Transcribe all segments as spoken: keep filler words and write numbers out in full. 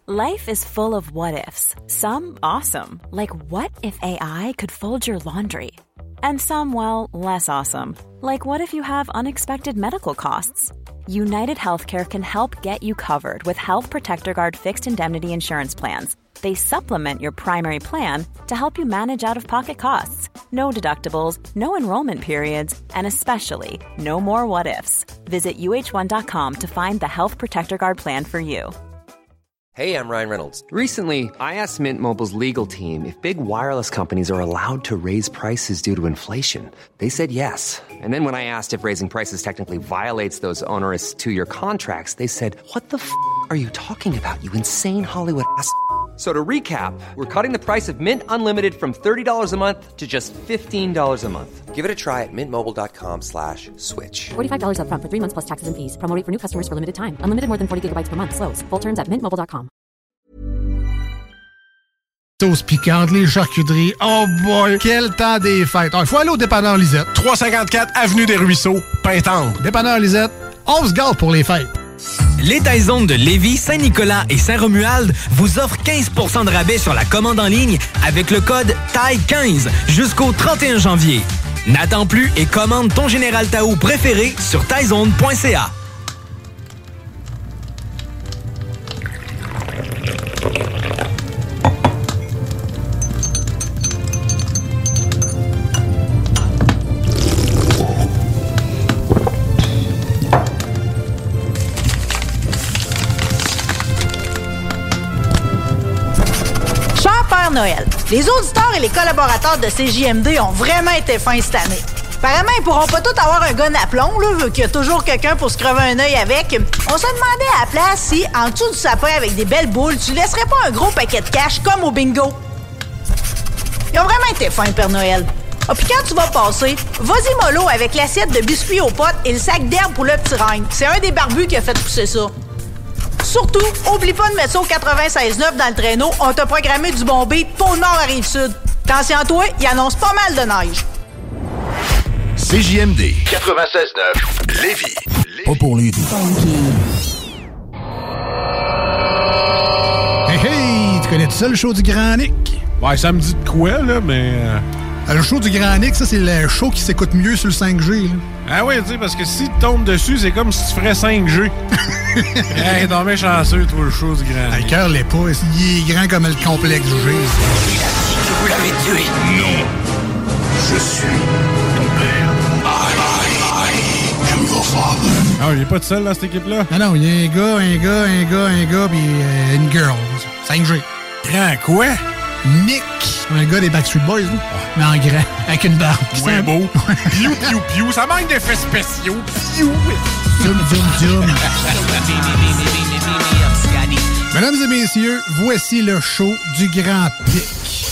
Life is full of what-ifs. Some awesome, like what if A I could fold your laundry? And some, well, less awesome, like what if you have unexpected medical costs? United Healthcare can help get you covered with Health Protector Guard fixed indemnity insurance plans. They supplement your primary plan to help you manage out-of-pocket costs. No deductibles, no enrollment periods, and especially no more what-ifs. Visit U H one dot com to find the Health Protector Guard plan for you. Hey, I'm Ryan Reynolds. Recently, I asked Mint Mobile's legal team if big wireless companies are allowed to raise prices due to inflation. They said yes. And then when I asked if raising prices technically violates those onerous two-year contracts, they said, what the f*** are you talking about, you insane Hollywood ass f- So to recap, we're cutting the price of Mint Unlimited from thirty dollars a month to just fifteen dollars a month. Give it a try at mintmobile.com slash switch. forty-five dollars up front for three months plus taxes and fees. Promo rate for new customers for limited time. Unlimited more than forty gigabytes per month. Slows full terms at mint mobile dot com. Sauce piquante, les charcuteries. Oh boy, quel temps des fêtes. Il faut aller au dépanneur Lisette. trois cent cinquante-quatre Avenue des Ruisseaux, Pintendre. Dépanneur Lisette, on se gâte pour les fêtes. Les Taizones de Lévis, Saint-Nicolas et Saint-Romuald vous offrent quinze pour cent de rabais sur la commande en ligne avec le code T A I quinze jusqu'au trente et un janvier. N'attends plus et commande ton Général Tao préféré sur taizone point c a. Noël. Les auditeurs et les collaborateurs de C J M D ont vraiment été fins cette année. Apparemment, ils pourront pas tous avoir un gun à plomb, là, vu qu'il y a toujours quelqu'un pour se crever un œil avec. On se demandait à la place si, en dessous du sapin avec des belles boules, tu laisserais pas un gros paquet de cash comme au bingo. Ils ont vraiment été fins, Père Noël. Ah, puis quand tu vas passer, vas-y mollo avec l'assiette de biscuits aux potes et le sac d'herbe pour le petit règne. C'est un des barbus qui a fait pousser ça. Surtout, oublie pas de mettre ça au quatre-vingt-seize neuf dans le traîneau. On t'a programmé du bon beat pôle Nord à Rive-Sud. Attention à toi, il annonce pas mal de neige. C J M D quatre-vingt-seize neuf Lévis. Pas pour les doux. Hey hey, tu connais tout ça le show du Grand Nick? Ouais, ça me dit de quoi, là, mais... Euh... Le show du Grand Nick, ça, c'est le show qui s'écoute mieux sur le cinq G, là. Ah oui, tu sais, parce que si tu tombes dessus, c'est comme si tu ferais cinq G. Hey, t'en mets chanceux, toi, le show du Grand Nick. Le cœur l'est pas. Il est grand comme le complexe G. Il a dit que vous l'avez tué. Non. Je suis ton père. I, I am your father. Ah, il est pas tout seul, dans cette équipe-là? Non, non, il y a un gars, un gars, un gars, un gars, puis euh, une girl. cinq G. Grand quoi? Nick, un gars des Backstreet Boys, là. Mais en grand, avec une barbe. C'est un beau. Piou, piou, piou, ça manque d'effets spéciaux. Piou. Zoom, zoom, zoom. Mesdames et messieurs, voici le show du Grand Pic.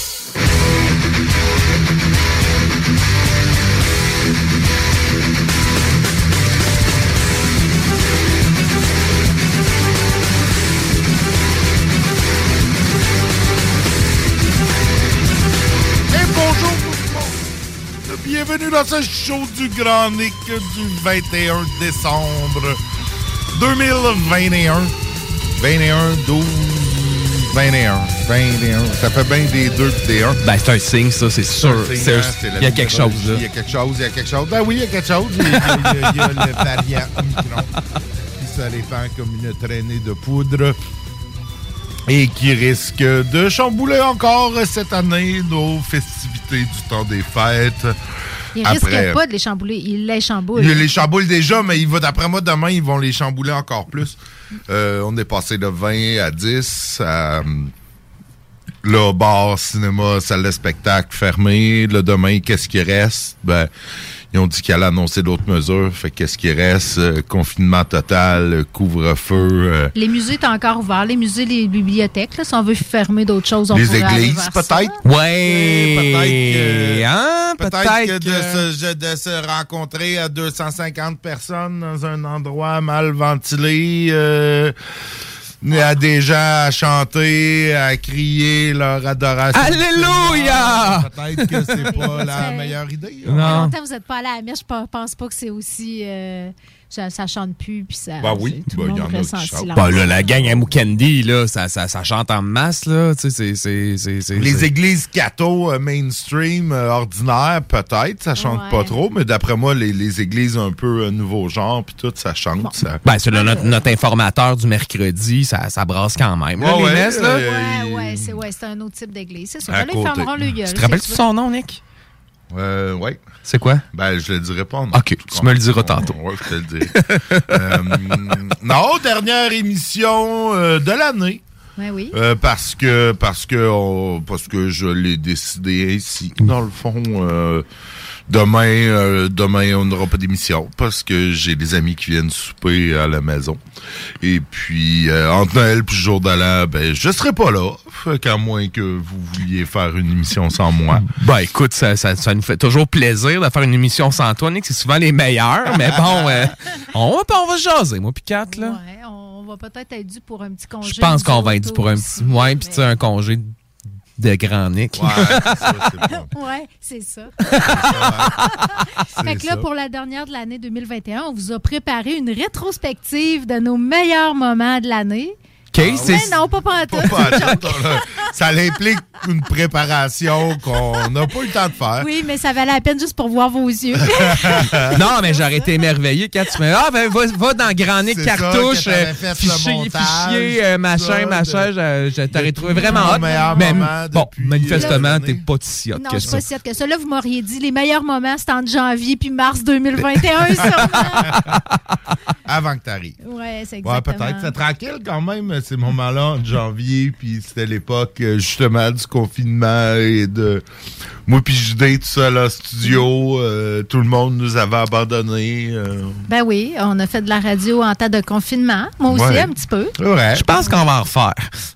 Bienvenue dans ce show du Grand Nick du vingt et un décembre deux mille vingt et un. vingt et un, douze, vingt et un. vingt et un. Ça fait bien des deux et des un. Ben, c'est un signe, ça, c'est sûr. C'est un signe, c'est, il y a quelque chose, là. Il y a quelque chose, il y a quelque chose. Ben oui, il y a quelque chose. Il y a, il y a, il y a le variant Omicron qui se répand comme une traînée de poudre et qui risque de chambouler encore cette année nos festivités du temps des fêtes. Il risque pas de les chambouler, il les chamboule. Il les chamboule déjà, mais il va, d'après moi, demain, ils vont les chambouler encore plus. Euh, on est passé de vingt à dix à... Là, bar, cinéma, salle de spectacle fermée. Là, demain, qu'est-ce qui reste? Ben, ils ont dit qu'ils allaient annoncer d'autres mesures. Fait qu'est-ce qui reste? Euh, confinement total, couvre-feu. Euh, les musées sont encore ouverts. Les musées, les bibliothèques, là, si on veut fermer d'autres choses, on les pourrait aller églises, vers peut-être? Ça. Ouais! Peut-être que, hein? peut-être peut-être que, que... De, se, de se rencontrer à deux cent cinquante personnes dans un endroit mal ventilé... Euh, Il y a des gens à chanter, à crier leur adoration. Alléluia! Peut-être que c'est pas la meilleure idée. Non. Longtemps vous n'êtes pas allé à la messe, je pense pas que c'est aussi... Euh, ça, ça chante plus, puis ça... Ben oui, tout ben, le y monde en a ressent qui un chantent. silence. Ben là, la gang à Mukandi, là, ça, ça, ça chante en masse, là. Tu sais, c'est, c'est, c'est, c'est, Les c'est... églises catho euh, mainstream, euh, ordinaires, peut-être, ça chante Ouais. pas trop, mais d'après moi, les, les églises un peu euh, nouveau genre, puis tout, ça chante. Bon. Ça... Ben, c'est là, notre, notre informateur du mercredi, ça, ça brasse quand même. Là, Ouais, les ouais, messes, là. euh, Ouais, il- ouais, c'est, ouais, c'est un autre type d'église. C'est ça. À Ben là, ils côté. fermeront le gueule. Tu te rappelles-tu son nom, Nick? Euh, ouais. C'est quoi? Ben, je le dirai pas. Non. OK, tu me le diras tantôt. Ouais, je te le dirai. euh, non, dernière émission euh, de l'année. Ouais, oui. Euh, parce que parce que on- parce que je l'ai décidé ainsi. Dans le fond, euh, demain euh, demain on n'aura pas d'émission parce que j'ai des amis qui viennent souper à la maison. Et puis euh, entre Noël puis le jour de l'an, ben je serai pas là. Fait qu'à moins que vous vouliez faire une émission sans moi. Ben écoute, ça, ça, ça nous fait toujours plaisir de faire une émission sans toi, Nick. C'est souvent les meilleurs, mais bon, euh, on, va, on va se jaser, moi puis Kat, là. Ouais, on va peut-être être dû pour un petit congé. Je pense nous qu'on va être autres dû pour un aussi, petit... Ouais, puis mais- tu sais, un congé de grand Nick. Ouais, c'est ça, c'est bon. Ouais, c'est ça. C'est Fait que là, ça. pour la dernière de l'année deux mille vingt et un, on vous a préparé une rétrospective de nos meilleurs moments de l'année. OK, Mais c'est... non, pas pantoute. Pas- pas attendre, là. Ça implique une préparation qu'on n'a pas eu le temps de faire. Oui, mais ça valait la peine juste pour voir vos yeux. Non, mais j'aurais été émerveillé quand tu me dis, ah, ben, va, va dans Grand Nick C'est ça, Cartouche, que t'avais euh, fait le fichier, montage, fichier, euh, machin, ça, machin, de- je, je t'aurais trouvé vraiment mon hot. meilleur Mais moment bon, depuis, manifestement, euh, t'es pas si hot Non, que je suis ça. pas si hâte que ça. Là, vous m'auriez dit les meilleurs moments, c'était entre janvier puis mars deux mille vingt et un, sûrement. Avant que tu arrives. Ouais, c'est Ouais, exactement. peut-être. C'est tranquille quand même, ces moments-là, en janvier, puis c'était l'époque, euh, justement, du confinement et de... Moi puis Judée, tout seul en studio, euh, tout le monde nous avait abandonnés. Euh... Ben oui, on a fait de la radio en temps de confinement. Moi aussi, Ouais. un petit peu. Ouais. Je pense qu'on va en refaire.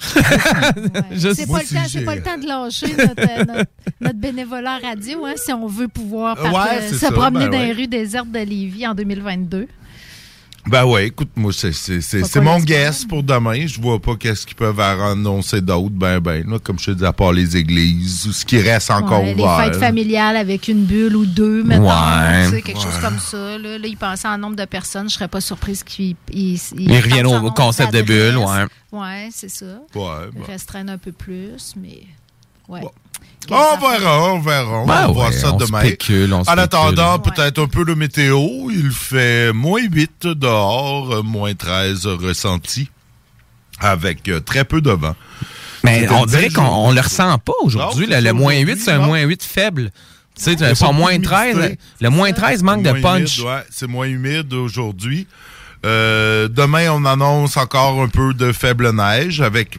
Juste- C'est moi pas, le aussi, temps, c'est j'ai- pas le temps de lâcher notre, euh, notre, notre bénévolat radio, hein, si on veut pouvoir par- Ouais, euh, c'est se ça, promener ben dans ouais. les rues désertes de Lévis en deux mille vingt-deux. Ben ouais, écoute, moi, c'est, c'est, c'est, Pas c'est quoi mon l'espoir. guess pour demain. Je vois pas qu'est-ce qu'ils peuvent annoncer d'autre. Ben, ben, là, comme je te dis, à part les églises, ou ce qui reste encore Ouais, les ouvert. fêtes familiales avec une bulle ou deux, mettons. Ouais. Tu sais, quelque Ouais. chose comme ça. Là, là ils pensaient en nombre de personnes. Je serais pas surprise qu'ils ils, Ils reviennent au concept de bulle, ouais. Ouais, c'est ça. Ouais, ben. Restreindre un peu plus, mais... Ouais. Bon. Quelles On affaires. verra, on verra. Ben on va voir ouais, ça on demain. spécule, on En spécule. attendant, Ouais. peut-être un peu de météo. Il fait moins huit dehors, euh, moins treize ressenti, avec euh, très peu de vent. Mais C'est on une dirait belle qu'on journée. on le ressent pas aujourd'hui. Non, là. c'est Le ça, moins huit, aujourd'hui, c'est un non. moins huit faible. Tu sais, y a son pas moins beaucoup treize, d'humidité. le moins treize manque de Moins punch. humide, ouais, c'est moins humide aujourd'hui. Euh, demain, on annonce encore un peu de faible neige avec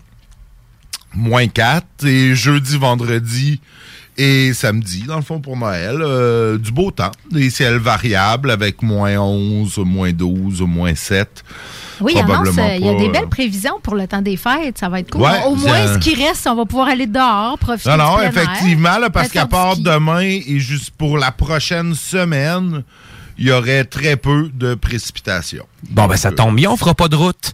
moins quatre. Et jeudi, vendredi et samedi, dans le fond, pour Noël, euh, du beau temps. Des ciels variables avec moins onze, moins douze, moins sept. Oui, il annonce, Probablement euh, il y a pas, des euh, belles prévisions pour le temps des fêtes. Ça va être cool. Ouais, Au moins, ça- ce qui reste, on va pouvoir aller dehors, profiter Non, du non, plein air. effectivement, là, parce Peut-être qu'à faire du part ski. demain et juste pour la prochaine semaine, il y aurait très peu de précipitations. Bon, ben ça tombe bien, on fera pas de route.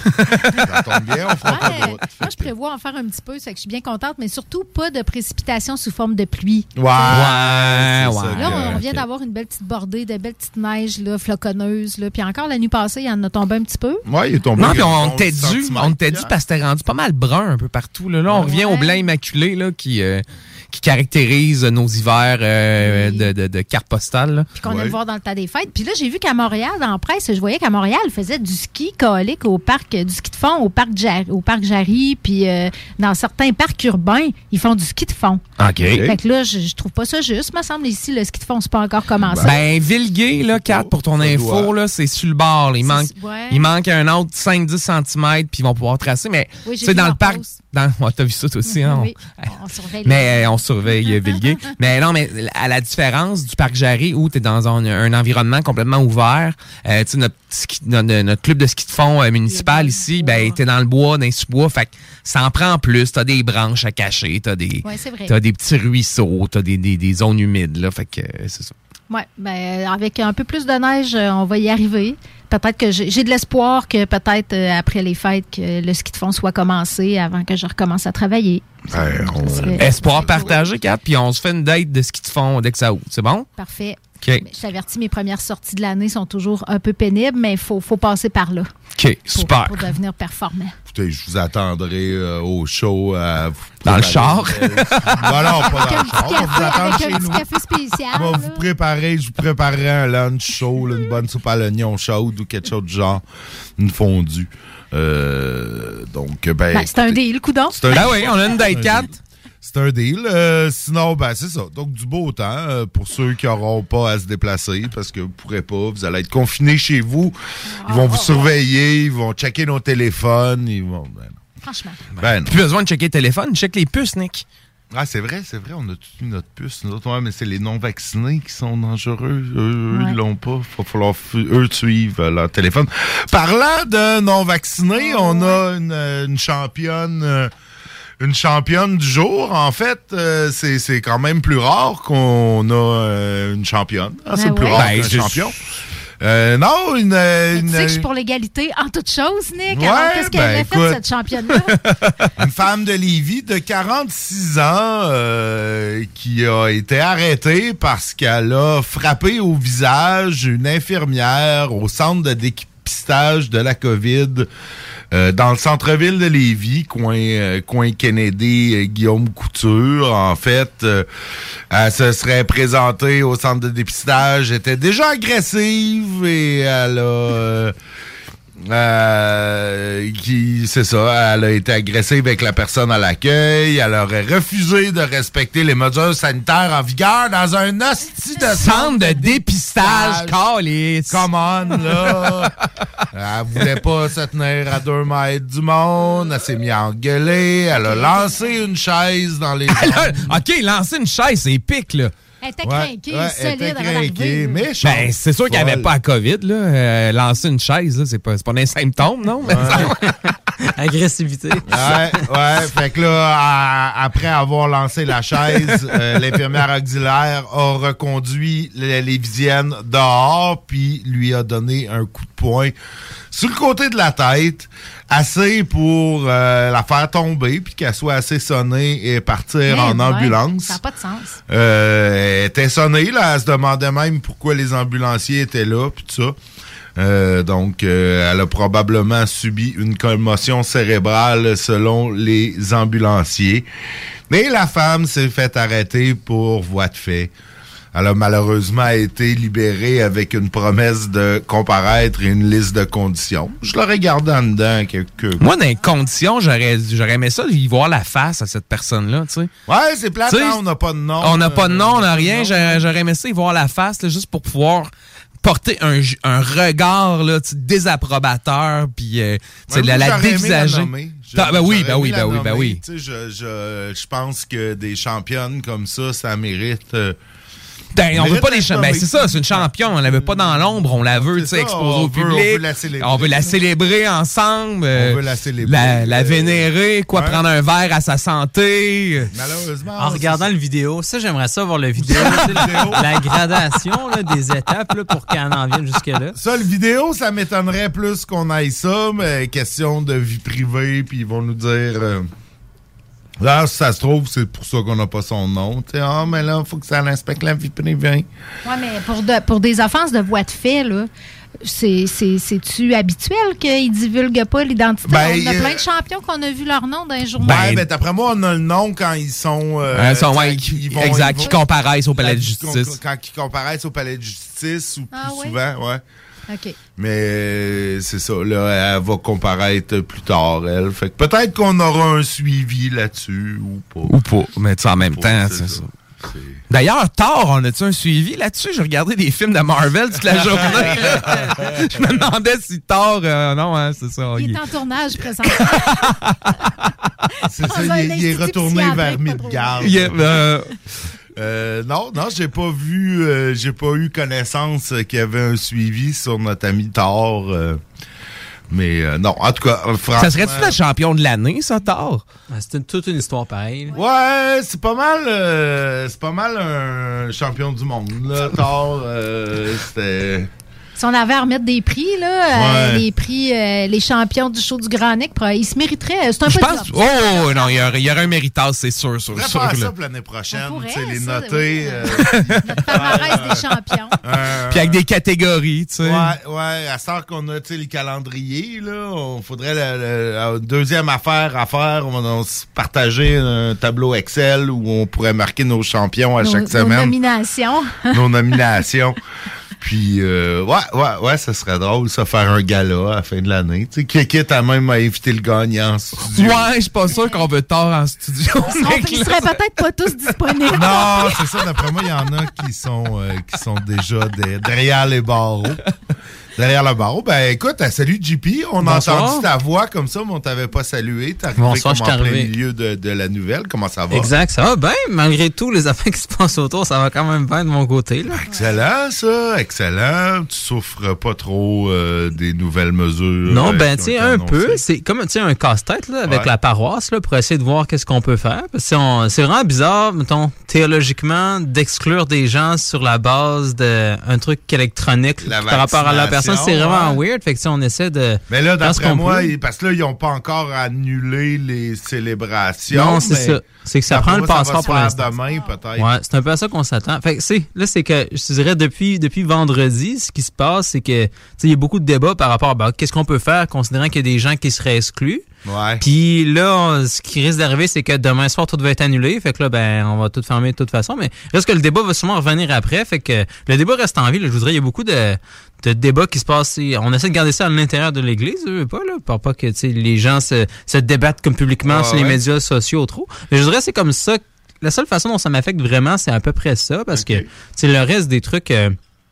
Ça tombe bien, on fera pas Ouais, de route. moi, je prévois en faire un petit peu, ça fait que je suis bien contente, mais surtout pas de précipitations sous forme de pluie. Ouais, Ouais, c'est ouais. ça Là, que- on vient d'avoir une belle petite bordée, de belles petites neiges là, floconneuses. Là. Puis encore, la nuit passée, il y en a tombé un petit peu. Ouais, il est tombé. Non, puis on onze t'était dû, centimètres, on t'était dû Pierre. parce que c'était rendu pas mal brun un peu partout. Là, là on revient Ouais. au blanc immaculé là, qui, euh, qui caractérise nos hivers euh, Oui. de, de, de carte postale. là. Puis qu'on Ouais. aime voir dans le tas des fêtes. Puis là, j'ai vu qu'à Montréal, dans la presse, je voyais qu'à Montréal, ils faisaient du ski caolique au parc, du ski de fond au parc Jarry, au parc Jarry. Puis euh, dans certains parcs urbains, ils font du ski de fond. OK. Fait que là, je, je trouve pas ça juste. Me semble ici, le ski de fond, c'est pas encore commencé. Ben, Villegué, là, Kat, pour ton Ça info, doit. là, c'est sur le bord. là. Il, C'est- manque, ouais. il manque un autre cinq à dix centimètres, puis ils vont pouvoir tracer. Mais, Oui, j'ai tu sais, vu dans le leur parc. post. Dans, ouais, t'as vu ça, toi aussi, hein? Oui, on surveille. Mais euh, on surveille euh, Villegué. Mais non, mais à la différence du parc Jarry où tu es dans un, un environnement complètement ouvert, euh, tu sais, notre, ski- notre, notre club de ski de fond euh, municipal ici, ben, t'es dans le bois, dans les sous-bois. Fait que ça en prend plus. T'as des branches à cacher, t'as des, Ouais, c'est vrai. t'as des petits ruisseaux, t'as des, des, des zones humides, là. Fait que euh, c'est ça. Oui, ben, euh, avec un peu plus de neige, euh, on va y arriver. Peut-être que j'ai j'ai de l'espoir que peut-être euh, après les fêtes, que le ski de fond soit commencé avant que je recommence à travailler. Ouais, on- Ça serait- Espoir partagé, Kat, puis on se fait une date de ski de fond dès que ça ouvre. C'est bon? Parfait. Okay. Je t'avertis, mes premières sorties de l'année sont toujours un peu pénibles, mais il faut, faut passer par là. OK, pour, super. Pour devenir performant. Écoutez, je vous attendrai euh, au show. À vous dans le char? Euh, non, non, pas dans le char. Café, vous attendre avec chez un petit nous. café spécial. On va vous préparer, je vous préparerai un lunch chaud, là, une bonne soupe à l'oignon chaude ou quelque chose du genre, une fondue. Euh, donc, ben... ben c'est un deal, coudonc. C'est un Ben oui, on a une date quatre. C'est un deal. Euh, sinon, ben c'est ça. Donc, du beau temps euh, pour ceux qui n'auront pas à se déplacer parce que vous ne pourrez pas. Vous allez être confinés chez vous. Ils vont vous surveiller. Ils vont checker nos téléphones. Ils vont... Ben, franchement. Ben, non. Plus besoin de checker le téléphone. Check les puces, Nick. Ah, c'est vrai, c'est vrai. On a tous eu notre puce. Nous autres, ouais, mais c'est les non-vaccinés qui sont dangereux. Eux, ouais. ils l'ont pas. Il va falloir eux suivre euh, leur téléphone. Parlant de non-vaccinés, oh, on ouais. a une, une championne... Euh, Une championne du jour, en fait, euh, c'est, c'est quand même plus rare qu'on a euh, une championne. Ah, ben c'est ouais. plus rare ben, qu'un champion. Euh, non, une... une tu sais que je suis pour l'égalité en toutes choses, Nick. Ouais, alors, qu'est-ce qu'elle ben, a écoute, fait, cette championne-là? Une femme de Lévis de quarante-six ans euh, qui a été arrêtée parce qu'elle a frappé au visage une infirmière au centre de dépistage de la COVID Euh, dans le centre-ville de Lévis, coin, euh, coin Kennedy, euh, Guillaume Couture, en fait, euh, elle se serait présentée au centre de dépistage, était déjà agressive et elle a... Euh, Euh, qui, c'est ça, elle a été agressive avec la personne à l'accueil, elle aurait refusé de respecter les mesures sanitaires en vigueur dans un hostie de centre de dépistage, calice. Come on, là. Elle voulait pas se tenir à deux mètres du monde, elle s'est mise à engueuler, elle a lancé une chaise dans les... a, OK, lancer une chaise, c'est épique, là. Elle était craquée, ouais, solide elle était craquée, méchante. Ben, c'est sûr qu'elle n'avait pas la COVID, là. Euh, lancer une chaise, là, c'est pas, c'est pas un symptôme, non? Ouais. Agressivité. Ouais, ouais. Fait que là, à, après avoir lancé la chaise, euh, l'infirmière auxiliaire a reconduit les Lévisienne dehors, puis lui a donné un coup de poing sur le côté de la tête, assez pour euh, la faire tomber, puis qu'elle soit assez sonnée et partir hey, en ouais, ambulance. Ça n'a pas de sens. Euh, elle était sonnée, là. Elle se demandait même pourquoi les ambulanciers étaient là, puis tout ça. Euh, donc, euh, elle a probablement subi une commotion cérébrale selon les ambulanciers. Mais la femme s'est fait arrêter pour voie de fait. Elle a malheureusement été libérée avec une promesse de comparaître et une liste de conditions. Je l'aurais gardé en dedans quelques... Moi, dans les conditions, j'aurais, j'aurais aimé ça, y voir la face à cette personne-là, tu sais. Ouais, c'est plate, hein, on n'a pas de nom. On n'a pas de nom, on n'a rien. Non. J'aurais, j'aurais aimé ça, y voir la face, là, juste pour pouvoir porter un, un regard là, désapprobateur, puis euh, ouais, la, la dévisager. Ah, ben oui, ben oui, ben oui, ben oui. Je, je, je pense que des championnes comme ça, ça mérite... Euh, Ben, on veut pas des championnes. Ben, c'est ça, c'est une championne. On la veut pas dans l'ombre, on la veut, tu sais, exposer au public. On veut la célébrer. On veut la célébrer ensemble. Euh, on veut la célébrer. La, la vénérer, quoi, ouais. Prendre un verre à sa santé. Malheureusement. En regardant le vidéo, ça, j'aimerais ça voir le vidéo. la, la gradation là, des étapes là, pour qu'on en vienne jusque-là. Ça, le vidéo, ça m'étonnerait plus qu'on aille ça, mais question de vie privée, puis ils vont nous dire... Euh, là, si ça se trouve, c'est pour ça qu'on n'a pas son nom. Tu sais, ah, oh, mais là, il faut que ça inspecte la vie privée. Oui, mais pour, de, pour des offenses de voie de fait, là, c'est, c'est, c'est-tu habituel qu'ils ne divulguent pas l'identité? Ben, on a euh, plein de champions qu'on a vu leur nom dans les journaux. Ben, ben, d'après moi, on a le nom quand ils sont... Euh, euh, sont ouais, ils vont, exact, ils vont, qui comparaissent au palais de justice. Quand ils comparaissent au palais de justice, ou ah, plus oui? souvent, ouais. OK. Mais euh, c'est ça, là, elle va comparaître plus tard, elle. Fait que peut-être qu'on aura un suivi là-dessus, ou pas. Ou pas, mais tu sais, en même temps, c'est, c'est ça. C'est... D'ailleurs, Thor, on a-tu un suivi là-dessus? J'ai regardé des films de Marvel toute la journée. Je me demandais si Thor... Euh, non, hein, c'est ça. Il, il est en tournage présentement. C'est ça, il, il est retourné vers Midgard. Yeah, euh... Euh, non, non, j'ai pas vu, euh, j'ai pas eu connaissance euh, qu'il y avait un suivi sur notre ami Thor. Euh, mais euh, non, en tout cas, franchement... Ça serait-tu le champion de l'année, ça, Thor? Ah, c'est une, toute une histoire pareille. Ouais, c'est pas mal, euh, c'est pas mal un champion du monde, là, Thor. Euh, c'était... Si on avait à remettre des prix, là, Ouais. euh, les prix, euh, les champions du show du Grand Nick, ils se mériteraient. C'est un Je peu pense. de job. Oh, non, il y aurait, il y aurait un méritage, c'est sûr, sûr, On pourrait sûr. faire là. ça pour l'année prochaine. pourrait, Tu sais, les ça, noter. oui. euh, Notre palmarès des champions. euh, Puis avec des catégories, tu sais. Ouais, ouais. À ce temps qu'on a, tu sais, les calendriers, là, on faudrait la, la- la deuxième affaire à faire. On va on se partager un tableau Excel où on pourrait marquer nos champions à Nos- chaque nos semaine. nominations. Nos nominations. Puis, euh, ouais, ouais, ouais, ça serait drôle, ça, faire un gala à la fin de l'année. Tu sais, qui quitte à même à inviter le gagnant en studio. Ouais, je suis pas sûr qu'on veut tort en studio. On- Ils seraient peut-être pas tous disponibles. Non, c'est ça. D'après moi, il y en a qui sont, euh, qui sont déjà de- derrière les barreaux. Derrière le barreau. Ben, écoute, euh, salut J P. On a Bonsoir. entendu ta voix comme ça, mais on t'avait pas salué. T'es arrivé Bonsoir, comme je en suis plein arrivé. milieu de, de la nouvelle. Comment ça va? Exact, ça va bien. Malgré tout, les affaires qui se passent autour, ça va quand même bien de mon côté. Là. Excellent, ça. Excellent. Tu souffres pas trop euh, des nouvelles mesures. Non, euh, ben, qui tu sais, ont été un peu. annoncées? C'est comme, tu sais, un casse-tête, là, avec Ouais. la paroisse, là, pour essayer de voir qu'est-ce qu'on peut faire. Parce que c'est on- c'est vraiment bizarre, mettons, théologiquement, d'exclure des gens sur la base d'un truc électronique La par rapport à la personne. C'est vraiment ouais. weird. Fait que, tu sais, on essaie de. Mais là, faire ce d'après qu'on moi, peut. ils- parce que là, ils n'ont pas encore annulé les célébrations. Non, c'est mais ça. C'est que ça d'après prend le moi, passeport ça pour va se faire l'instant. demain, peut-être. Ouais, c'est un peu à ça qu'on s'attend. Fait que c'est, là, c'est que, je te dirais, depuis, depuis vendredi, ce qui se passe, c'est que, tu sais, il y a beaucoup de débats par rapport à, ben, qu'est-ce qu'on peut faire, considérant qu'il y a des gens qui seraient exclus. Ouais. Puis là, on- ce qui risque d'arriver, c'est que demain soir, tout va être annulé. Fait que là, ben, on va tout fermer de toute façon. Mais reste que le débat va sûrement revenir après. Fait que le débat reste en vie. Là. Je voudrais, il y a beaucoup de, de débats qui se passent. On essaie de garder ça à l'intérieur de l'Église, je veux pas, là. Pour pas que, tu sais, les gens se, se débattent comme publiquement Ah, sur les ouais. médias sociaux trop. Mais je dirais, c'est comme ça. La seule façon dont ça m'affecte vraiment, c'est à peu près ça. Parce que, tu sais, le reste des trucs, euh,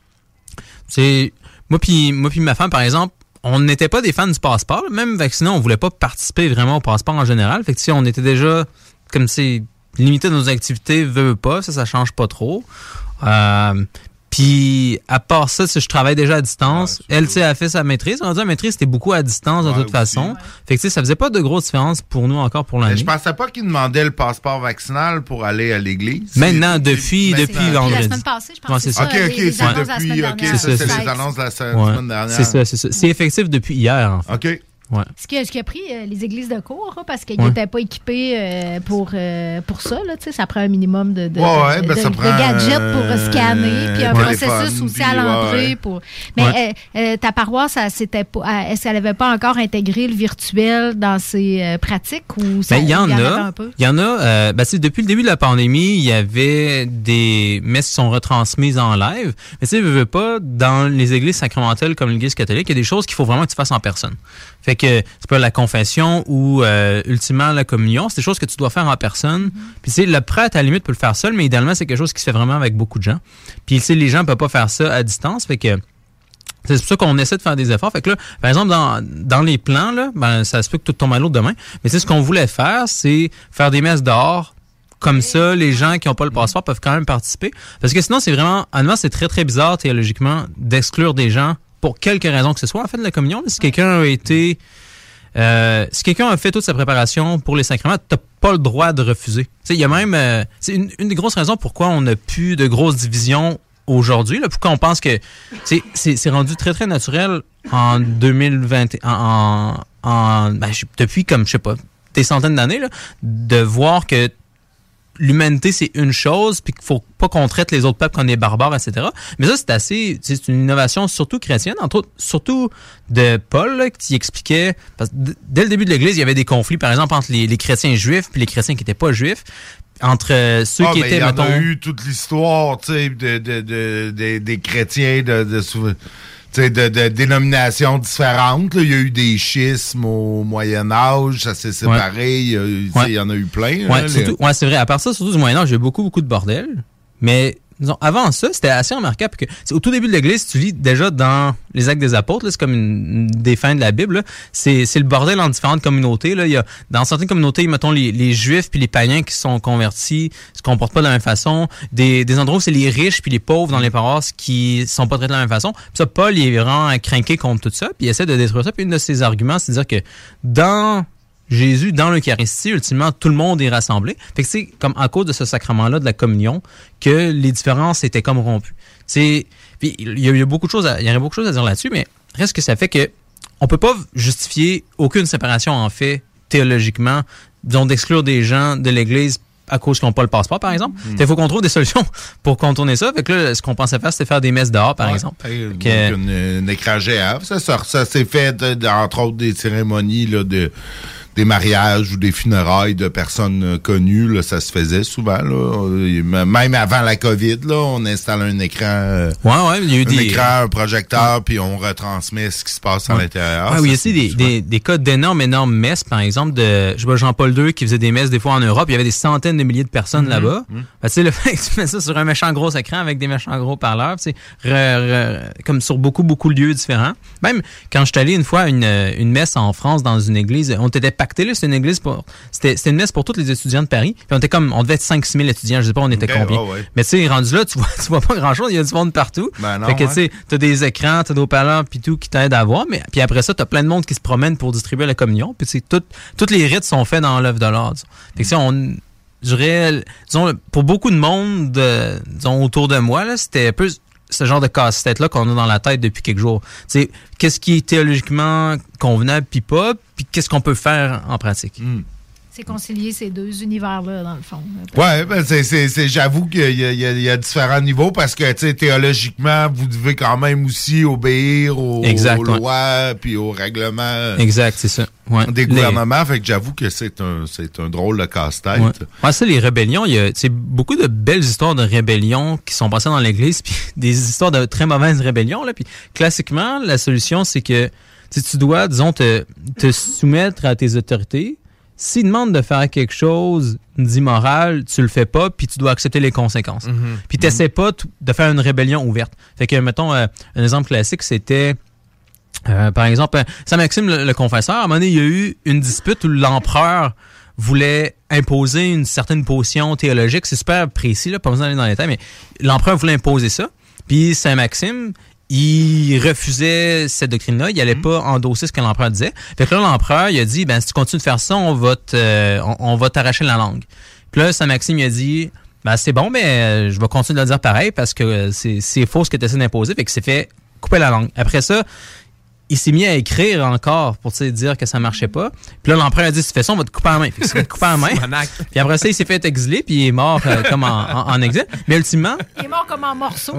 c'est, moi puis moi puis ma femme, par exemple, on n'était pas des fans du passeport. Même vacciné, on voulait pas participer vraiment au passeport en général. Fait que, tu sais, on était déjà, comme c'est limité nos activités, veut veut pas, ça, ça change pas trop. Euh, Puis, à part ça, si je travaille déjà à distance. Elle, tu sais, a fait sa maîtrise. On a dit, la maîtrise, c'était beaucoup à distance, de Ouais, toute aussi. façon. Fait que, tu sais, ça faisait pas de grosse différence pour nous encore pour Mais l'année. je pensais pas qu'ils demandaient le passeport vaccinal pour aller à l'église. Maintenant, C'est- depuis, Maintenant. depuis vendredi. La semaine passée, je pense Ouais, que c'est c'est ça. OK, les- OK, les c'est annonces de la depuis, semaine OK, dernière. ça, c'est C'est les ça. annonces de la se- Ouais. semaine dernière. C'est ça, c'est ça. C'est effectif depuis hier, en fait. OK. Ouais. Ce qui, a, ce qui a pris euh, les églises de cours, hein, parce qu'ils Ouais. n'étaient pas équipés euh, pour, euh, pour ça. Là, tu sais, ça prend un minimum de, de, Ouais, ouais, de- ben, de- ça de prend, gadgets euh, pour euh, scanner, puis un un téléphone, processus aussi puis, à l'entrée. ouais, ouais. Pour... Mais Ouais. euh, euh, ta paroisse, elle, c'était pas, elle- est-ce qu'elle n'avait pas encore intégré le virtuel dans ses euh, pratiques ou ça Ben, il y en avait a. un peu? Il y en a. Euh, ben, tu sais, depuis le début de la pandémie, il y avait des messes qui sont retransmises en live. Mais tu sais, veux, veux pas, dans les églises sacramentelles comme l'Église catholique, il y a des choses qu'il faut vraiment que tu fasses en personne. Fait que c'est pas la confession ou euh, ultimement la communion, c'est des choses que tu dois faire en personne. Puis tu sais, le prêtre à la limite peut le faire seul, mais idéalement c'est quelque chose qui se fait vraiment avec beaucoup de gens. Puis tu sais, les gens peuvent pas faire ça à distance, fait que c'est pour ça qu'on essaie de faire des efforts. Fait que là, par exemple, dans, dans les plans, là, ben, ça se peut que tout tombe à l'eau demain. Mais tu sais, ce qu'on voulait faire, c'est faire des messes dehors. Comme ça, les gens qui n'ont pas le passeport peuvent quand même participer. Parce que sinon, c'est vraiment, honnêtement, c'est très, très bizarre théologiquement d'exclure des gens pour quelque raison que ce soit. En fait, de la communion, là, si quelqu'un a été... Euh, si quelqu'un a fait toute sa préparation pour les sacrements, t'as pas le droit de refuser. Tu sais, il y a même... Euh, c'est une, une des grosses raisons pourquoi on n'a plus de grosses divisions aujourd'hui, là, pourquoi on pense que c'est, c'est, c'est rendu très, très naturel en deux mille vingt, en, en, en ben, je- depuis comme, je sais pas, des centaines d'années, là, de voir que l'humanité, c'est une chose, puis qu'il faut pas qu'on traite les autres peuples comme des barbares, et cetera. Mais ça, c'est assez... C'est une innovation surtout chrétienne, entre autres, surtout de Paul, là, qui expliquait... Parce que d- dès le début de l'Église, il y avait des conflits, par exemple, entre les, les chrétiens juifs puis les chrétiens qui n'étaient pas juifs, entre euh, ceux Ah, qui ben, étaient, il y en mettons... a eu toute l'histoire, tu sais, de, de, de, de- des chrétiens de, de, sou- tu sais, de, de dénominations différentes. là. Il y a eu des schismes au Moyen Âge, ça s'est séparé. Il y a eu- tu sais, Ouais. il y en a eu plein. Ouais, là, surtout, ouais, c'est vrai. À part ça, surtout du Moyen-Âge, il y a eu beaucoup, beaucoup de bordel. Mais disons, avant ça, c'était assez remarquable que c'est au tout début de l'Église, tu lis déjà dans les Actes des Apôtres, là, c'est comme une, une des fins de la Bible, là, c'est, c'est le bordel en différentes communautés. Là. Il y a, dans certaines communautés, mettons les, les Juifs puis les païens qui sont convertis se comportent pas de la même façon. Des, des endroits où c'est les riches puis les pauvres dans les paroisses qui sont pas traités de la même façon. Puis ça, Paul, il est vraiment craqué contre tout ça, puis il essaie de détruire ça. Puis une de ses arguments, c'est de dire que dans Jésus, dans l'Eucharistie, ultimement, tout le monde est rassemblé. Fait que c'est comme à cause de ce sacrement-là de la communion que les différences étaient comme rompues. C'est, puis il y, y a beaucoup de choses, à, il y aurait beaucoup de choses à dire là-dessus, mais reste que ça fait que on peut pas justifier aucune séparation en fait théologiquement, disons d'exclure des gens de l'Église à cause qu'ils n'ont pas le passeport, par exemple. Il mmh. faut qu'on trouve des solutions pour contourner ça. Fait que là, ce qu'on pensait faire, c'était faire des messes dehors, par ouais, exemple. Hey, que... une, une écran géant. Ça, ça, ça s'est fait, de, entre autres, des cérémonies là, de... des mariages ou des funérailles de personnes connues, là, ça se faisait souvent. Là. Même avant la COVID, là, on installe un écran, euh, ouais, ouais, il y a eu un des... écran, un projecteur, ouais. puis on retransmet ce qui se passe ouais. à l'intérieur. Ouais, oui, il y a aussi des, des, des cas d'énormes, énormes messes, par exemple, de je sais pas, Jean-Paul deux qui faisait des messes des fois en Europe. Il y avait des centaines de milliers de personnes mm-hmm. là-bas. Mm-hmm. Ben, tu sais, le fait que tu mets ça sur un méchant gros écran avec des méchants gros parleurs, tu sais, comme sur beaucoup, beaucoup de lieux différents. Même quand je suis allé une fois à une, une messe en France dans une église, on était pacté là, c'était une église pour, c'était, c'était une messe pour tous les étudiants de Paris. Puis on était comme, on devait être cinq six mille étudiants, je sais pas on était okay, combien. Oh, ouais. Mais tu sais, rendu là, tu vois, tu vois pas grand chose, il y a du monde partout. Ben non, fait que ouais. tu sais, t'as des écrans, t'as des haut-parleurs puis tout qui t'aident à voir. Mais puis après ça, t'as plein de monde qui se promène pour distribuer la communion. Puis tu sais, tout, toutes les rites sont faits dans l'œuvre de l'art. Disons. Fait que si on, je dirais, disons, pour beaucoup de monde, de, disons, autour de moi, là, c'était un peu ce genre de casse-tête-là qu'on a dans la tête depuis quelques jours. Tu sais, qu'est-ce qui est théologiquement convenable puis pas, puis qu'est-ce qu'on peut faire en pratique. Mm. C'est concilier ces deux univers-là, dans le fond. Oui, ben c'est, c'est, c'est, j'avoue qu'il y a, il y, a, il y a différents niveaux parce que, tu sais, théologiquement, vous devez quand même aussi obéir aux, exact, aux ouais. lois puis aux règlements exact, c'est ça. Ouais. des gouvernements. Les... Fait que j'avoue que c'est un, c'est un drôle de casse-tête. Ouais, ouais ça, les rébellions, il y a beaucoup de belles histoires de rébellions qui sont passées dans l'Église, puis des histoires de très mauvaises rébellions. Là, puis classiquement, la solution, c'est que tu dois, disons, te, te soumettre à tes autorités. S'ils demandent de faire quelque chose d'immoral, tu le fais pas, puis tu dois accepter les conséquences. Mm-hmm. Puis t'essaies mm-hmm. pas t- de faire une rébellion ouverte. Fait que, mettons, euh, un exemple classique, c'était, euh, par exemple, euh, Saint Maxime le, le Confesseur. À un moment donné, il y a eu une dispute où l'empereur voulait imposer une certaine position théologique. C'est super précis, là, pas besoin d'aller dans les détails, mais l'empereur voulait imposer ça. Puis Saint Maxime, il refusait cette doctrine-là. Il allait mmh. pas endosser ce que l'empereur disait. Fait que là, l'empereur, il a dit, ben, si tu continues de faire ça, on va te, euh, on, on va t'arracher la langue. Puis là, Saint Maxime, il a dit, ben, c'est bon, mais euh, je vais continuer de le dire pareil parce que euh, c'est, c'est faux ce que tu essaies d'imposer. Fait que c'est fait couper la langue. Après ça, il s'est mis à écrire encore pour dire que ça marchait pas. Puis là, l'empereur a dit, si tu fais ça, on va te couper la main. Fait que ça va te couper la main. Puis après ça, il s'est fait exiler, puis il est mort euh, comme en, en, en exil. Mais ultimement... Il est mort comme en morceaux.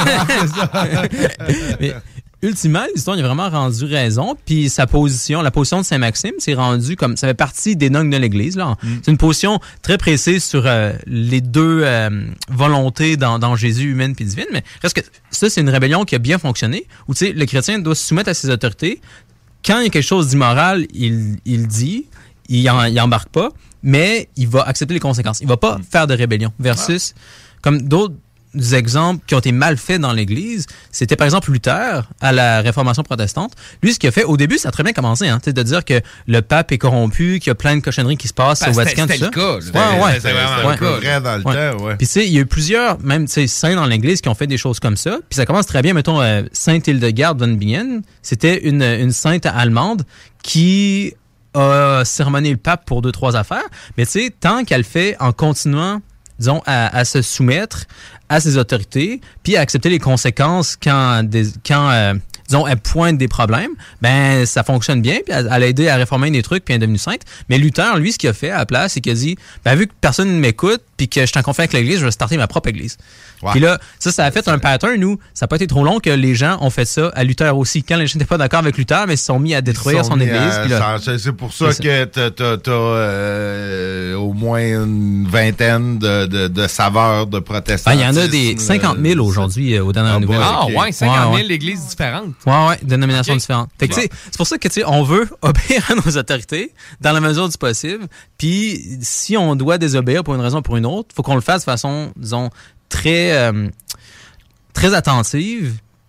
Mais, ultimement, l'histoire, il a vraiment rendu raison. Puis sa position, la position de Saint-Maxime, c'est rendu comme... Ça fait partie des dogmes de l'Église. Là. Mm. C'est une position très précise sur euh, les deux euh, volontés dans, dans Jésus, humaine puis divine. Mais reste que ça, c'est une rébellion qui a bien fonctionné, où tu sais, le chrétien doit se soumettre à ses autorités. Quand il y a quelque chose d'immoral, il, il dit, il, en, il embarque pas, mais il va accepter les conséquences. Il va pas mm. faire de rébellion. Versus, ah. comme d'autres des exemples qui ont été mal faits dans l'Église, c'était par exemple Luther à la Réformation protestante. Lui, ce qu'il a fait, au début, ça a très bien commencé, hein, de dire que le pape est corrompu, qu'il y a plein de cochonneries qui se passent ben, au Vatican, tout ça. C'était le cas. C'était, ouais, ouais. C'était vraiment ouais. le cas. Vrai dans le ouais. temps, ouais. Puis tu sais, il y a eu plusieurs, même tu sais, saints dans l'Église qui ont fait des choses comme ça. Puis ça commence très bien, mettons, euh, Sainte Hildegarde von Bingen, c'était une, une sainte allemande qui a sermonné le pape pour deux, trois affaires. Mais tu sais, tant qu'elle fait en continuant, disons, à, à se soumettre à ses autorités, puis à accepter les conséquences quand, des, quand euh, disons, elle pointe des problèmes, ben ça fonctionne bien, puis elle, elle a aidé à réformer des trucs, puis elle est devenue sainte. Mais Luther, lui, ce qu'il a fait à la place, c'est qu'il a dit, ben vu que personne ne m'écoute, puis que je suis en conflit avec l'Église, je vais starter ma propre Église. Ouais. Puis là, ça, ça a fait un pattern, nous. Ça n'a pas été trop long que les gens ont fait ça à Luther aussi. Quand les gens n'étaient pas d'accord avec Luther, mais ils se sont mis à détruire son Église. À, là, ça, c'est pour ça c'est que t'as, t'as, t'as euh, au moins une vingtaine de, de, de saveurs de protestantisme. Il y en a des cinquante mille aujourd'hui euh, aux dernières ah, nouvelles. Ah okay. ouais, cinquante mille ouais, ouais. églises différentes. Ouais, ouais, dénominations okay. différentes. Fait que, ouais. C'est pour ça que on veut obéir à nos autorités dans la mesure du possible. Puis si on doit désobéir pour une raison ou pour une autre, faut qu'on le fasse de façon, disons, très, euh, très attentive,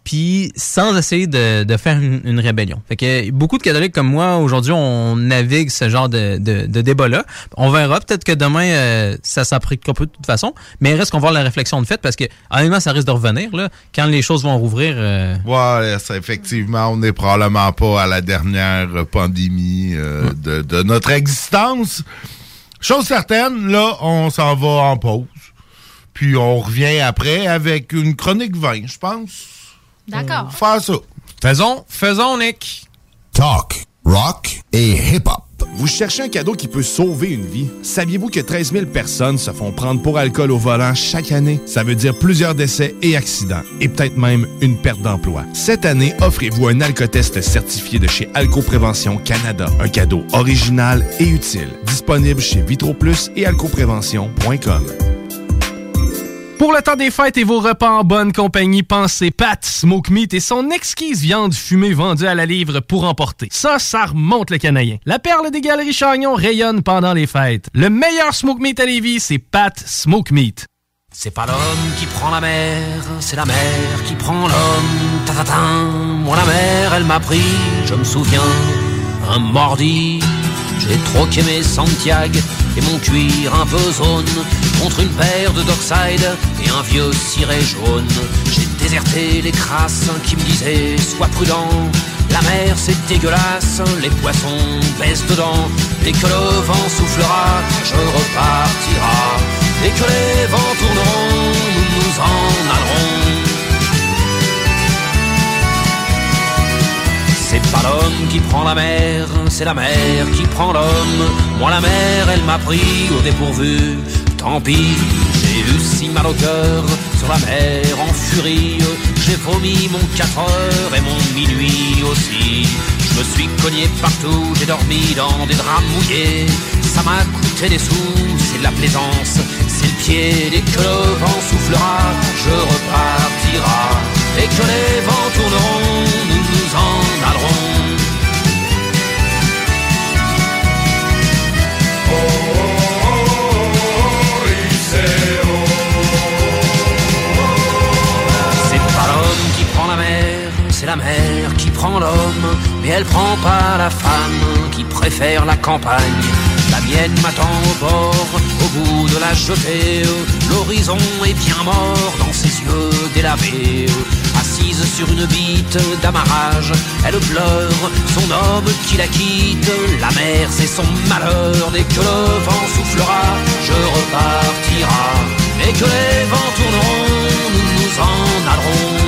puis sans essayer de, de faire une, une rébellion. Fait que beaucoup de catholiques comme moi, aujourd'hui, on navigue ce genre de, de, de débat-là. On verra, peut-être que demain, euh, ça s'appliquera peu de toute façon, mais il reste qu'on va avoir la réflexion de fait, parce que honnêtement, ça risque de revenir, là, quand les choses vont rouvrir. Euh... Ouais, ça, effectivement, on n'est probablement pas à la dernière pandémie euh, ouais. de, de notre existence. Chose certaine, là, on s'en va en pause, puis on revient après avec une chronique vin, je pense. D'accord. Faire ça. Faisons, faisons, Nick. Talk, rock et hip-hop. Vous cherchez un cadeau qui peut sauver une vie? Saviez-vous que treize mille personnes se font prendre pour alcool au volant chaque année? Ça veut dire plusieurs décès et accidents, et peut-être même une perte d'emploi. Cette année, offrez-vous un alcotest certifié de chez Alcoprévention Canada. Un cadeau original et utile. Disponible chez Vitroplus et alcoprévention point com. Pour le temps des fêtes et vos repas en bonne compagnie, pensez Pat Smoke Meat et son exquise viande fumée vendue à la livre pour emporter. Ça, ça remonte le canadien. La perle des Galeries Chagnon rayonne pendant les fêtes. Le meilleur Smoke Meat à Lévis, c'est Pat Smoke Meat. C'est pas l'homme qui prend la mer, c'est la mer qui prend l'homme. Ta-ta-ta, moi la mer, elle m'a pris, je me souviens, un mardi. J'ai troqué mes Santiago et mon cuir un peu zone contre une paire de Dockside et un vieux ciré jaune. J'ai déserté les crasses qui me disaient sois prudent, la mer c'est dégueulasse, les poissons baissent dedans. Dès que le vent soufflera, je repartira. Dès que les vents tourneront, nous nous en allerons. C'est pas l'homme qui prend la mer, c'est la mer qui prend l'homme. Moi la mer, elle m'a pris au dépourvu. Tant pis, j'ai eu si mal au cœur sur la mer en furie. J'ai vomi mon quatre heures et mon minuit aussi. Je me suis cogné partout, j'ai dormi dans des draps mouillés. Ça m'a coûté des sous, c'est de la plaisance, c'est le pied. Dès que le vent soufflera, je repartira. Dès que les vents tourneront, nous nous en allerons. Oh, oh, oh, c'est pas l'homme qui prend la mer, c'est la mer qui prend l'homme. Mais elle prend pas la femme qui préfère la campagne. La mienne m'attend au bord, au bout de la jetée. L'horizon est bien mort dans ses yeux délavés. Assise sur une bite d'amarrage, elle pleure son homme qui la quitte. La mer c'est son malheur, dès que le vent soufflera, je repartira. Dès que les vents tourneront, nous nous en allerons.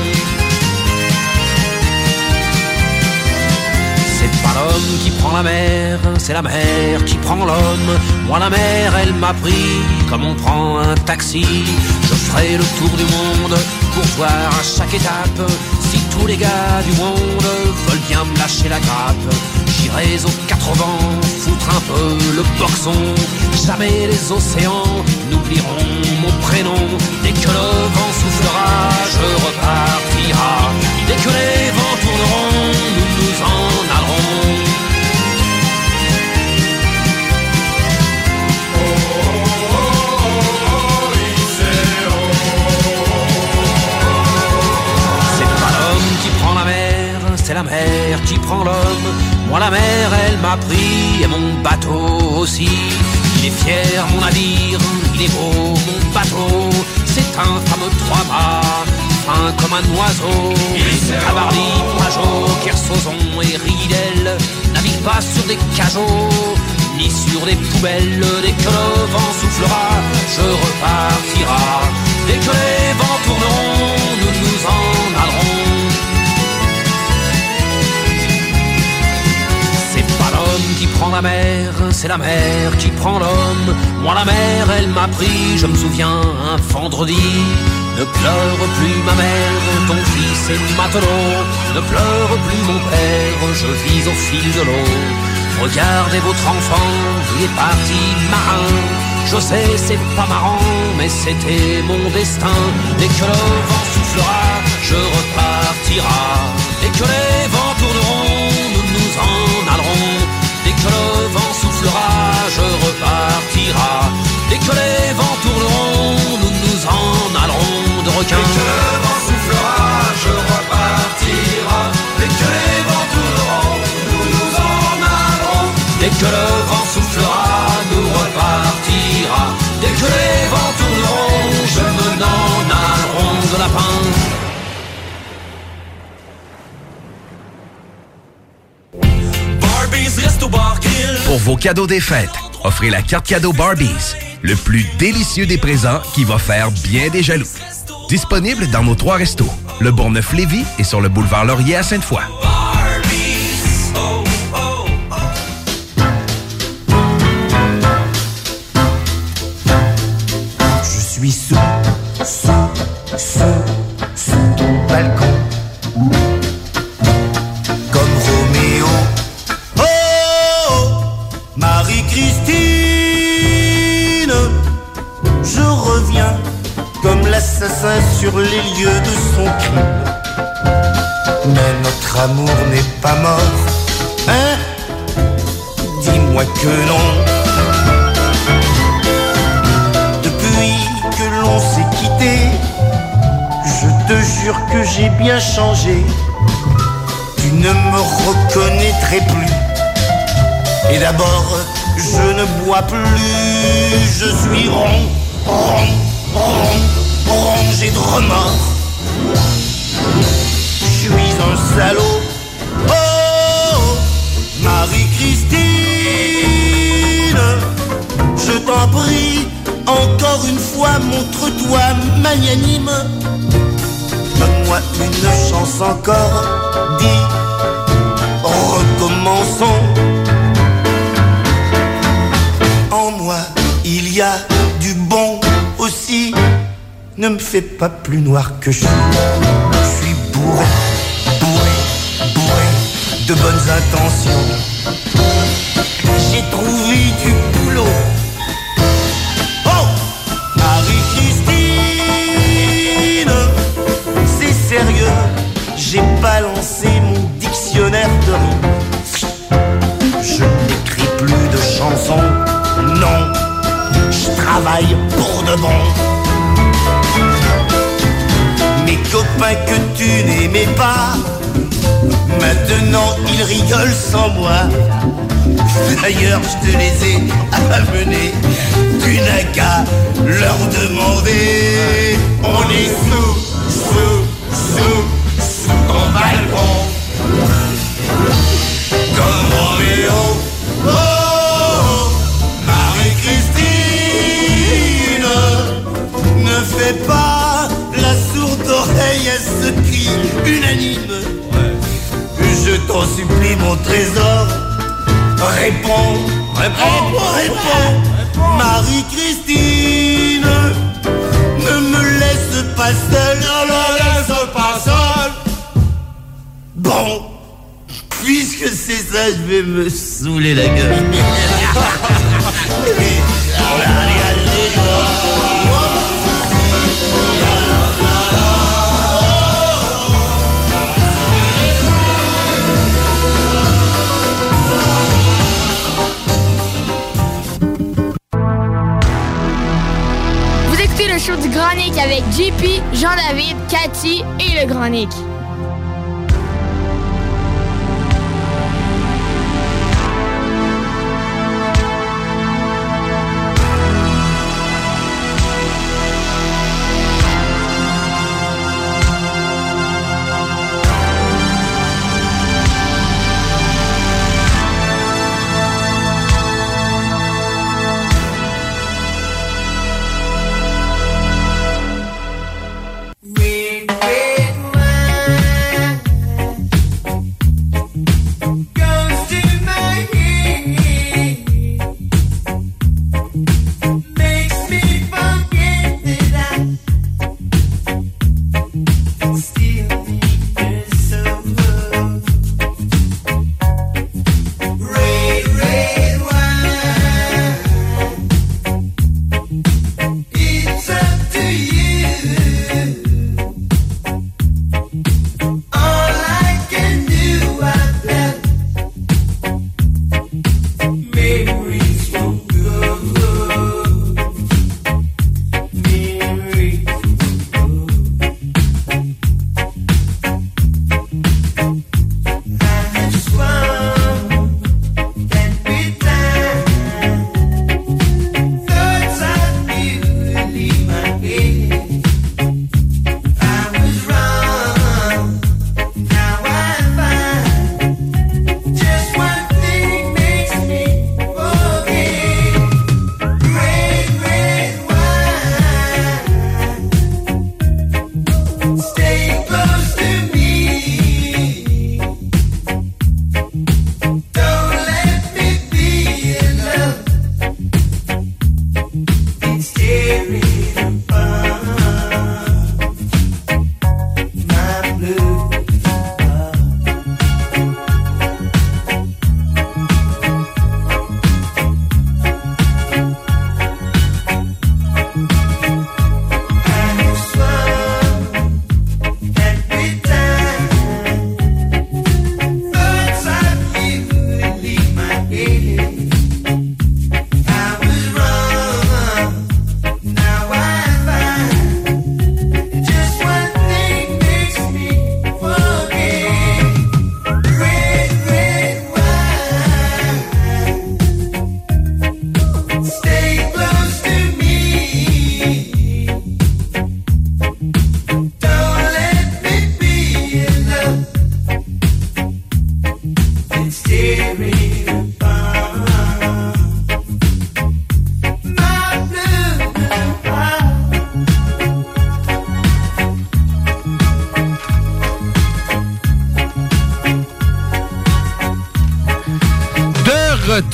C'est pas l'homme qui prend la mer, c'est la mer qui prend l'homme. Moi la mer elle m'a pris comme on prend un taxi. Je ferai le tour du monde pour voir à chaque étape si tous les gars du monde veulent bien me lâcher la grappe. J'irai aux quatre vents foutre un peu le boxon. Jamais les océans n'oublieront mon prénom. Dès que le vent soufflera, je repartira. Dès que les vents tourneront, nous nous en allerons. C'est la mer qui prend l'homme. Moi la mer elle m'a pris et mon bateau aussi. Il est fier mon navire, il est beau mon bateau. C'est un fameux trois-mâts, fin comme un oiseau. Cabarly, Pajot, Kersozon et Ridel naviguent pas sur des cajots ni sur des poubelles. Dès que le vent soufflera, je repartira. Dès que les vents tourneront, nous nous en allerons. Qui prend la mer, c'est la mer qui prend l'homme. Moi la mer, elle m'a pris, je me souviens, un vendredi. Ne pleure plus ma mère, ton fils est matelot. Ne pleure plus mon père, je vis au fil de l'eau. Regardez votre enfant, il est parti marin. Je sais, c'est pas marrant, mais c'était mon destin. Dès que le vent soufflera, je repartira. Dès que les vents tourneront, nous nous en allerons. Dès que le vent soufflera, je repartira. Dès que les vents tourneront, nous nous en allerons de requins. Dès que le vent soufflera, je repartira. Pour vos cadeaux des fêtes, offrez la carte cadeau Barbies, le plus délicieux des présents qui va faire bien des jaloux. Disponible dans nos trois restos, le Bourgneuf-Lévis et sur le boulevard Laurier à Sainte-Foy. Je suis sous, sous, sous, sous ton balcon, comme Roméo. Oh, oh, Marie-Christine, je reviens comme l'assassin sur les lieux de son crime. Mais notre amour n'est pas mort, hein? Dis-moi que non. On s'est quitté, je te jure que j'ai bien changé. Tu ne me reconnaîtrais plus. Et d'abord, je ne bois plus. Je suis rond, rond, rond, rongé de remords. Je suis un salaud. Oh, Marie-Christine, je t'en prie. Encore une fois, montre-toi magnanime. Donne-moi une chance encore, dis, recommençons. En moi, il y a du bon aussi. Ne me fais pas plus noir que je suis. Je suis bourré, bourré, bourré de bonnes intentions. J'ai trouvé du boulot. Sérieux, j'ai balancé mon dictionnaire de rimes. Je n'écris plus de chansons, non, je travaille pour de bon. Mes copains que tu n'aimais pas, maintenant ils rigolent sans moi. D'ailleurs, je te les ai amenés, tu n'as qu'à leur demander. On est sous, sous, sous, sous ton balcon, comme Roméo. Oh, Marie-Christine, ne fais pas la sourde oreille à ce cri unanime. Je t'en supplie, mon trésor, réponds, réponds, réponds, Marie-Christine, ne me laisse pas seul, ne me laisse pas seul. Bon, puisque c'est ça, je vais me saouler la gueule. Le show du Grand Nick avec J P, Jean-David, Cathy et le Grand Nick.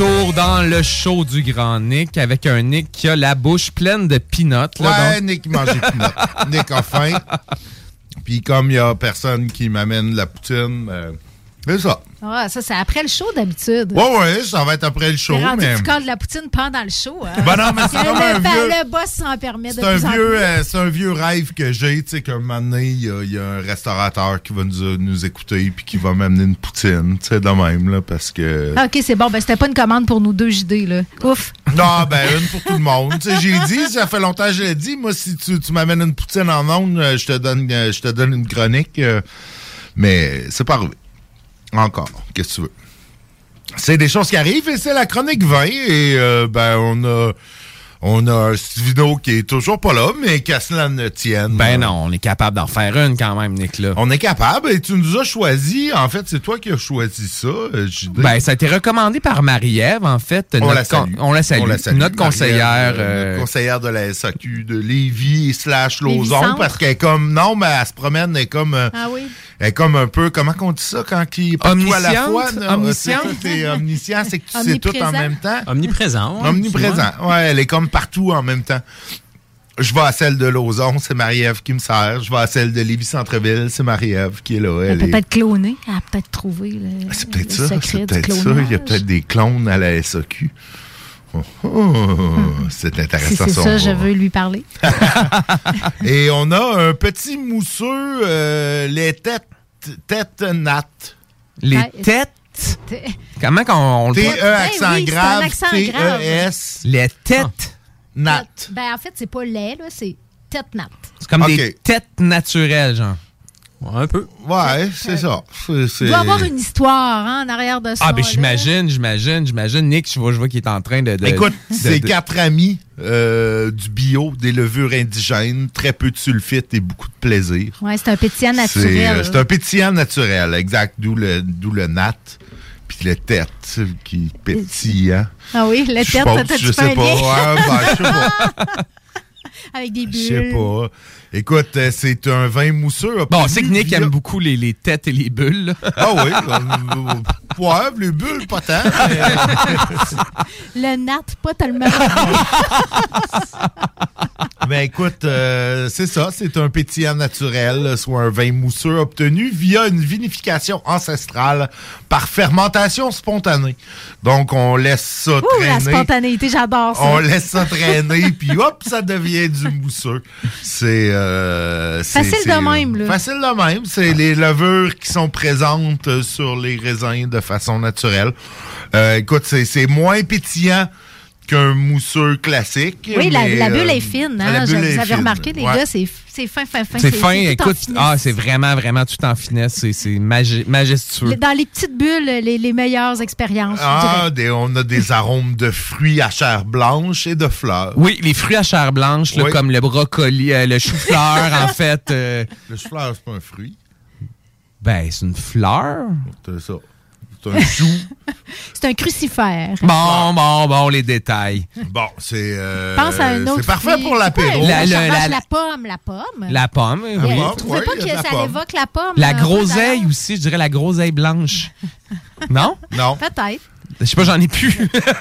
retour dans le show du grand Nick avec un Nick qui a la bouche pleine de peanuts. Ouais, là, donc... Nick mange des peanuts. Nick a faim. Puis comme il y a personne qui m'amène la poutine, euh, c'est ça. Ah, ça, c'est après le show d'habitude. Ouais, ouais, ça va être après le show. T'es rendu mais... tu colles de la poutine pendant le show. Hein? Ben non, mais c'est comme un le, vieux... Le boss s'en permet de C'est un, plus en vieux, plus. euh, c'est un vieux rêve que j'ai, tu sais, qu'un moment donné, il y, a- il y a un restaurateur qui va nous, nous écouter puis qui va m'amener une poutine, tu sais, de même, là, parce que... Ah, OK, c'est bon. Ben, c'était pas une commande pour nous deux J D, là. Ouf. Non, ben, une pour tout le monde. Tu sais, j'ai dit, ça fait longtemps que je l'ai dit, moi, si tu, tu m'amènes une poutine en ondes, euh, je te donne, euh, je te donne une chronique, euh, mais c'est pas arrivé. Encore, qu'est-ce que tu veux? C'est des choses qui arrivent et c'est la chronique vingt et euh, ben on a on a Stivino qui est toujours pas là, mais qu'à cela ne tienne. Ben non, on est capable d'en faire une quand même, Nick, là. On est capable et tu nous as choisi. En fait, c'est toi qui as choisi ça. euh, J D. Ben, ça a été recommandé par Marie-Ève, en fait. On notre la salue. con- On la salue. On la salue. Notre conseillère. Marie-Ève, euh, euh, notre conseillère de la S A Q de Lévis slash Lauson, Lévis-Centre. parce qu'elle est comme... Non, mais elle se promène, elle est comme... euh, Ah oui? Elle est comme un peu... Comment qu'on dit ça quand il est partout à la Omnisciente? fois? là? Omnisciente? C'est ça, t'es omniscient, c'est que tu sais tout en Omniprésent? même temps. Omniprésent. ouais, Omniprésent. souvent. Ouais, elle est comme partout en même temps. Je vais à celle de Lauson, c'est Marie-Ève qui me sert. Je vais à celle de Lévis-Centreville, c'est Marie-Ève qui est là. Elle Elle a est... peut-être cloné. Elle a peut-être trouvé le, C'est peut-être le ça, secret c'est du peut-être ça. clonage. Il y a peut-être des clones à la S A Q. Oh, oh, c'est Si intéressant. c'est ça, ça, on je va- veux lui parler. Et on a un petit mousseux, euh, les têtes, têtes nattes. Les Ouais. têtes? T'es- Comment qu'on on le T dit? E accent oui, c'est un grave, accent T grave. E S, Les têtes. nattes. Ben, en fait, c'est pas lait, là, c'est tête natte. C'est comme Ok. des têtes naturelles, genre. Ouais, un peu. Ouais, c'est ça. C'est- c'est- Il doit avoir une histoire hein, en arrière de ça. Ah, ben j'imagine, j'imagine, j'imagine. Nick, je vois, je vois qu'il est en train de... de Écoute, de- c'est de- quatre amis euh, du bio, des levures indigènes, très peu de sulfite et beaucoup de plaisir. Ouais, c'est un pétillant C'est naturel. euh, c'est un pétillant naturel, exact, d'où le, d'où le nat, puis le tête qui pétille. Hein? Ah oui, le Je tête, pense, t'as-tu je fait un sais pas. lien? Ouais, ben, je sais pas. Avec des bulles. Je sais pas. Écoute, euh, c'est un vin mousseux. Bon, c'est que Nick via- aime beaucoup les, les têtes et les bulles. là. Ah oui, euh, ouais, les bulles, pas tant. mais, Le nat, pas tellement. Ben écoute, euh, c'est ça, c'est un pétillant naturel, soit un vin mousseux obtenu via une vinification ancestrale par fermentation spontanée. Donc on laisse ça Ouh, traîner. la spontanéité, j'adore ça. On laisse ça traîner, puis hop, ça devient du mousseux. C'est euh, c'est- Facile c'est, de même, là. Facile de même. C'est les levures qui sont présentes euh, sur les raisins de façon naturelle. Euh, écoute, c'est c'est moins pétillant qu'un mousseux classique. Oui, la, mais, la bulle euh, est fine. la Hein? bulle Vous est avez fine. remarqué, les Ouais. gars, c'est c'est fin, fin, fin. C'est fin, tout en écoute. finesse. Ah, c'est vraiment, vraiment tout en finesse. C'est- C'est magi- majestueux. Les- Dans les petites bulles, les, les meilleures expériences. je Ah, dirais. des- on a des arômes de fruits à chair blanche et de fleurs. Oui, les fruits à chair blanche, là, Oui. comme le brocoli, euh, le chou-fleur, en fait. euh, Le chou-fleur, c'est pas un fruit. ben, c'est une fleur. C'est ça. C'est un chou. C'est un crucifère. Bon, bon, bon, les détails. Bon, c'est. euh, Pense à un autre C'est parfait fruit. pour l'apéro. C'est quoi, La- ça la- marche, la- la pomme, la pomme. La pomme, oui. La Vous pomme, trouvez ouais, pas il y a que de la ça pomme. évoque la pomme? La euh, groseille Rosa? aussi, je dirais la groseille blanche. Non? Non. Peut-être. Je sais pas, j'en ai plus.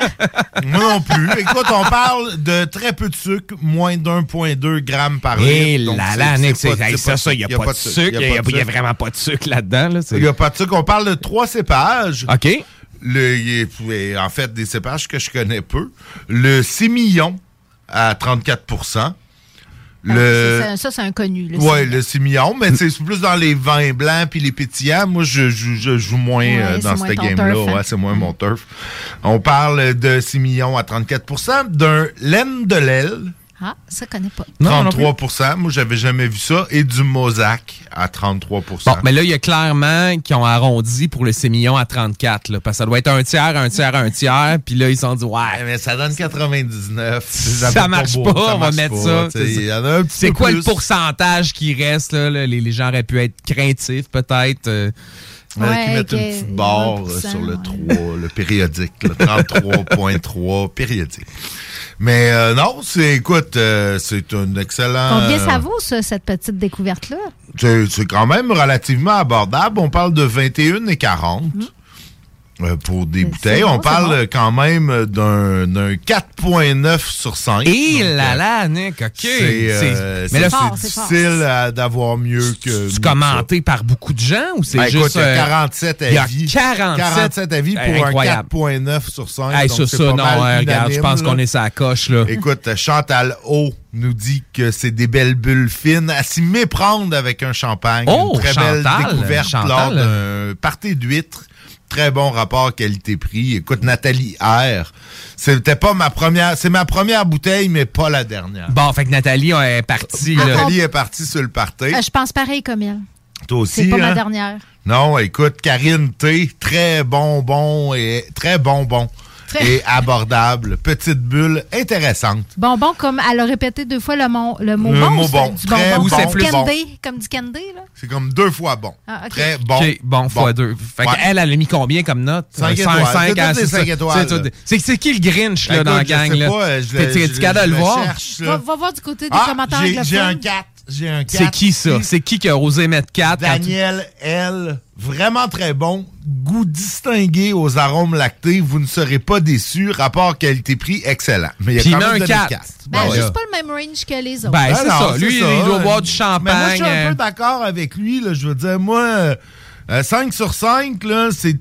Moi non plus. Écoute, on parle de très peu de sucre, moins d'un virgule deux grammes par Et litre. Donc, là, c'est- là, Nick, c'est c'est pas- hey, c'est ça, pas ça, il n'y a, il y pas de sucre. Il n'y a, pas de y a sucre. vraiment pas de sucre là-dedans. Là, c'est- Il n'y a pas de sucre. On parle de trois cépages. OK. Le, il est- en fait, des cépages que je connais peu. Le sémillon à trente-quatre pour cent. Ah, Le... c'est- Ça, c'est inconnu. Là, Oui, c'est- le sémillon, mais c'est plus dans les vins blancs puis les pétillants. Moi, je, je, je joue moins Ouais, euh, dans c'est moins cette ton game-là. turf, hein. Ouais, c'est moins mon turf. On parle de sémillon à trente-quatre pour cent, d'un laine de l'aile, Ah, ça, je connais pas. trente-trois pour cent. Moi, j'avais jamais vu ça. Et du mosaque à trente-trois pour cent. Bon, mais là, il y a clairement qui ont arrondi pour le sémillon à trente-quatre. Là, parce que ça doit être un tiers, un tiers, un tiers. Puis là, ils se sont dit, ouais. Ouais, mais ça donne quatre-vingt-dix-neuf. Ça marche pas, on va mettre ça. Il y en a un petit C'est peu quoi plus. le pourcentage qui reste? Là, là? Les, les gens auraient pu être craintifs, peut-être. euh. Il y en a qui Ouais, mettent une que- petite barre vingt pour cent, euh, sur le ouais. trois, le périodique, le trente-trois virgule trois périodique. Mais euh, non, c'est, écoute, euh, c'est un excellent... Combien ça euh, vaut, ça, cette petite découverte-là? C'est, c'est quand même relativement abordable. On parle de vingt et un et quarante. Euh, pour des C'est- bouteilles, c'est bon, on c'est parle bon. quand même d'un, d'un quatre virgule neuf sur cinq. Et Donc, là euh, là, Nick, OK. C'est, euh, mais c'est, là, c'est c'est fort. difficile à- d'avoir mieux que... c'est commenté par beaucoup de gens ou c'est Ben, juste... écoute, il y a euh, quarante-sept il y a avis. quarante-sept quarante-sept avis pour Incroyable. un quatre virgule neuf sur cinq. Hey, donc sur c'est ça, pas non, mal ouais, regarde, je unanime, pense là. qu'on est sur la coche, là. Écoute, Chantal O nous dit que c'est des belles bulles fines à s'y méprendre avec un champagne. Oh, Une très Chantal, belle découverte Chantal. lors d'un party d'huîtres. Très bon rapport qualité-prix. Écoute, Nathalie R, c'était pas ma première, c'est ma première bouteille, mais pas la dernière. Bon, fait que Nathalie elle est partie, là. Nathalie est partie sur le party. Euh, je pense pareil comme elle. Toi aussi, C'est pas hein? ma dernière. Non, écoute, Karine T, très bonbon et très bonbon Très- et abordable. Petite bulle intéressante. Bonbon, comme elle a répété deux fois le, mon, le mot Le bon. mot c'est bon. Du Très bonbon. bon, Comme plus bon. candy, comme du candy, là. C'est comme deux fois bon. Ah, ok. Très bon. OK, bon, fois deux. Fait Ouais. qu'elle, elle a mis combien comme note? Cinq Un étoiles. cinq, C'est hein, toutes des c'est cinq ça. étoiles, C'est tout. là. C'est c'est qui le Grinch, là, Écoute, dans la je gang, sais là? pas, je T'es- le- t'es- je- tu capable de je le le voir? cherche, là. Va, va voir du côté des Ah, commentaires j'ai, j'ai un anglophones. quatre. J'ai un quatre. C'est qui, ça? ici. C'est qui qui a osé mettre quatre? quand tu- Daniel L. Vraiment très bon. Goût distingué aux arômes lactés. Vous ne serez pas déçus. Rapport qualité-prix, excellent. Mais il y a Puis quand il même met un donné quatre. quatre. Ben, Bon, juste là. pas le même range que les autres. Ben, c'est non, ça. c'est Lui, ça. il doit boire du Mais moi, je champagne. suis un euh, peu d'accord avec lui. Là. Je veux dire, moi, euh, cinq sur cinq, là, c'est...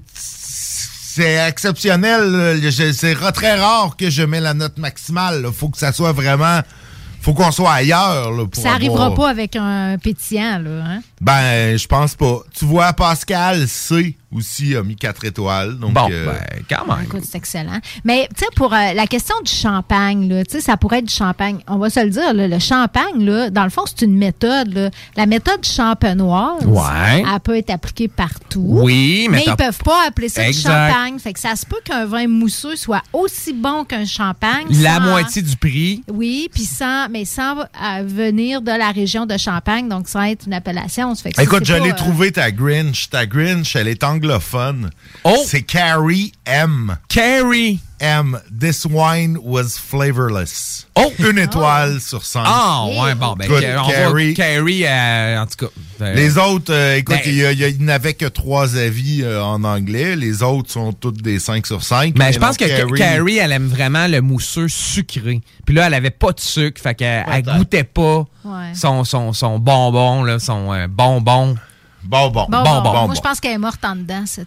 C'est exceptionnel. là. Je- C'est ra- très rare que je mets la note maximale. Il faut que ça soit vraiment... faut qu'on soit ailleurs. Là, pour Ça arrivera avoir- pas avec un pétillant, là. Hein? Ben, je pense pas. Tu vois, Pascal C aussi a mis quatre étoiles. Donc, Bon, euh, ben, quand même. Écoute, c'est excellent. Mais, tu sais, pour euh, la question du champagne, là, tu sais, ça pourrait être du champagne. On va se le dire, là, le champagne, là, dans le fond, c'est une méthode. Là. La méthode champenoise, Ouais. elle peut être appliquée partout. Oui, mais mais t'as- ils peuvent pas appeler ça Exact. du champagne. Fait que ça se peut qu'un vin mousseux soit aussi bon qu'un champagne. La sans- moitié du prix. Oui, puis sans, mais sans euh, venir de la région de Champagne, donc sans être une appellation. Ça fait que ça, écoute, c'est je pas, l'ai euh, trouvé ta Grinch. Ta Grinch, elle est anglophone. Oh! C'est Carrie M. Carrie M. This wine was flavorless. Oh! Une étoile sur cinq. Ah, ouais, bon, ben, Écoute, on Carrie. va Carrie, euh, en tout cas. euh, Les autres, euh, écoute, Ben- il y a- il y a- il n'avait que trois avis euh, en anglais. Les autres sont toutes des cinq sur cinq. Mais Et je pense que donc, Carrie... Carrie, elle aime vraiment le mousseux sucré. Puis là, elle avait pas de sucre, fait qu'elle elle Peut-être. goûtait pas Ouais. son, son, son bonbon, là, son euh, bonbon. Bonbon. Bon, Bon, bon, bon, moi, bon. je pense qu'elle est morte en dedans. Cette...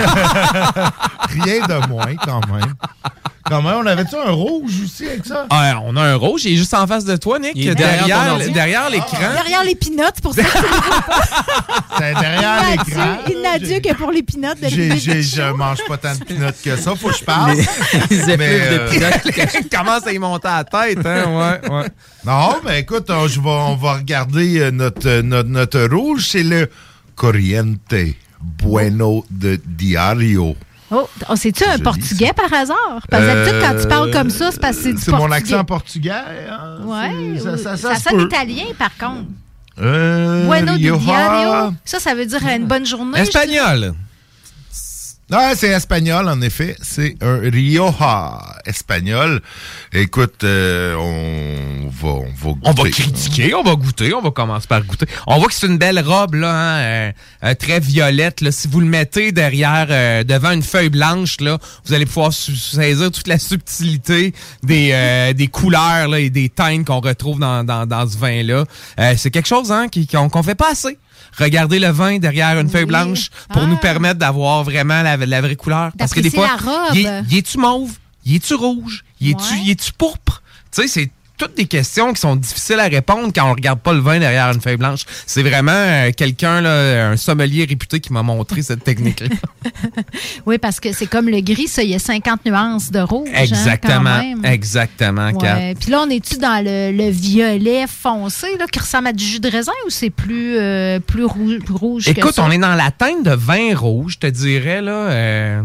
Rien de moins, quand même. Quand même, on avait-tu un rouge aussi avec ça? Ah, on a un rouge, il est juste en face de toi, Nick, Il est derrière ton derrière, ordi. derrière l'écran. Derrière les pinottes, c'est pour ça que tu le vois pas. C'est derrière Il n'a l'écran. Dieu- Il n'a Dieu que pour les pinottes de J'ai, l'Université j'ai, de je Show. mange pas tant de pinottes que ça, faut que je parle. Les effluves Mais, de euh, pinottes. Il commence à y monter à la tête, hein, ouais, ouais. Non, mais écoute, on, je vais- on va regarder euh, notre, euh, notre, notre rouge. C'est le Corriente Bueno de Diario. Oh, oh, c'est-tu un Joli, portugais par hasard? Parce que d'habitude, quand tu parles comme ça, c'est parce que c'est du C'est portugais. mon accent portugais. Hein? Ouais, C'est- ça, ça, ça, ça se sonne peut. italien, par contre. Euh, Bueno de Rioja. diario. Ça, ça veut dire une bonne journée. Espagnol. Ah, c'est espagnol, en effet. C'est un Rioja espagnol. Écoute, euh, on va, on va goûter. On va critiquer, on va goûter, on va commencer par goûter. On voit que c'est une belle robe, là, hein, euh, euh, très violette. Là. Si vous le mettez derrière, euh, devant une feuille blanche, là, vous allez pouvoir su- saisir toute la subtilité des, euh, des couleurs là, et des teintes qu'on retrouve dans, dans, dans ce vin-là. Euh, c'est quelque chose hein, qui, qu'on, qu'on fait pas assez. Regardez le vin derrière une feuille blanche pour Ah. nous permettre d'avoir vraiment la, la vraie couleur. Parce que des fois, D'apprécier la robe. il est- il est-tu mauve? Il est-tu rouge? Il est-tu, Ouais. il est-tu pourpre? Tu sais, c'est toutes des questions qui sont difficiles à répondre quand on regarde pas le vin derrière une feuille blanche. C'est vraiment euh, quelqu'un, là, un sommelier réputé qui m'a montré cette technique-là. Oui, parce que c'est comme le gris, ça, il y a cinquante nuances de rouge. hein, Exactement. quand même. Exactement, Kat. Ouais. Puis là, on est-tu dans le, le violet foncé, là, qui ressemble à du jus de raisin, ou c'est plus, euh, plus, rouge, plus rouge que Écoute, ça? on est dans la teinte de vin rouge, je te dirais, là. Euh...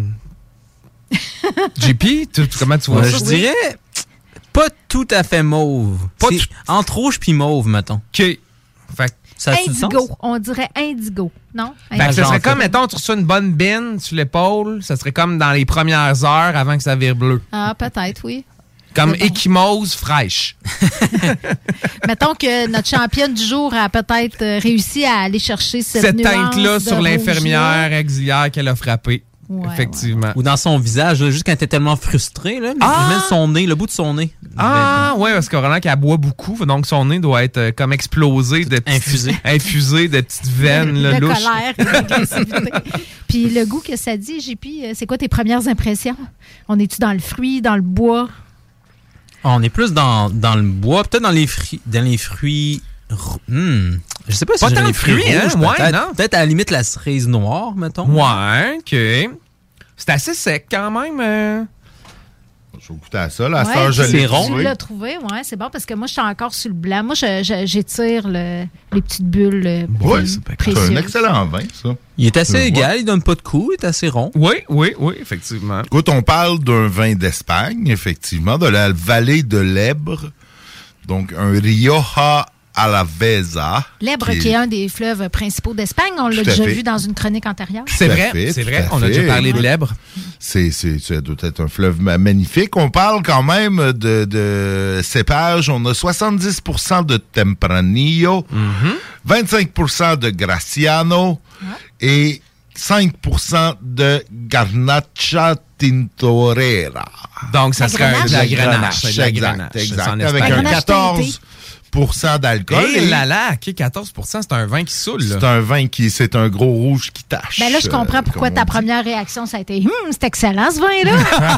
J P, tu- tu- comment tu vois Ouais, ça? je dirais pas tout à fait mauve. Pas C'est tout- entre rouge puis mauve, mettons. OK. Fait que- Ça a-tu du sens? Indigo, on dirait indigo, non? Ben, Indigo. ce genre, serait comme, fait- mettons, tu reçois une bonne bine sur l'épaule, ça serait comme dans les premières heures avant que ça vire bleu. Ah, peut-être, oui. Comme C'est bon. échymose fraîche. Mettons que notre championne du jour a peut-être euh, réussi à aller chercher cette, Cette nuance teinte-là de sur rouge-là. l'infirmière auxiliaire qu'elle a frappée. Ouais, Effectivement. Ou dans son visage, là, juste quand elle était tellement frustrée, là, Ah! il met son nez, le bout de son nez. Ah, ouais, parce qu'Aurélien, qu'elle boit beaucoup, donc son nez doit être euh, comme explosé de petites, infusé. infusé de petites veines, là, de louches. colère et d'agressivité. Puis le goût que ça dit, J P, c'est quoi tes premières impressions? On est-tu dans le fruit, dans le bois? On est plus dans, dans le bois, peut-être dans les fruits. Dans les fruits. Hmm. Je sais pas si Pas j'ai tant les de fruits, fruits rouges, hein? Ouais, peut-être. non? Peut-être à la limite la cerise noire, mettons. Ouais, OK. C'est assez sec quand même. Euh... Je vais goûter à ça. La Ouais, sœur, je tu- l'ai Tu trouvé. l'as trouvé, ouais, c'est bon parce que moi, je suis encore sur le blanc. Moi, je- je- j'étire le- les petites bulles. euh, Oui, pré- c'est précieuses. un excellent vin, ça. Il est assez Je égal, vois. il donne pas de coups, il est assez rond. Oui, oui, oui, effectivement. Écoute, on parle d'un vin d'Espagne, effectivement, de la vallée de l'Ebre. Donc, un Rioja Alavesa. L'Ebre, qui est un des fleuves principaux d'Espagne, on l'a Tout à déjà fait. vu dans une chronique antérieure. C'est Tout à vrai, fait, c'est tout vrai. à On a fait. déjà parlé de l'Ebre. C'est, c'est, ça doit être un fleuve ma- magnifique. On parle quand même de, de cépages. On a soixante-dix pour cent de Tempranillo, vingt-cinq pour cent de Graciano et cinq pour cent de Garnacha Tintorera. Donc, ça La serait un- grenache? de la La grenache. grenache, de la exact, grenache, exact. c'est en Avec Espagne. un grenache quatorze pour cent d'alcool. Et Et là là, OK, quatorze pour cent, c'est un vin qui saoule. là. c'est un vin qui, c'est un gros rouge qui tâche. Ben là, je comprends euh, pourquoi comme ta on dit. première réaction, ça a été hum, c'est excellent ce vin-là.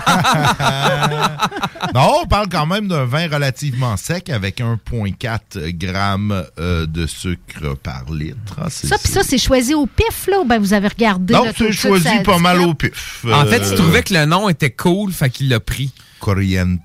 Non, on parle quand même d'un vin relativement sec avec un virgule quatre grammes euh, de sucre par litre. Ah, c'est- Ça, puis ça, c'est choisi au pif, là, ou ben vous avez regardé? Non, là, tout c'est de suite, choisi ça pas mal étiquette? au pif. En fait, Euh, il trouvait que le nom était cool, fait qu'il l'a pris. Corriente.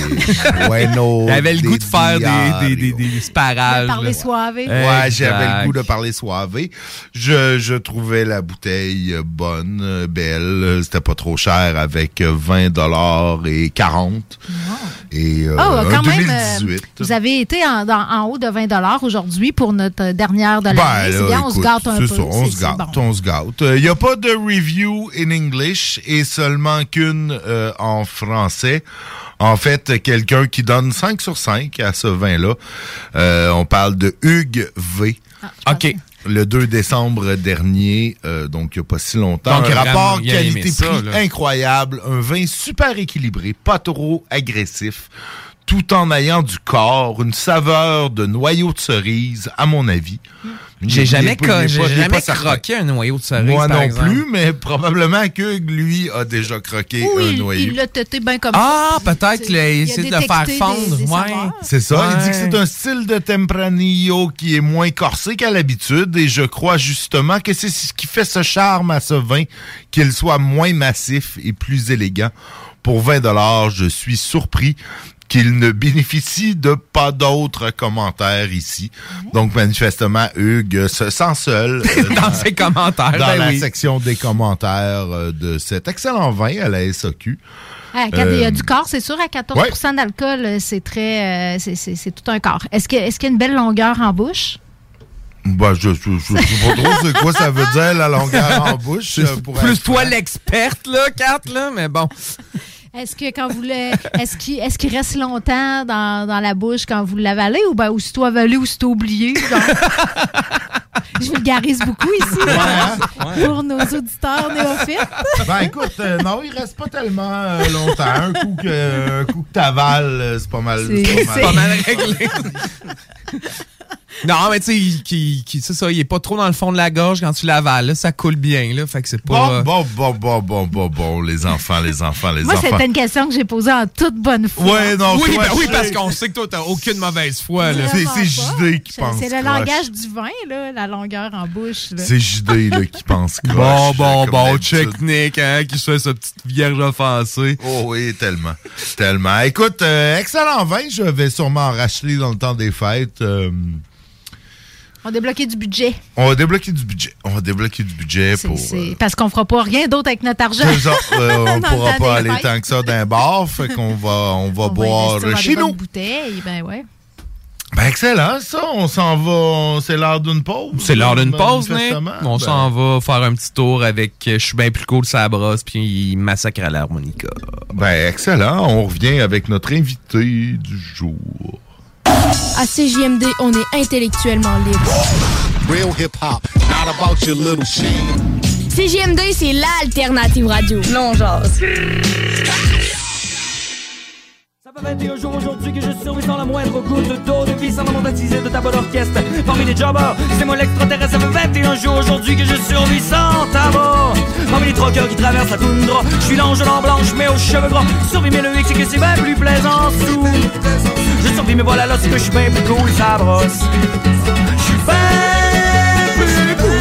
Bueno. Il avait le goût de faire diario. des, des, des, des sparages. De parler là. soivé. Ouais, Exact. j'avais le goût de parler soivé. Je, je trouvais la bouteille bonne, euh, belle. C'était pas trop cher avec vingt dollars et quarante. Et euh, Oh, un quand même, deux mille euh, dix-huit. vous avez été en, dans- en haut de vingt dollars aujourd'hui pour notre dernière de l'année. Ben, c'est là, bien, on se écoute, gâte un peu. c'est ça, on c'est- se c'est gâte, bon. on se gâte. Il n'y a pas de review in English et seulement qu'une euh, en français. En fait, quelqu'un qui donne cinq sur cinq à ce vin-là. Euh, on parle de Hugues V. OK. Le deux décembre dernier, euh, donc il n'y a pas si longtemps. Donc, un rapport vraiment, il a aimé qualité-prix ça, là. incroyable. Un vin super équilibré, pas trop agressif, tout en ayant du corps, une saveur de noyau de cerise, à mon avis. J'ai Il est jamais, pas- co- il est j'ai pas- il est jamais pas certain. croqué un noyau de cerise, Moi par non exemple. plus, mais probablement que lui a déjà croqué Oui, un il- noyau. il l'a têté bien comme Ah, ça. peut-être qu'il a Il a essayé de le faire détecté fondre. des- des ouais. saveurs. C'est ça, il dit que Ouais. c'est un style de Tempranillo qui est moins corsé qu'à l'habitude et je crois justement que c'est ce qui fait ce charme à ce vin, qu'il soit moins massif et plus élégant. Pour vingt dollars, je suis surpris qu'il ne bénéficie de pas d'autres commentaires ici. Donc, manifestement, Hugues se sent seul euh, Dans ses commentaires, dans ben la oui. section des commentaires euh, de cet excellent vin à la S A Q. Ah, quand il y a Euh, du corps, c'est sûr, à quatorze pour cent d'alcool, euh, c'est très. euh, c'est- c'est c'est tout un corps. Est-ce que- est-ce qu'il y a une belle longueur en bouche? Bah, je, je, je sais pas trop c'est quoi ça veut dire, la longueur en bouche. euh, pour Plus être toi franc. l'experte, là, Kat, là, mais bon. Est-ce que quand vous le, est-ce qu'il est-ce qu'il reste longtemps dans, dans la bouche quand vous l'avalez ou ben aussitôt avalé, aussitôt oublié? genre? Je vulgarise beaucoup ici hein? là, pour nos auditeurs néophytes. Ben écoute, euh, non, il reste pas tellement euh, longtemps. Un coup que, un coup que t'avales, euh, c'est pas mal. C'est- c'est C'est pas mal réglé. Non, mais tu sais, il- qui- qui- c'est ça, il est pas trop dans le fond de la gorge quand tu l'avales. là, Ça coule bien, là. Fait que c'est pas. Bon, bon, bon, bon, bon, bon, bon, les enfants, les enfants, les Moi, enfants. c'était une question que j'ai posée en toute bonne foi. Ouais, non, oui, toi, ben oui, je- parce qu'on sait que toi, t'as aucune mauvaise foi, là. C'est, Vraiment c'est pas. J D qui C'est- pense C'est le croche. langage du vin, là, la longueur en bouche. là. C'est J D là, qui pense croche. Bon, bon, comme bon, d'habitude. check Nick, hein, qui se fait sa petite vierge offensée. Oh oui, tellement. Tellement. Écoute, euh, excellent vin. Je vais sûrement en racheter dans le temps des fêtes. Euh, On a débloqué du budget. on va débloquer du budget. On va débloquer du budget C'est- pour... c'est parce qu'on fera pas rien d'autre avec notre argent. C'est ça, euh, on Dans le pourra temps pas des aller fêtes. tant que ça d'un bar, fait qu'on va, on va On va boire investir dans chez des nous. bonnes bouteilles, ben ouais. Ben excellent, ça, on s'en va, c'est l'heure d'une pause. C'est l'heure d'une pause, Nick. manifestement. On Ben, s'en va faire un petit tour avec euh, Je suis bien plus cool, ça brosse, puis il massacre à l'harmonica. Ben excellent, on revient avec notre invité du jour. À C J M D, on est intellectuellement libre. Real hip hop, not about your little shit. C J M D, c'est l'alternative radio. Non, genre. Ça fait vingt et un jours aujourd'hui que je survis sans la moindre goutte d'eau de vie, sans la mondatisée de ta bonne orchestre. Parmi les jobbers, c'est moi l'extraterrestre. Ça fait vingt et un jours aujourd'hui que je survis sans tabac. Parmi les troqueurs qui traversent la toundra, je suis l'ange en blanche mais aux cheveux gras. Survis mais le hic c'est que c'est bien plus plaisant sous. Je survis mais voilà là c'est que je suis bien plus cool, ça brosse. Je suis bien plus cool,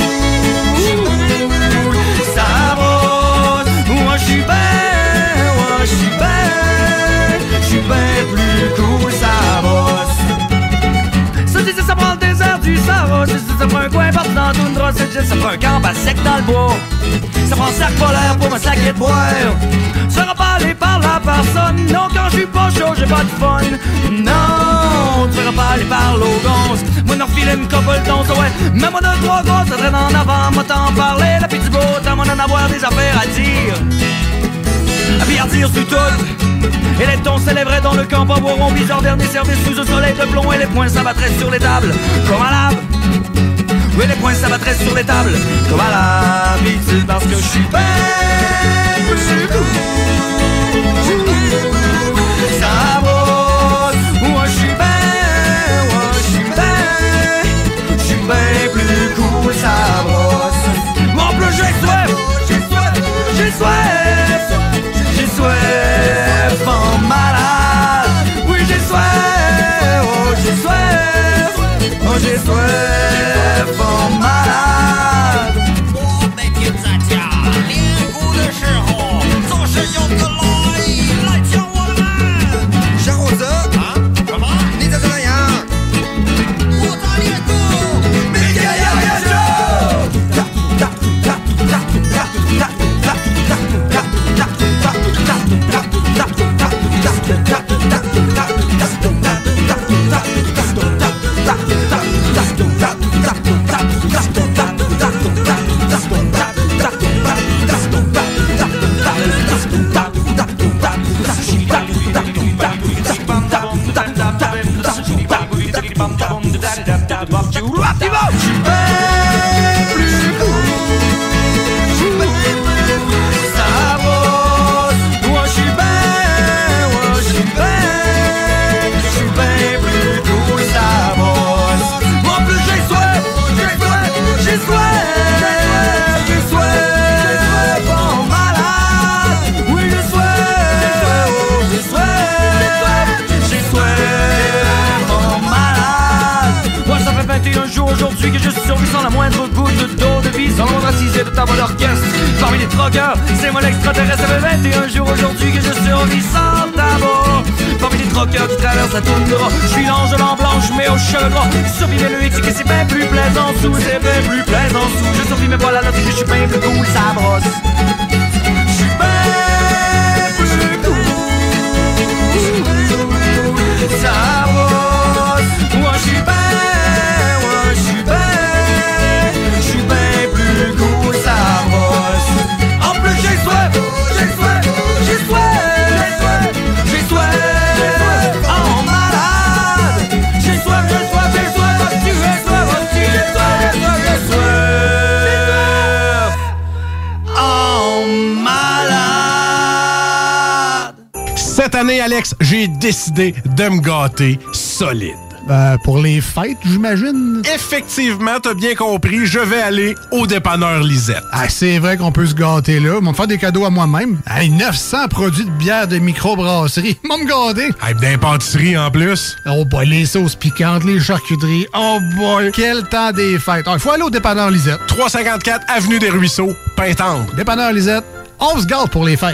ça brosse. Moi je suis bien, moi je suis bien. Je suis bien plus cool, ça bosse. Ça dit ça prend le désert du Sahara. Ça ça prend un coin partout dans tout une droite. Ça prend un camp à sec dans le bois. Ça prend un sac polaire pour me saquer de boire. Ça sera pas aller par la personne. Non, quand je suis pas chaud, j'ai pas de fun. Non, tu seras pas aller par l'Ogonce. Moi n'en filer une couple d'once, ouais. Même moi deux, trois gosses, ça traîne en avant. Moi t'en parler, la pitié du beau temps, moi d'en avoir des affaires à dire. À billardir sur tout. Et les tons s'élèveraient dans le camp, en boiront bizarre dernier service sous un soleil de plomb. Et les poings s'abattraient sur les tables, comme à lave. Oui, les poings s'abattraient sur les tables, comme à l'habitude. Parce que je suis bien plus cool, ça brosse. Moi je suis bien, moi je suis bien. Je suis bien plus cool, ça brosse. Moi en plus j'ai soif, j'ai soif, j'ai soif, j'ai soif en malade. Oui j'ai soif, oh j'ai soif, oh j'ai soif en malade. Oh men get that ya, les goûts de chéron, son chéron de l'œil, la tient au mal. Chéron ça, hein? Comment? Ni de rien. Autant les goûts, mais y'a y'a y'a y'a. Ta ta ta ta ta ta ta ta ta aujourd'hui que je suis survie sans la moindre goutte d'eau de vie, sans l'ombre attisée de ta bonne orchestre. Parmi les troqueurs, c'est moi l'extraterrestre. Ça fait vingt et un jours aujourd'hui que je survis sans tabac. Parmi les troqueurs qui traversent la toundra, je suis l'ange en blanche mais aux cheveux gras. Survie mais le hic c'est que c'est bien plus plaisant sous, c'est bien plus plaisant sous. Je survis mais voilà là c'est que je suis bien plus cool, ça brosse. Je suis bien plus cool, ça brosse. Moi je suis bien. Cette année, Alex, j'ai décidé de me gâter solide. Euh, pour les fêtes, j'imagine? Effectivement, t'as bien compris, je vais aller au dépanneur Lisette. Ah, c'est vrai qu'on peut se gâter là. Ils vont me faire des cadeaux à moi-même. Hey, neuf cents produits de bière de microbrasserie. Ils vont me gâter. Hey, d'impantisserie en plus. Oh boy, les sauces piquantes, les charcuteries. Oh boy, quel temps des fêtes. Il faut aller au dépanneur Lisette. trois cent cinquante-quatre Avenue des Ruisseaux, Pintendre. Dépanneur Lisette, on se gâte pour les fêtes.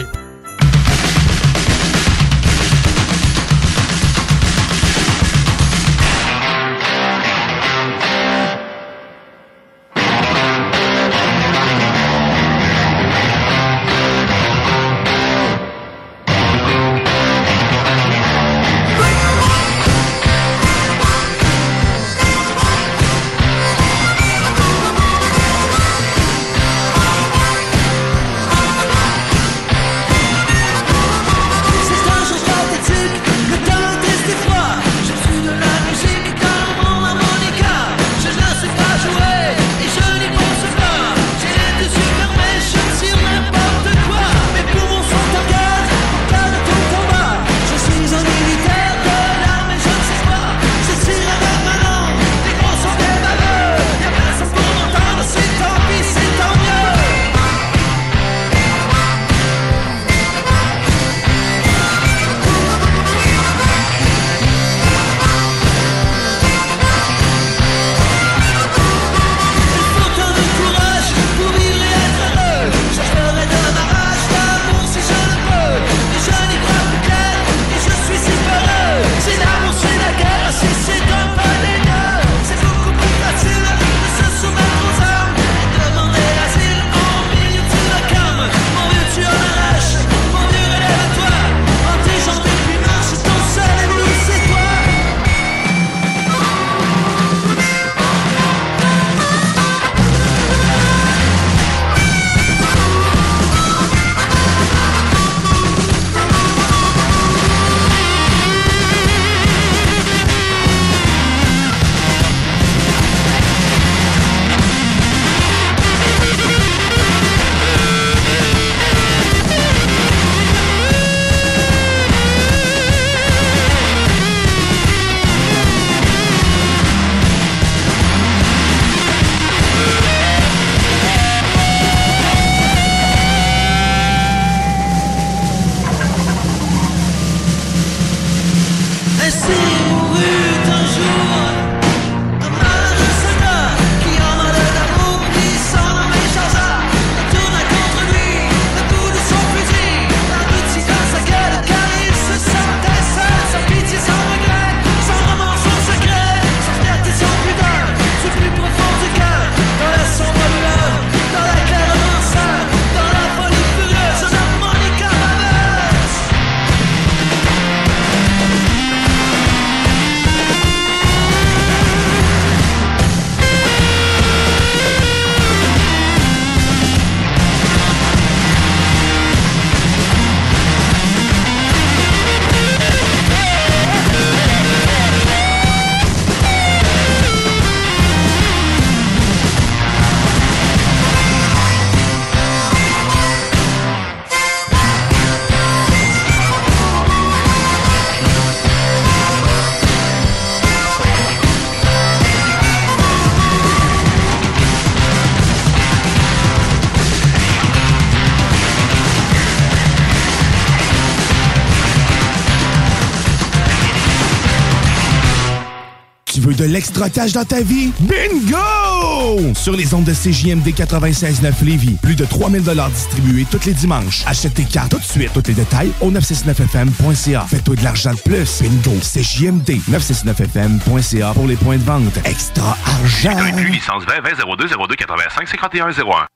Tu veux de l'extra-cash dans ta vie? Bingo! Sur les ondes de C J M D quatre-vingt-seize neuf Lévis, plus de trois mille dollars distribués tous les dimanches. Achète tes cartes tout de suite. Tous les détails au neuf cent soixante-neuf F M point C A. Fais-toi de l'argent de plus. Bingo! C J M D neuf cent soixante-neuf F M point C A pour les points de vente. Extra argent! Inclus licence vingt vingt zéro deux zéro deux quatre-vingt-cinq cinquante et un zéro un.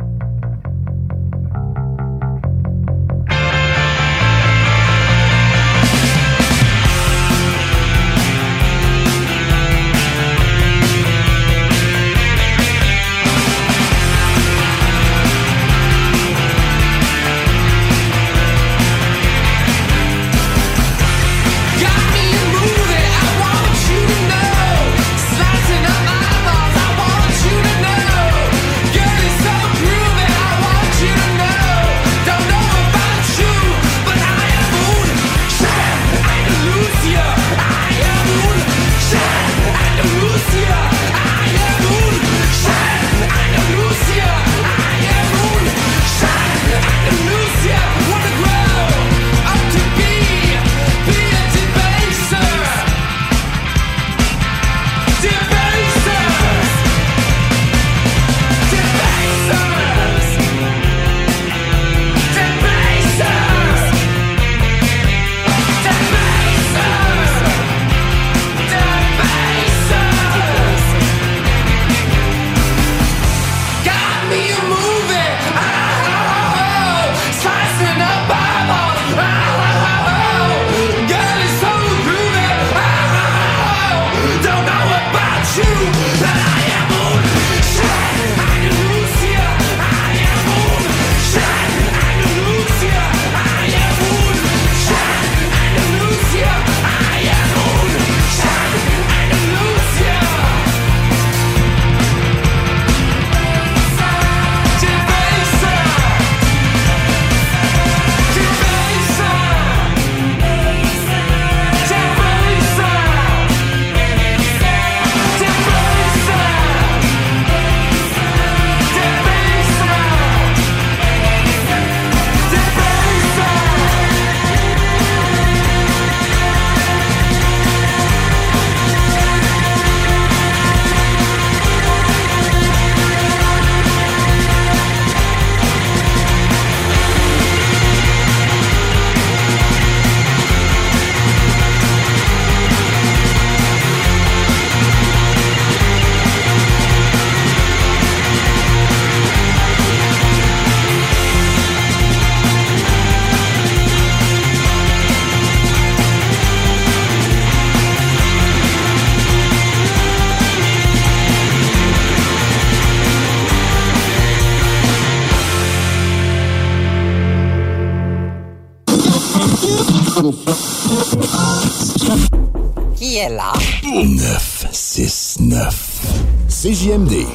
Qui est là? neuf six neuf C J M D.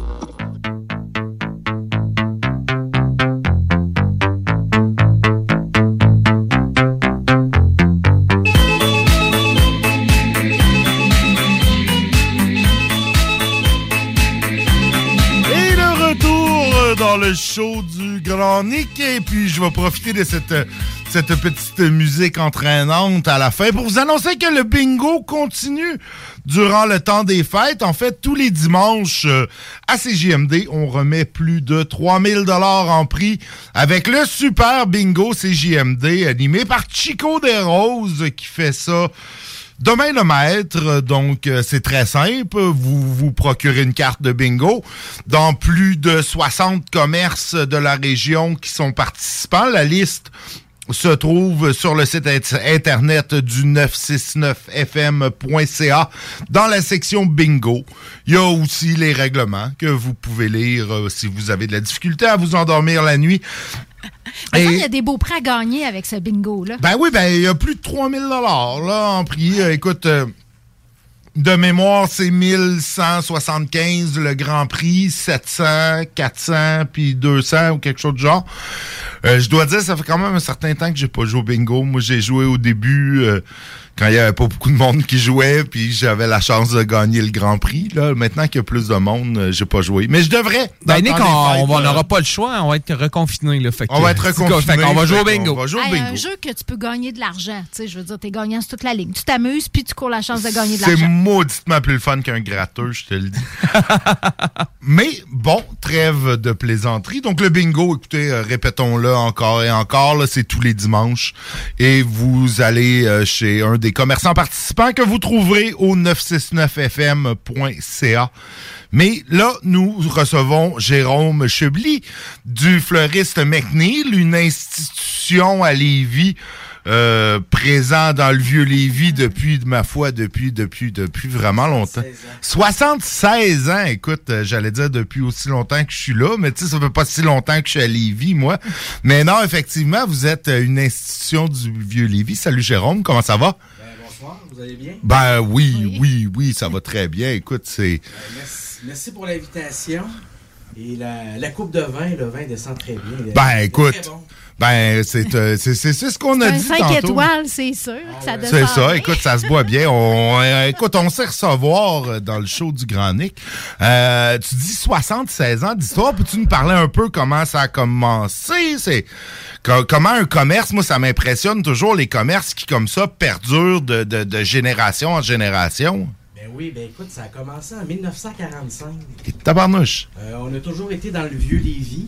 Et le retour dans le show du Grand Nick. Et puis, je vais profiter de cette, cette petite musique entraînante à la fin pour vous annoncer que le bingo continue durant le temps des fêtes. En fait, tous les dimanches euh, à C J M D, on remet plus de trois mille dollars en prix avec le super bingo C J M D animé par Chico Desroses qui fait ça demain le maître. Donc, euh, c'est très simple. Vous vous procurez une carte de bingo dans plus de soixante commerces de la région qui sont participants. La liste se trouve sur le site internet du neuf cent soixante-neuf F M point C A dans la section bingo. Il y a aussi les règlements que vous pouvez lire euh, si vous avez de la difficulté à vous endormir la nuit. Et il y a des beaux prix à gagner avec ce bingo-là. Ben oui, ben il y a plus de trois mille dollars là, en prix. Euh, écoute, euh, de mémoire, c'est mille cent soixante-quinze le Grand Prix, sept cents, quatre cents, puis deux cents ou quelque chose de genre. Euh, je dois dire, ça fait quand même un certain temps que j'ai pas joué au bingo. Moi, j'ai joué au début euh, quand il y avait pas beaucoup de monde qui jouait, puis j'avais la chance de gagner le Grand Prix. Là, maintenant qu'il y a plus de monde, euh, j'ai pas joué. Mais je devrais. Ben, Nick, on, on va- on n'aura pas le choix. On va être reconfinés. Là, fait que, On va être reconfinés, Fait qu'on va jouer au fait bingo. qu'on va jouer au Hey, bingo. un jeu que tu peux gagner de l'argent. Tu sais, je veux dire, t'es gagnant sur toute la ligne. Tu t'amuses, puis tu cours la chance de gagner de C'est l'argent. mauditement plus le fun qu'un gratteux, je te le dis. Mais bon, trêve de plaisanterie. Donc le bingo, écoutez, euh, répétons-le encore et encore, là, c'est tous les dimanches. Et vous allez euh, chez un des commerçants participants que vous trouverez au neuf cent soixante-neuf F M point C A. Mais là, nous recevons Jérôme Chebly du Fleuriste McNeil, une institution à Lévis, euh, présent dans le Vieux-Lévis depuis, ma foi, depuis, depuis, depuis vraiment longtemps. soixante-seize ans, écoute, euh, j'allais dire depuis aussi longtemps que je suis là, mais tu sais, ça fait pas si longtemps que je suis à Lévis, moi. Mais non, effectivement, vous êtes euh, une institution du Vieux-Lévis. Salut Jérôme, comment ça va? Bonsoir, vous allez bien? Ben oui, oui, oui, ça va très bien. Écoute, c'est... Merci, merci pour l'invitation. Et la, la coupe de vin, le vin descend très bien. Il est- Ben il est écoute, très bon. ben c'est euh, c'est c'est c'est ce qu'on a Un dit cinq tantôt. étoiles, c'est sûr. que ça C'est descend ça, bien. écoute, ça se boit bien. On, euh, écoute, on sait recevoir euh, dans le show du Grand Nick. Euh, tu dis soixante-seize ans d'histoire. Peux-tu nous parler un peu comment ça a commencé? C'est co- comment un commerce, moi, ça m'impressionne toujours, les commerces qui, comme ça, perdurent de, de, de génération en génération. Ben oui, ben écoute, ça a commencé en mille neuf cent quarante-cinq. Et tabarnouche. Euh, on a toujours été dans le Vieux-Lévis.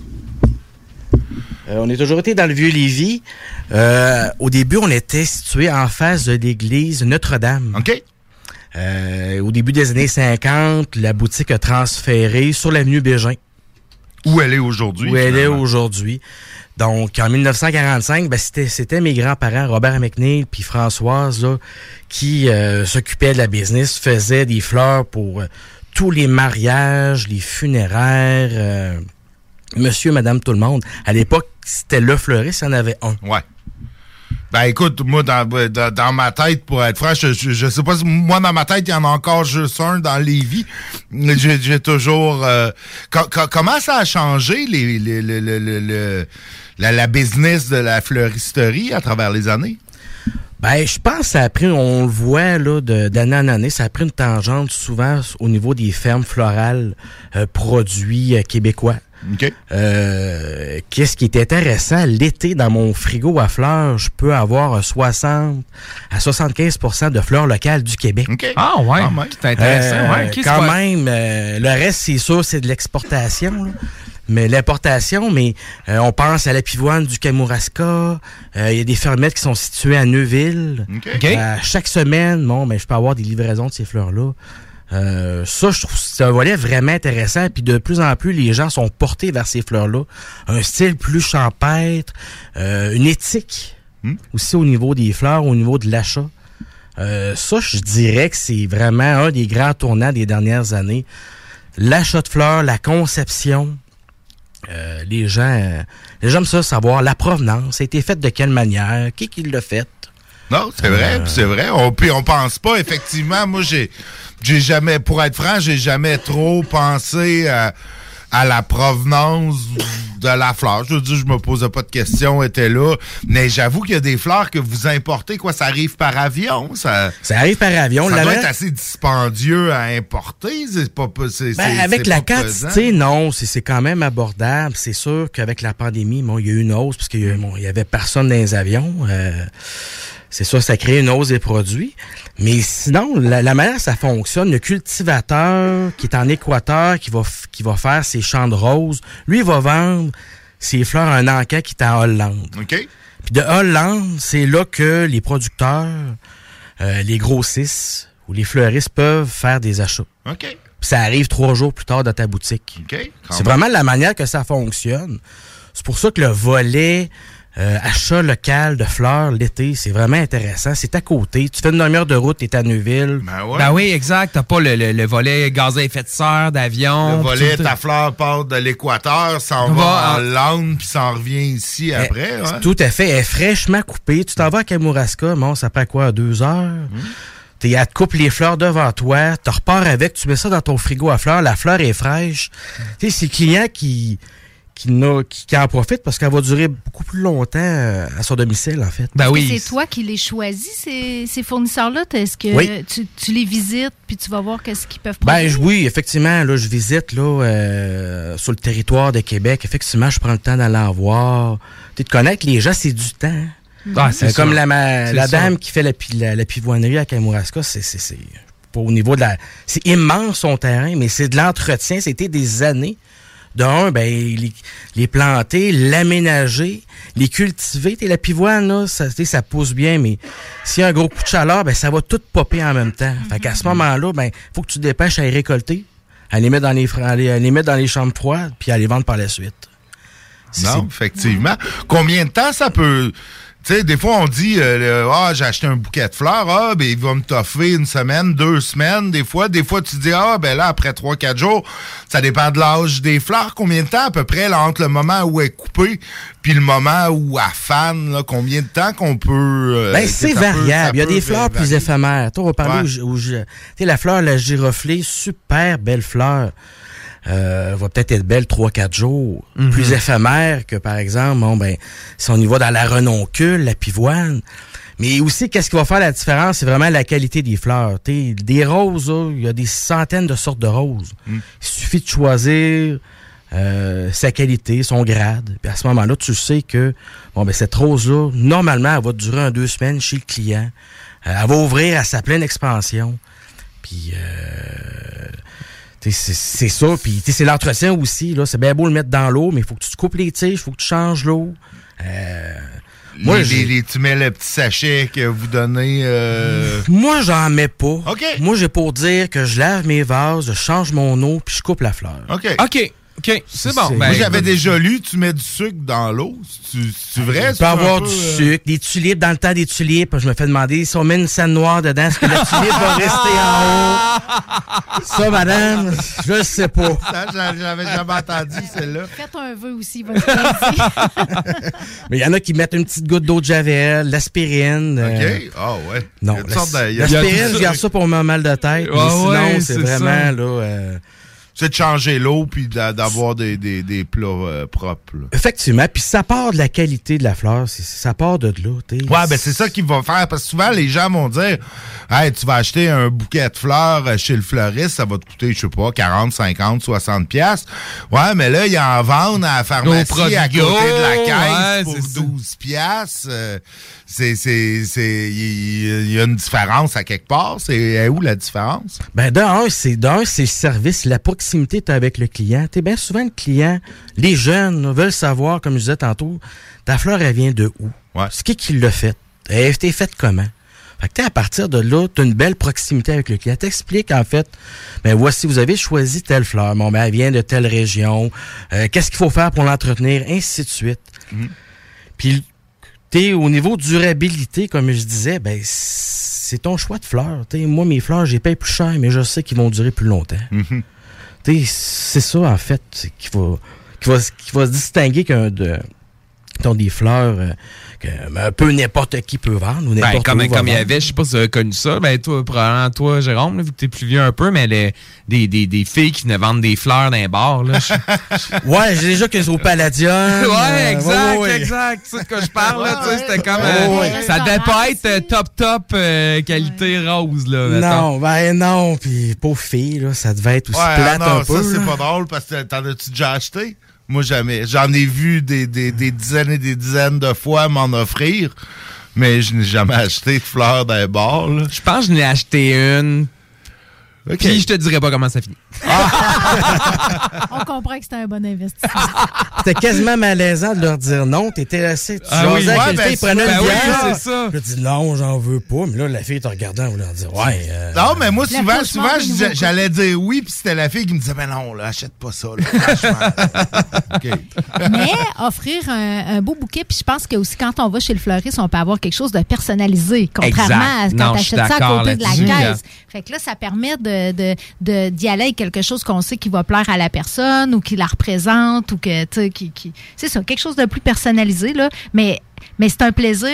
Euh, on a toujours été dans le Vieux-Lévis. Euh, au début, on était situé en face de l'église Notre-Dame. OK. Euh, au début des années cinquante, la boutique a transféré sur l'avenue Bégin. Où elle est aujourd'hui. Où elle est finalement. aujourd'hui. Donc, en mille neuf cent quarante-cinq, ben, c'était, c'était mes grands-parents, Robert McNeil puis Françoise, là, qui euh, s'occupaient de la business, faisaient des fleurs pour euh, tous les mariages, les funéraires, euh, monsieur, madame, tout le monde. À l'époque, c'était le fleuriste, il y en avait un. Ouais. Ben écoute, moi, dans, dans, dans ma tête, pour être franc, je, je, je sais pas si moi, dans ma tête, il y en a encore juste un dans Lévis. J'ai, j'ai toujours... Euh, co- co- comment ça a changé les, les, les, les, les- les- la, la business de la fleuristerie à travers les années? Ben, je pense que ça a pris, on le voit là, de, d'année en année, ça a pris une tangente souvent au niveau des fermes florales, euh, produits euh, québécois. OK. Euh, qu'est-ce qui est intéressant, l'été, dans mon frigo à fleurs, je peux avoir soixante à soixante-quinze pour cent de fleurs locales du Québec. OK. Ah ouais, c'est intéressant. Euh, ouais. Ok, quand c'est pas- même, euh, le reste, c'est sûr, c'est de l'exportation. là. Mais l'importation, mais euh, on pense à la pivoine du Kamouraska. Il y a des fermettes qui sont situées à Neuville. OK. OK. Euh, chaque semaine, bon, ben, je peux avoir des livraisons de ces fleurs-là. Euh, ça, je trouve que c'est un volet vraiment intéressant. Puis de plus en plus, les gens sont portés vers ces fleurs-là. Un style plus champêtre, euh, une éthique Hmm. aussi au niveau des fleurs, au niveau de l'achat. Euh, ça, je dirais que c'est vraiment un des grands tournants des dernières années. L'achat de fleurs, la conception. Euh, les gens, euh, les gens aiment ça savoir la provenance. Ça a été fait de quelle manière, qui qui l'a fait. Non, c'est vrai, Euh. puis c'est vrai. On, puis on pense pas, effectivement. Moi, j'ai, j'ai jamais, pour être franc, j'ai jamais trop pensé à, à la provenance de la fleur. Je veux dire, je me posais pas de questions, était là. Mais j'avoue qu'il y a des fleurs que vous importez, quoi, ça arrive par avion. Ça, ça arrive par avion. Ça la doit mer... être assez dispendieux à importer. C'est pas, c'est, ben, c'est, avec c'est la pas quantité, non, c'est, c'est quand même abordable. C'est sûr qu'avec la pandémie, bon, il y a eu une hausse parce qu'il y, bon, y avait personne dans les avions. Euh, c'est sûr, ça crée une hausse des produits. Mais sinon, la, la manière ça fonctionne, le cultivateur qui est en Équateur, qui va, qui va faire ses champs de roses, lui, il va vendre ses fleurs à un encan qui est en Hollande. OK. Puis de Hollande, c'est là que les producteurs, euh, les grossistes ou les fleuristes peuvent faire des achats. OK. Puis ça arrive trois jours plus tard dans ta boutique. OK. C'est vraiment la manière que ça fonctionne. C'est pour ça que le volet euh, achat local de fleurs l'été, c'est vraiment intéressant. C'est à côté. Tu fais une demi-heure de route, t'es à Neuville. Ben, ouais. Ben oui, exact. T'as pas le, le, le volet gaz à effet de serre d'avion. Le volet, tout... ta fleur part de l'Équateur, s'en va, va en Hollande, puis s'en revient ici Elle, après. Ouais. Tout à fait. Elle est fraîchement coupée. Tu t'en vas à Kamouraska, bon, ça prend quoi, deux heures? Mmh. T'es, elle te coupe les fleurs devant toi, tu repars avec, tu mets ça dans ton frigo à fleurs, la fleur est fraîche. Mmh. Tu sais, c'est le client qui... Qui, n'a, qui, qui en profite parce qu'elle va durer beaucoup plus longtemps euh, à son domicile, en fait. Ben oui. C'est toi qui les choisis, ces, ces fournisseurs-là? Est-ce que oui. tu, tu les visites puis tu vas voir qu'est-ce qu'ils peuvent produire? Ben oui, effectivement. Là, je visite là euh, sur le territoire de Québec. Effectivement, je prends le temps d'aller en voir. Tu de connaître les gens, c'est du temps. Ah, c'est euh, comme la, ma, la dame qui fait la, la, la pivoinerie à Kamouraska, c'est... c'est, c'est pas au niveau de la... C'est immense son terrain, mais c'est de l'entretien. C'était des années. De un, ben, les, les planter, l'aménager, les cultiver. T'sais, la pivoine, là, ça, ça pousse bien, mais s'il y a un gros coup de chaleur, ben, ça va tout popper en même temps. Mm-hmm. Fait qu'à ce moment-là, ben, faut que tu te dépêches à les récolter, à les mettre dans les, à les, à les mettre dans les chambres froides, puis à les vendre par la suite. C'est, non, c'est... effectivement. Combien de temps ça peut... Tu sais, des fois, on dit, euh, ah, j'ai acheté un bouquet de fleurs, ah, ben, il va me toffer une semaine, deux semaines, des fois. Des fois, tu dis, ah, ben là, après trois, quatre jours, ça dépend de l'âge des fleurs. Combien de temps, à peu près, là, entre le moment où elle est coupée puis le moment où elle fane, là, combien de temps qu'on peut... Euh, ben, c'est variable. Peut, il y a des fleurs varier. Plus éphémères. Toi, on va parler ouais. où, où tu sais, la fleur, la giroflée, super belle fleur. Euh, va peut-être être belle trois quatre jours. Mm-hmm. Plus éphémère que, par exemple, bon, ben, si on y va dans la renoncule, la pivoine. Mais aussi, qu'est-ce qui va faire la différence? C'est vraiment la qualité des fleurs. T'sais, des roses, il y a des centaines de sortes de roses. Mm. Il suffit de choisir euh, sa qualité, son grade. Puis à ce moment-là, tu sais que bon, ben, cette rose-là, normalement, elle va durer un deux semaines chez le client. Euh, elle va ouvrir à sa pleine expansion. Puis... Euh, C'est, c'est ça, puis c'est l'entretien aussi. Là. C'est bien beau le mettre dans l'eau, mais il faut que tu te coupes les tiges, il faut que tu changes l'eau. Euh, moi, les, les, tu mets le petit sachet que vous donnez... Euh... Moi, j'en mets pas. Okay. Moi, j'ai pour dire que je lave mes vases, je change mon eau, puis je coupe la fleur. OK. OK. OK, c'est bon. Ben, moi, j'avais déjà lu, tu mets du sucre dans l'eau. C'est, c'est vrai? Tu peux avoir du euh... sucre, des tulipes. Dans le temps des tulipes, je me fais demander si on met une scène noire dedans, est-ce que la tulipe va rester en haut? Ça, madame, je sais pas. Ça, j'avais jamais entendu, celle-là. Faites un vœu aussi, votre dit. Mais il y en a qui mettent une petite goutte d'eau de javel, l'aspirine. OK. Ah euh... oh, ouais. Non, la, de... l'aspirine, je garde ça pour mon mal de tête. Oh, mais sinon, ouais, c'est, c'est vraiment, ça. là... Euh... C'est de changer l'eau puis d'avoir des, des, des plats euh, propres. Là. Effectivement. Puis ça part de la qualité de la fleur. C'est, ça part de là. T'sais. Ouais, ben c'est ça qu'il va faire. Parce que souvent, les gens vont dire hey, tu vas acheter un bouquet de fleurs chez le fleuriste, ça va te coûter, je sais pas, quarante, cinquante, soixante piastres. Ouais, mais là, ils en vendent à la pharmacie à côté de la caisse ouais, pour douze piastres. Euh, c'est, c'est, c'est, il y, y a une différence à quelque part. C'est où la différence? Ben, d'un, c'est, d'un, c'est le service, la proximité que tu as avec le client. T'es bien souvent le client, les jeunes là, veulent savoir, comme je disais tantôt, ta fleur, elle vient de où? Ouais. C'est qui qui l'a faite? Elle a été faite comment? Fait que t'es à partir de là, tu as une belle proximité avec le client. T'expliques, en fait, ben voici, vous avez choisi telle fleur. Bon, ben, elle vient de telle région. Euh, qu'est-ce qu'il faut faire pour l'entretenir? Ainsi de suite. Mm-hmm. Puis, t'es au niveau durabilité, comme je disais, ben, c'est ton choix de fleurs. T'sais, moi, mes fleurs, j'ai payé plus cher, mais je sais qu'ils vont durer plus longtemps. Mm-hmm. T'sais, c'est ça, en fait, qui va, qui va, qui va se distinguer qu'un de, qui ont des fleurs euh, que un peu n'importe qui peut vendre ou n'importe Ben, comme où va comme il y vendre. avait, je sais pas si tu as connu ça, ben toi, probablement toi, Jérôme, là, vu que t'es plus vieux un peu, mais les, des, des, des filles qui venaient vendre des fleurs dans les bars. Là, je- Ouais, j'ai déjà que au Palladium. ouais, exact, euh, ouais, ouais. exact. C'est ce que je parle, là, tu sais, c'était comme... Ouais, euh, ouais. ça devait pas être euh, top, top euh, qualité rose, là. mettons. Non, ben non, puis pauvre fille, là, ça devait être aussi Ouais, plate non, un peu. ça, c'est là. pas drôle parce que t'en as-tu déjà acheté? Moi, jamais. J'en ai vu des, des, des dizaines et des dizaines de fois m'en offrir, mais je n'ai jamais acheté de fleurs d'un bar. là. Je pense que je n'ai acheté une. Ok. Puis je te dirai pas comment ça finit. On comprend que c'était un bon investissement. C'était quasiment malaisant de leur dire non. T'étais assez. Tu Ah oui, jasais avec ouais, une ben, fille, prenait ben une oui, bière. c'est ça. Je dis non, j'en veux pas. Mais là, la fille te regardant, vous leur dire ouais. euh, Non, mais moi, La souvent, cauchemar souvent, du je nouveau disais- couple. j'allais dire oui, puis c'était la fille qui me disait, ben non, là, achète pas ça, là, franchement. OK. Mais offrir un, un beau bouquet, puis je pense que aussi quand on va chez le fleuriste, on peut avoir quelque chose de personnalisé, contrairement Exact. à Non, quand je tu suis achètes ça à d'accord côté de la là-dessus, là. caisse. Fait que là, ça permet de, de, de, d'y aller avec quelque chose qu'on sait qui va plaire à la personne ou qui la représente ou que, tu sais, qui, qui... C'est ça, quelque chose de plus personnalisé, là. Mais, mais c'est un plaisir...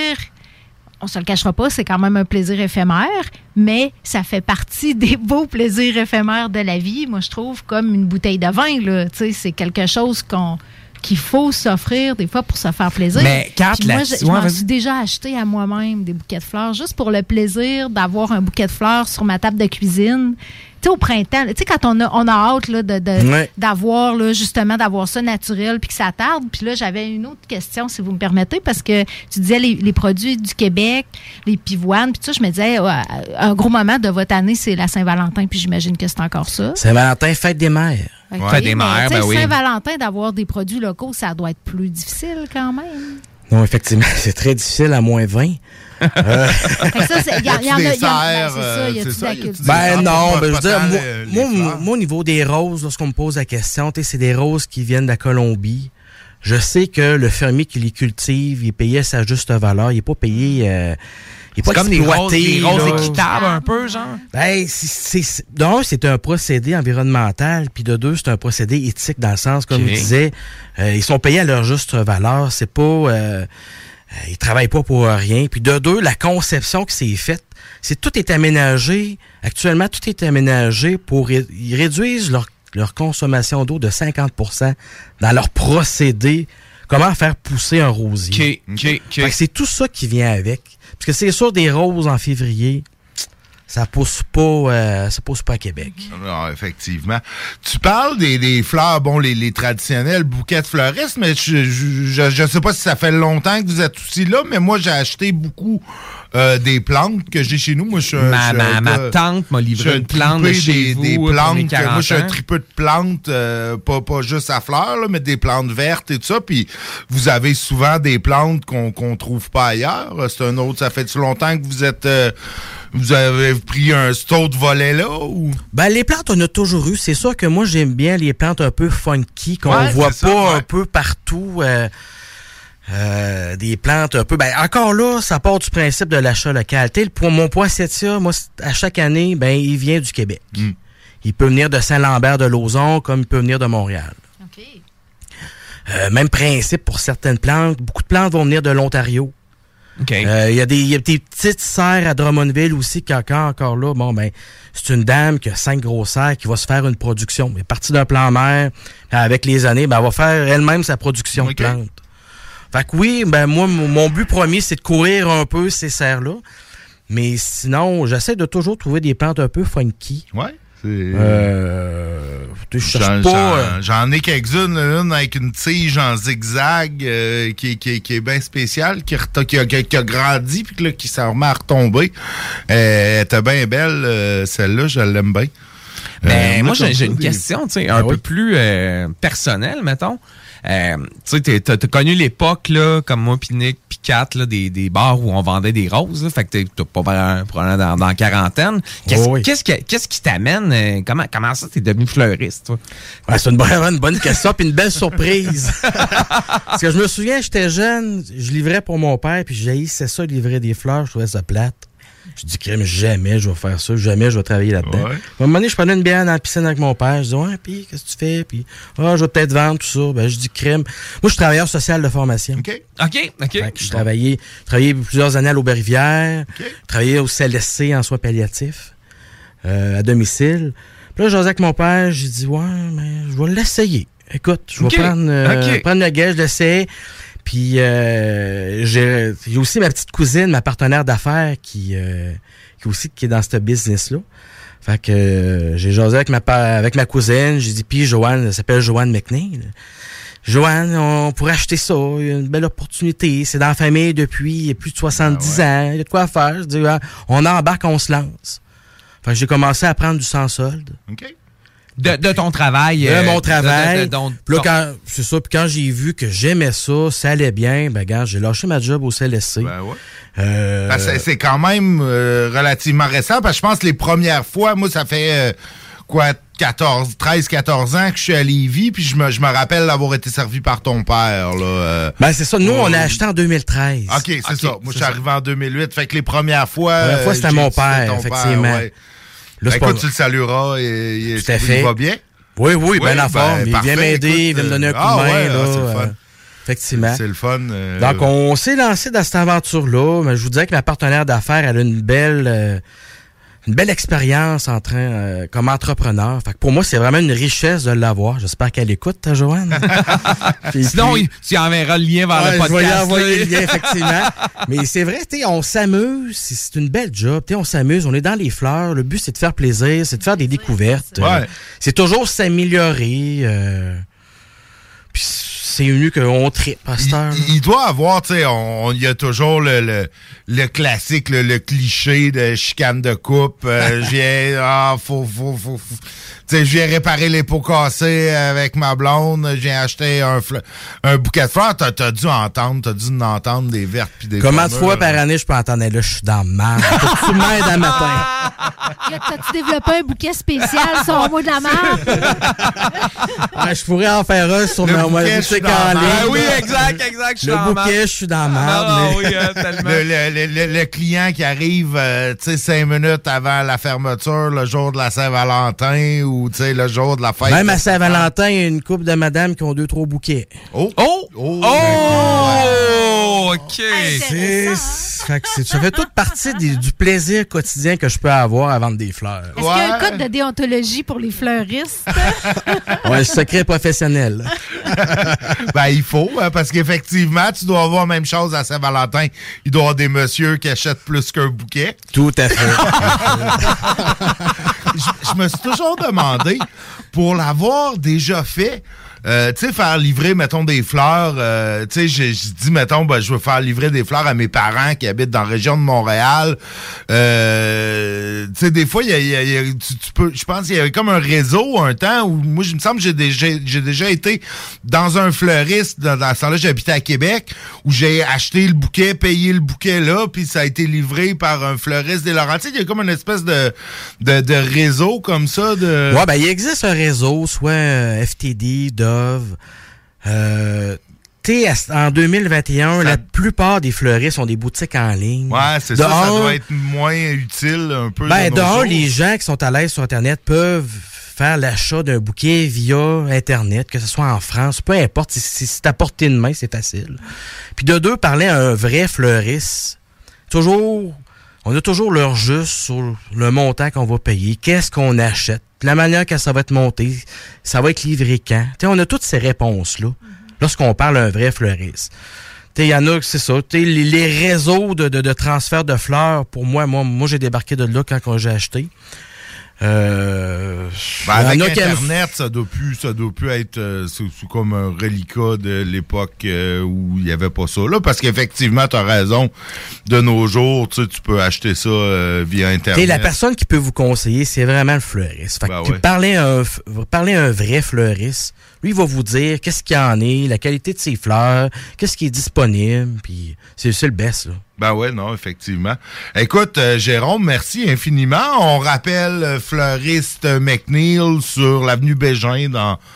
On se le cachera pas, c'est quand même un plaisir éphémère, mais ça fait partie des beaux plaisirs éphémères de la vie, moi, je trouve, comme une bouteille de vin, là. Tu sais, c'est quelque chose qu'on qu'il faut s'offrir des fois pour se faire plaisir. Mais Kat, Puis moi, la- je, je ouais, m'en vas-y. suis déjà acheté à moi-même des bouquets de fleurs, juste pour le plaisir d'avoir un bouquet de fleurs sur ma table de cuisine. Tu sais, au printemps, tu sais, quand on a, on a hâte là, de, de- Ouais. d'avoir, là, justement, d'avoir ça naturel puis que ça tarde. Puis là, j'avais une autre question, si vous me permettez, parce que tu disais les, les produits du Québec, les pivoines, puis ça, je me disais, ouais, un gros moment de votre année, c'est la Saint-Valentin, puis j'imagine que c'est encore ça. Saint-Valentin, fête des mères. OK, Fête des mais, mères, tu sais, ben oui. Saint-Valentin, d'avoir des produits locaux, ça doit être plus difficile quand même. Non, effectivement, c'est très difficile à moins vingt. Euh, Fait que ça, c'est- il y, a- il y en a, il y a- ben, serres, c'est ça, il y a euh, tout c'est ça, la y a-tu culture. des Ben serres non, pour ben je veux pas dire, tant moi, les- les moi, fleurs? moi, au niveau des roses, lorsqu'on me pose la question, tu sais, c'est des roses qui viennent de la Colombie. Je sais que le fermier qui les cultive, il est payé à sa juste valeur. Il n'est pas payé... euh, il est C'est pas comme des roses, exploité, des roses là. équitables un peu, genre. Ben, c'est, c'est, c'est- d'un, c'est un procédé environnemental, puis de deux, c'est un procédé éthique dans le sens, comme Ok. je disais, euh, ils sont payés à leur juste valeur. C'est pas... Euh, euh, ils travaillent pas pour rien. Puis de deux, la conception qui s'est faite, c'est tout est aménagé. Actuellement, tout est aménagé pour... ré- Ils réduisent leur, leur consommation d'eau de cinquante pour cent dans leur procédé. Comment faire pousser un rosier. OK, OK, OK. Fait que c'est tout ça qui vient avec. Parce que c'est sûr, des roses en février, ça pousse pas, euh, ça pousse pas à Québec. Non, effectivement. Tu parles des, des fleurs, bon, les, les traditionnels bouquets de fleuristes, mais je, je, je, je sais pas si ça fait longtemps que vous êtes aussi là, mais moi, j'ai acheté beaucoup euh, des plantes que j'ai chez nous. Moi, je suis un- Ma- je suis ma- un ma gars- tante m'a livré je suis un une plante de tripé chez des, vous, des euh, pour mes plantes. quarante Moi, je suis un ans. tripeux de plantes, euh, pas, pas juste à fleurs, là, mais des plantes vertes et tout ça. Puis vous avez souvent des plantes qu'on qu'on trouve pas ailleurs. C'est un autre, ça fait longtemps que vous êtes... euh, vous avez pris un cet autre volet-là ou? Ben, les plantes, on a toujours eu. C'est sûr que moi, j'aime bien les plantes un peu funky, qu'on Ouais, voit pas c'est ça, ouais. un peu partout. euh, euh, des plantes un peu... Ben, encore là, ça part du principe de l'achat local. Tu sais, pour mon poinsettia, moi, c'est- à chaque année, ben, il vient du Québec. Mm. Il peut venir de Saint-Lambert de Lauzon, comme il peut venir de Montréal. Euh, même principe pour certaines plantes. Beaucoup de plantes vont venir de l'Ontario. OK. Euh, Il y a des, il y a des petites serres à Drummondville aussi qui encore, encore là, bon ben, c'est une dame qui a cinq grosses serres qui va se faire une production. Elle est partie d'un plan mère, puis avec les années, ben, elle va faire elle-même sa production OK. de plantes. Fait que oui, ben moi, mon mon but premier, c'est de courir un peu ces serres-là. Mais sinon, j'essaie de toujours trouver des plantes un peu funky. Ouais. Euh, je cherche J'en, pas... j'en- euh, j'en ai quelques-unes, une avec une tige en zigzag euh, qui, qui, qui est bien spéciale, qui, re- qui, a, qui a- qui a grandi puis que là, qui s'en remet à retomber. Euh, elle était bien belle, euh, celle-là, je l'aime bien. Ben, Euh, moi, comme j'ai, j'ai ça, une des- question, tu sais, Ah un oui. peu plus euh, personnelle, mettons. Euh, tu sais, t'es- t'as, t'as connu l'époque, là, comme moi, puis Nick, puis Kat, là, des, des bars où on vendait des roses, là. Fait que t'es t'as pas probablement probablement dans, dans la quarantaine. Qu'est-ce, Oh oui. qu'est-ce, qui, qu'est-ce qui t'amène? euh, comment, comment ça, t'es devenu fleuriste, toi? Ouais, c'est une, vraiment une bonne question puis une belle surprise. Parce que je me souviens, j'étais jeune, je livrais pour mon père puis j'haïssais ça livrer des fleurs, je trouvais ça plate. Je dis, crème, jamais je vais faire ça, jamais je vais travailler là-dedans. Ouais. À un moment donné, je prenais une bière dans la piscine avec mon père. Je dis, ouais, puis qu'est-ce que tu fais? Puis, ah, je vais peut-être vendre tout ça. Ben, je dis, crème. Moi, je suis travailleur social de formation. OK. OK, OK. Fait que je travaillais, travaillais plusieurs années à l'Aube-Rivière. Okay. Je travaillais au C L S C en soins palliatifs, euh, à domicile. Puis là, j'osais avec mon père, j'ai dit, ouais, mais je vais l'essayer. Écoute, je vais okay. prendre, euh, okay. prendre le gage, je l'essaye. Puis, euh, j'ai, j'ai aussi ma petite cousine, ma partenaire d'affaires qui, euh, qui aussi qui est dans ce business-là. Fait que euh, j'ai jasé avec ma, avec ma cousine. J'ai dit, puis Joanne, elle s'appelle Joanne McNeil. Joanne, on pourrait acheter ça. Il y a une belle opportunité. C'est dans la famille depuis plus de soixante-dix ah ouais. ans. Il y a de quoi faire. Je dis, ah, on embarque, on se lance. Fait que j'ai commencé à prendre du sans-solde. OK. De, de ton travail. De euh, mon travail. De, de, de, de, puis là, quand, c'est ça. Puis quand j'ai vu que j'aimais ça, ça allait bien, ben, gars, j'ai lâché ma job au C L S C. Ben ouais. Euh... Parce que c'est quand même euh, relativement récent, parce que je pense que les premières fois, moi, ça fait euh, quoi, quatorze, treize, quatorze ans que je suis à Lévis, puis je me, je me rappelle d'avoir été servi par ton père. Là, euh, ben c'est ça, nous, euh, on a acheté en deux mille treize. OK, c'est okay, ça. Moi, je suis arrivé en deux mille huit, fait que les premières fois... La première fois, c'était mon père, ton effectivement. Père, ouais. Là, ben, écoute, pas... tu le salueras, et, et tout à fait. Il va bien? Oui, oui, oui bien en forme. Ben, il vient m'aider, écoute, il vient me donner un coup ah, de main. Ouais, là, ah, c'est le fun. Euh, effectivement. C'est le fun. Euh... Donc, on s'est lancé dans cette aventure-là. Mais je vous disais que ma partenaire d'affaires, elle a une belle... Euh, une belle expérience en train, euh, comme entrepreneur. Fait que pour moi, c'est vraiment une richesse de l'avoir. J'espère qu'elle écoute, ta Joanne. puis, Sinon, puis, tu enverras le lien vers ouais, le podcast. Je vais y envoyer le lien, effectivement. Mais c'est vrai, tu sais, on s'amuse. C'est une belle job. Tu sais, on s'amuse. On est dans les fleurs. Le but, c'est de faire plaisir. C'est de faire des découvertes. Ouais. Euh, c'est toujours s'améliorer. Euh, puis c'est mieux qu'on tripe à cette heure. Il, il doit avoir, tu sais, il y a toujours le, le, le classique, le, le cliché de chicane de coupe. Euh, je viens, ah, faut, faut, faut, faut. Tu sais, je viens réparer les pots cassés avec ma blonde. Je viens acheter un, fle- un bouquet de fleurs. T'as, t'as dû entendre, t'as dû en entendre des vertes puis des Combien de fois par année je peux entendre, là, je suis dans le mal. Tu m'aides à matin. T'as-tu développé un bouquet spécial sur le mot de la marde? Ah, je pourrais en faire un sur le ma bouquet, en ligne. Ah oui, exact, exact. Je le bouquet, je suis dans la merde. Ah, mais... oui, hein, tellement. Le, le, le, le client qui arrive, euh, tu sais, cinq minutes avant la fermeture, le jour de la Saint-Valentin ou, tu sais, le jour de la fête. Même à Saint-Valentin, il y a une couple de madames qui ont deux, trois bouquets. Oh! Oh! Oh! Oh! OK. C'est, fait que c'est, ça fait toute partie des, du plaisir quotidien que je peux avoir à vendre des fleurs. Est-ce ouais. qu'il y a un code de déontologie pour les fleuristes? Ouais, secret professionnel. Ben, il faut, hein, parce qu'effectivement, tu dois avoir la même chose à Saint-Valentin. Il doit y avoir des messieurs qui achètent plus qu'un bouquet. Tout à fait. je, je me suis toujours demandé, pour l'avoir déjà fait, Euh, tu sais, faire livrer, mettons, des fleurs, euh, tu sais, j'ai dit, mettons, ben, je veux faire livrer des fleurs à mes parents qui habitent dans la région de Montréal. Euh, tu sais, des fois, il y a, y a, y a tu, tu peux, je pense qu'il y avait comme un réseau un temps où, moi, je me semble que j'ai déjà, j'ai déjà été dans un fleuriste, dans, dans ce temps-là, j'habitais à Québec, où j'ai acheté le bouquet, payé le bouquet là, puis ça a été livré par un fleuriste des Laurentides. Il y a comme une espèce de, de, de réseau comme ça. De... Ouais, ben, il existe un réseau, soit euh, F T D, Dove. Euh, tu sais, en deux mille vingt et un, ça... la plupart des fleuristes ont des boutiques en ligne. Ouais, c'est de ça, un, ça doit être moins utile un peu. Ben, de un, jours. les gens qui sont à l'aise sur Internet peuvent faire l'achat d'un bouquet via Internet, que ce soit en France, peu importe, si, si c'est à portée de main, c'est facile. Puis de deux, parler à un vrai fleuriste, toujours, on a toujours l'heure juste sur le montant qu'on va payer, qu'est-ce qu'on achète, la manière que ça va être monté, ça va être livré quand. T'sais, on a toutes ces réponses-là, mm-hmm. lorsqu'on parle à un vrai fleuriste. Il y en a, c'est ça. Les, les réseaux de, de, de transfert de fleurs, pour moi, moi, moi j'ai débarqué de là quand, quand j'ai acheté. Euh, ben avec Internet, aiment... ça doit plus, ça doit plus être euh, c'est, c'est comme un reliquat de l'époque euh, où il y avait pas ça là, parce qu'effectivement, t'as raison. De nos jours, tu peux acheter ça euh, via Internet. T'sais, la personne qui peut vous conseiller, c'est vraiment le fleuriste. Fait ben que ouais. parlez à un, parlez à un vrai fleuriste. Lui, il va vous dire qu'est-ce qu'il y en est, la qualité de ses fleurs, qu'est-ce qui est disponible, puis c'est, c'est le best, là. Ben ouais, non, effectivement. Écoute, euh, Jérôme, merci infiniment. On rappelle euh, fleuriste McNeil sur l'avenue Bégin dans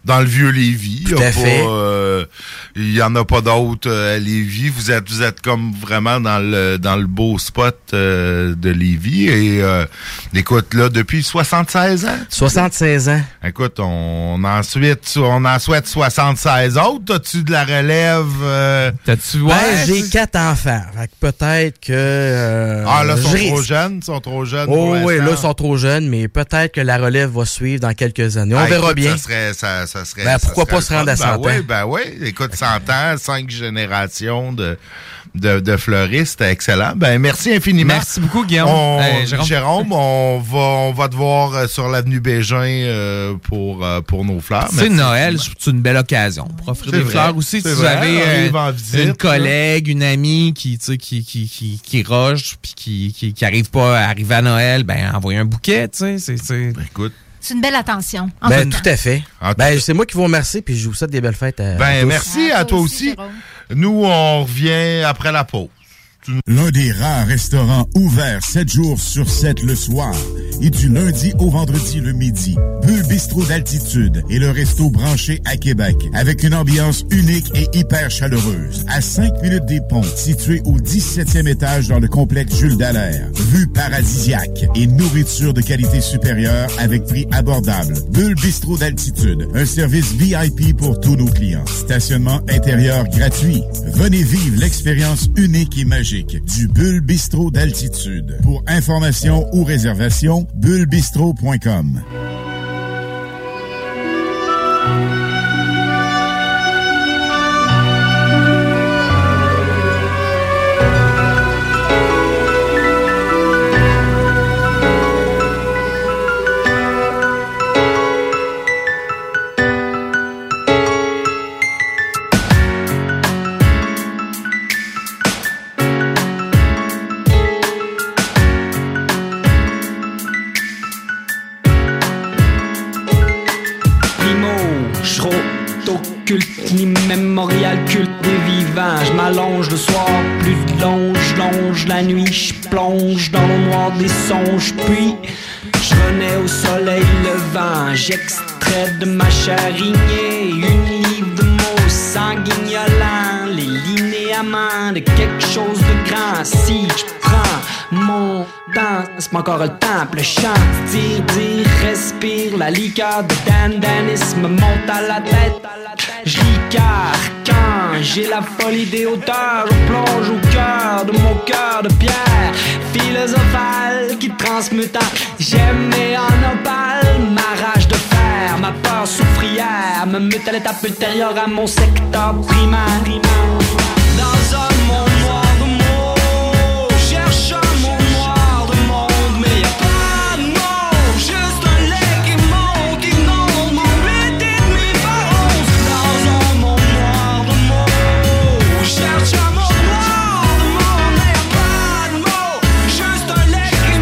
dans le vieux Lévis. Tout à fait. Euh, il y en a pas d'autres euh, à Lévis. Vous êtes, vous êtes comme vraiment dans le dans le beau spot euh, de Lévis. Et euh, écoute, là, depuis soixante-seize ans. soixante-seize ans. Écoute, on en souhaite, on en souhaite soixante-seize autres. As-tu de la relève? Euh... T'as-tu ouais, ben, j'ai quatre enfants. Fait que peut-être que... Euh, ah, là, ils sont risque. trop jeunes? Ils sont trop jeunes Oh oui, là, ils sont trop jeunes, mais peut-être que la relève va suivre dans quelques années. On ah, verra écoute, bien. Ça serait, ça, ça serait, ben, ça pourquoi serait pas se rendre à cent ben, ans? Oui, ben oui. Écoute, cent ans, cinq générations de... De, de fleuristes, excellent. Ben merci infiniment. Merci beaucoup, Guillaume. On, hey, Jérôme. Jérôme, on va on va te voir euh, sur l'avenue Bégin euh, pour euh, pour nos fleurs. C'est Noël, c'est une belle occasion pour offrir c'est des vrai, fleurs aussi. Si vous vrai, avez euh, visite, une collègue, là. Une amie qui tu sais qui qui qui qui roche puis qui qui qui arrive pas à arriver à Noël, ben envoyez un bouquet, tu sais, c'est c'est ben, écoute. C'est une belle attention. Ben, tout à fait. Ben, c'est moi qui vous remercie, puis je vous souhaite des belles fêtes. À, ben, à tous. merci à, à toi aussi. aussi. Nous, on revient après la pause. L'un des rares restaurants ouverts sept jours sur sept le soir et du lundi au vendredi le midi. Bulle Bistrot d'altitude est le resto branché à Québec avec une ambiance unique et hyper chaleureuse. À cinq minutes des ponts, situé au dix-septième étage dans le complexe Jules Dallaire. Vue paradisiaque et nourriture de qualité supérieure avec prix abordable. Bulle Bistrot d'altitude, un service V I P pour tous nos clients. Stationnement intérieur gratuit. Venez vivre l'expérience unique et magique du Bulle Bistrot d'altitude. Pour information ou réservation, bulle bistrot point com. Mémorial culte des vivants. Je m'allonge le soir, plus de longe, longe la nuit. Je plonge dans le noir des songes, puis je renais au soleil levant. J'extrais de ma charignée une livre de mots sanguignolants, les linéaments de quelque chose de grand. Si je prends mon temps, c'est pas encore le temps, le chant, dire, dire, respire, la liqueur de Dan Danis me monte à la tête. Je ricard quand j'ai la folie des hauteurs, je plonge au cœur de mon cœur de pierre philosophale qui transmute à j'aimais en opale ma rage de fer, ma peur souffrière me mute à l'étape ultérieure à mon secteur primaire. Dans un monde noir de mots, cherche un monde noir de monde, mais y'a pas de mots, juste un lait qui monte, inonde mon huit et demi par onze. Dans un monde noir de mots, cherche un monde noir de monde, mais y'a pas de mots, juste un lait qui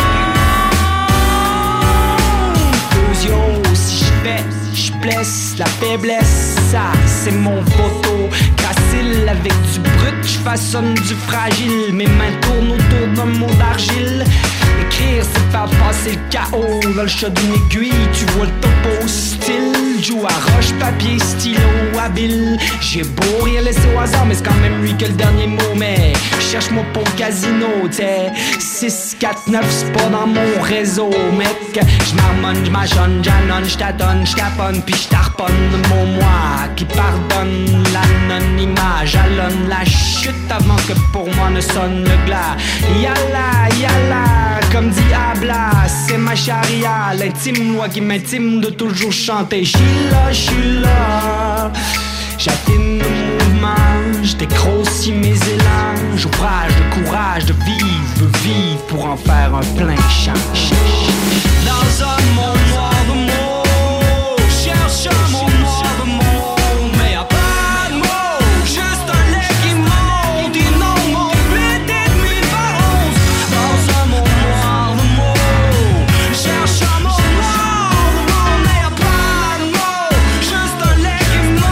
monte. Fusion, si je fais, je blesse la faiblesse, ça c'est mon photo. Gracile avec du brut, je façonne du fragile. Mes mains tournent autour d'un mot d'argile. Écrire, c'est faire passer le chaos dans le chat d'une aiguille. Tu vois le topo style, joue à roche, papier, stylo, habile. J'ai beau rien laisser au hasard, mais c'est quand même lui que le dernier mot. Mais cherche-moi pour le casino, t'sais. six, quatre, neuf, c'est pas dans mon réseau, mec. J'marmonne, j'machonne, j'annonne, j'tâtonne, j'taponne, pis j'tarponne mon moi qui pardonne l'anonymat. Jalonne la chute avant que pour moi ne sonne le glas. Yalla, yalla, comme dit Abla, c'est ma charia, l'intime loi qui m'intime de toujours chanter. J'suis là, j'suis là, j'atteigne le mouvement, j'dégrossis mes élans, j'ouvrage de courage de vivre, vivre pour en faire un plein champ. Dans un monde noir de mots, cherche un monde noir de mots, mais y'a pas de mots, juste un lait qui monte, inonde mon huit et demi par onze. Dans un monde noir de mots, cherche un monde noir de mots, mais y'a pas de mots, juste un lait qui monte.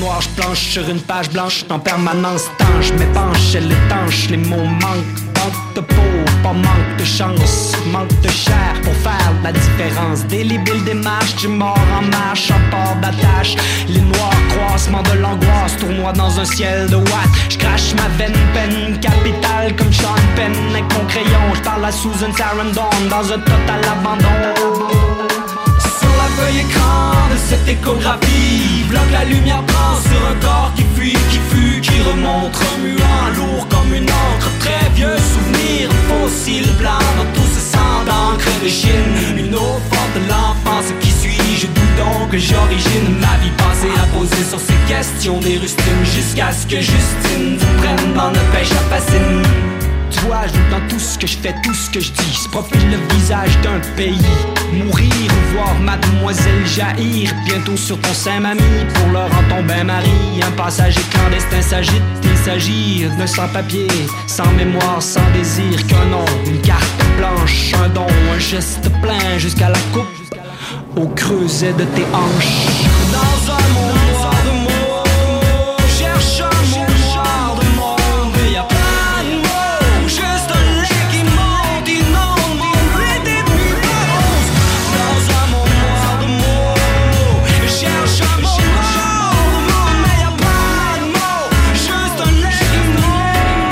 noir, je planche sur une page blanche en permanence tanche, m'épanche, elle étanche, les mots manquent. Manque de peau, pas manque de chance, manque de chair pour faire la différence. Délibile démarche, du mort en marche, en port d'attache. Les noirs, croisement de l'angoisse, tournoi dans un ciel de watts. Je crache ma veine, peine capitale comme Sean Penn avec mon crayon. Je parle à Susan Sarandon dans un total abandon. Sur la feuille écran de cette échographie, bloque la lumière prend sur un corps qui fuit, qui fut, qui remonte, remuant, lourd comme une encre. Très vieux souvenir, fossile blanc dans tout ce sang d'encre de Chine. Une eau forte de l'enfance qui suis-je, d'où donc que j'origine ma vie passée à poser sur ces questions des rustines, jusqu'à ce que Justine vous prenne dans notre pêche à fascine. Tu vois, je doute dans tout ce que je fais, tout ce que je dis. Se profile le visage d'un pays. Mourir ou voir mademoiselle jaillir bientôt sur ton sein, mamie, pour leur en tomber un mari. Un passager clandestin s'agite, il s'agit d'un sans-papier, sans mémoire, sans désir, qu'un nom, une carte blanche, un don, un geste plein jusqu'à la coupe au creuset de tes hanches. Dans un monde noir de mots, cherche un mot noir de monde, et y'a plein de mots, juste un lait qui monte, inonde mon huit et demi onze. Dans un monde noir de mots, cherche un mot noir de monde, mais y'a plein de mots, juste un lait qui monte.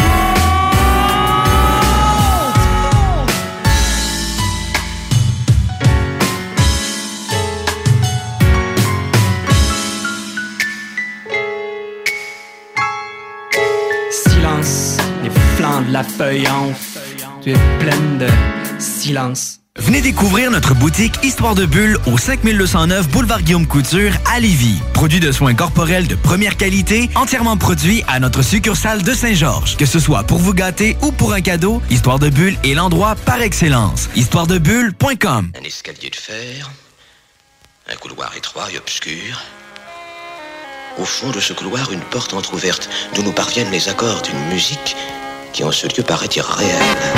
Silence, les flancs de la feuille enflent, tu es pleine de silence. Venez découvrir notre boutique Histoire de Bulle au cinq mille deux cent neuf boulevard Guillaume Couture à Lévis. Produit de soins corporels de première qualité, entièrement produit à notre succursale de Saint-Georges. Que ce soit pour vous gâter ou pour un cadeau, Histoire de Bulle est l'endroit par excellence. histoire de bulle point com. Un escalier de fer, un couloir étroit et obscur. Au fond de ce couloir, une porte entr'ouverte d'où nous parviennent les accords d'une musique qui en ce lieu paraît irréelle.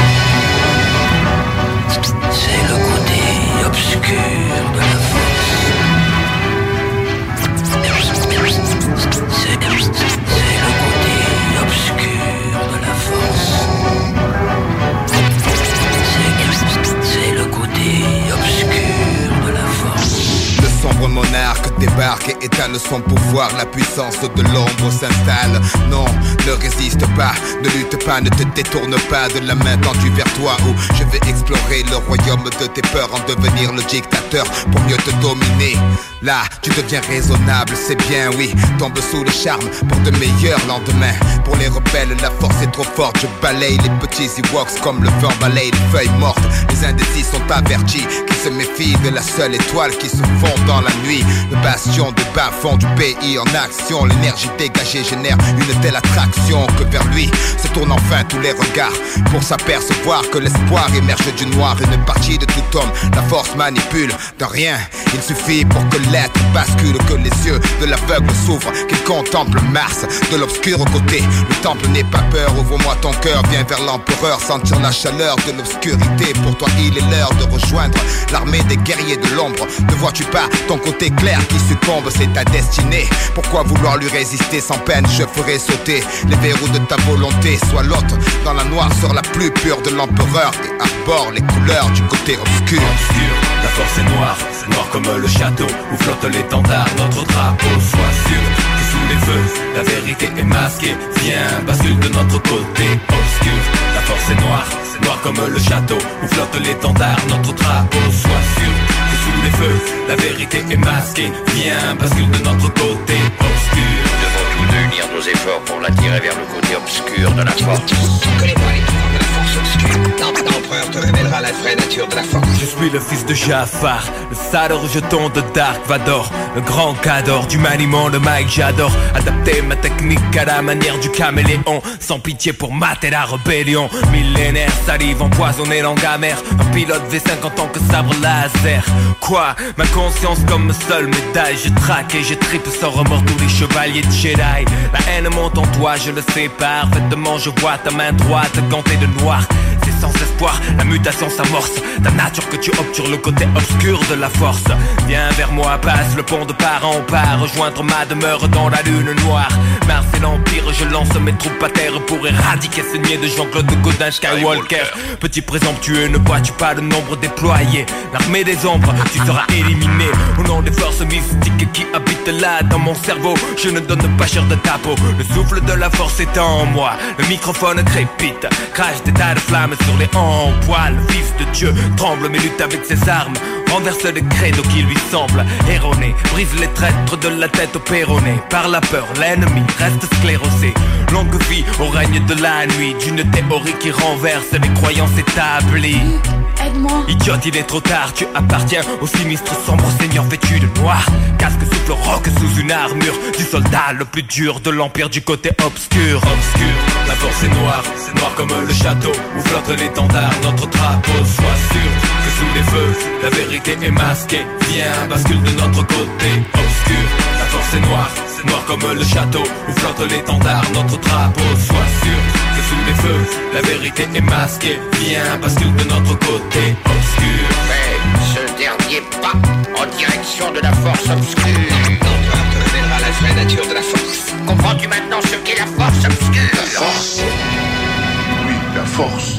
C'est le côté obscur de la force. C'est, c'est le côté obscur de la force. C'est, c'est le côté obscur de la force. Le sombre monarque débarque et étale son pouvoir. La puissance de l'ombre s'installe. Non, ne résiste pas, ne lutte pas, ne te détourne pas de la main tendue vers toi, où je vais explorer le royaume de tes peurs, en devenir le dictateur pour mieux te dominer. Là, tu deviens raisonnable, c'est bien, oui. Tombe sous le charme pour de meilleurs lendemains. Pour les rebelles, la force est trop forte. Je balaye les petits Ewoks comme le vent balaye les feuilles mortes. Les indécis sont avertis qu'ils se méfient de la seule étoile qui se fond dans la nuit. Le bastion des bas-fonds du pays en action. L'énergie dégagée génère une telle attraction que vers lui se tournent enfin tous les regards, pour s'apercevoir que l'espoir émerge du noir. Une partie de tout homme, la force manipule de rien. Il suffit pour que l'être bascule, que les yeux de l'aveugle s'ouvrent, qu'il contemple Mars de l'obscur côté. Le temple n'est pas peur, ouvre-moi ton cœur, viens vers l'empereur, sentir la chaleur de l'obscurité. Pour toi il est l'heure de rejoindre l'armée des guerriers de l'ombre. Ne vois-tu pas ton côté clair qui succombe, c'est ta destinée. Pourquoi vouloir lui résister sans peine? Je ferai sauter les verrous de ta volonté. Sois l'autre dans la noirceur la plus pure de l'empereur et arbore les couleurs du côté obscur. Obscur, la force est noire, noire comme le château où flotte l'étendard, notre drapeau. Sois sûr que sous les feux, la vérité est masquée. Viens, bascule de notre côté obscur. La force est noire, noire comme le château où flotte l'étendard, notre drapeau. Sois sûr que sous les feux, la vérité est masquée. Viens, bascule de notre côté obscur. Devons tous deux unir nos efforts pour l'attirer vers le côté obscur de la force. Tu ne connais pas les tours de la force obscure. L'empereur te révélera la vraie nature de la force. Je suis le fils de Jafar, le sale rejeton de Dark Vador, le grand cador du maniement de Mike. J'adore adapter ma technique à la manière du caméléon, sans pitié pour mater la rébellion. Millénaire, salive empoisonnée, langue amère, un pilote V cinq en tant que sabre laser. Quoi, ma conscience comme seule médaille. Je traque et je tripe sans remords tous les chevaliers de Jedi. La haine monte en toi, je le sais parfaitement. Je vois ta main droite gantée de noir. c'est sans espoir. La mutation s'amorce, ta nature que tu obtures le côté obscur de la force. Viens vers moi, passe le pont de part en part, rejoindre ma demeure dans la lune noire. Mars et l'Empire, je lance mes troupes à terre pour éradiquer ce niais de Jean-Claude Godin Skywalker. Petit présomptueux, ne vois-tu pas le nombre déployé? L'armée des ombres, tu seras éliminé. Au nom des forces mystiques qui habitent là dans mon cerveau, je ne donne pas cher de ta peau. Le souffle de la force est en moi, le microphone crépite, crache des tas de flammes sur les hanches. Poil, fils de Dieu, tremble mais lutte avec ses armes, renverse le credo qui lui semble erroné, brise les traîtres de la tête au péroné. Par la peur, l'ennemi reste sclérosé. Longue vie au règne de la nuit, d'une théorie qui renverse les croyances établies. Aide-moi. Idiote, il est trop tard, tu appartiens au sinistre sombre seigneur vêtu de noir. Casque souffle roc sous une armure du soldat le plus dur de l'empire du côté obscur. Obscur, la force est noire, c'est noir comme le château où flotte l'étendard, notre drapeau. Sois sûr que sous les feux, la vérité est masquée. Viens, bascule de notre côté. Obscur, la force est noire, c'est noir comme le château où flotte l'étendard, notre drapeau. Sois sûr que sous les feux, la vérité est masquée. Viens, bascule de notre côté. Obscur. Fais ce dernier pas en direction de la force obscure. L'empereur te révélera la vraie nature de la force. Comprends-tu maintenant ce qu'est la force obscure? La force? Oui, la force.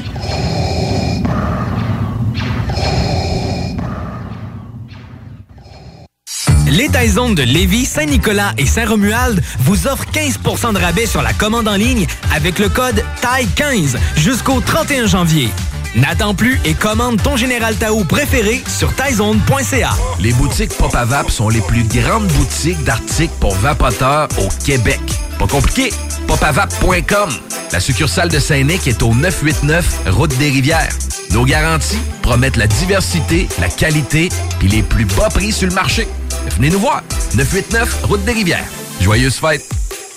Les Taizones de Lévis, Saint-Nicolas et Saint-Romuald vous offrent quinze pour cent de rabais sur la commande en ligne avec le code T A I quinze jusqu'au trente et un janvier. N'attends plus et commande ton Général Tao préféré sur taizone point c a. Les boutiques Pop à Vape sont les plus grandes boutiques d'articles pour vapoteurs au Québec. Pas compliqué, pop à vape point com. La succursale de Saint-Nic est au neuf cent quatre-vingt-neuf Route des Rivières. Nos garanties promettent la diversité, la qualité et les plus bas prix sur le marché. Venez nous voir, neuf cent quatre-vingt-neuf Route des Rivières. Joyeuses fêtes!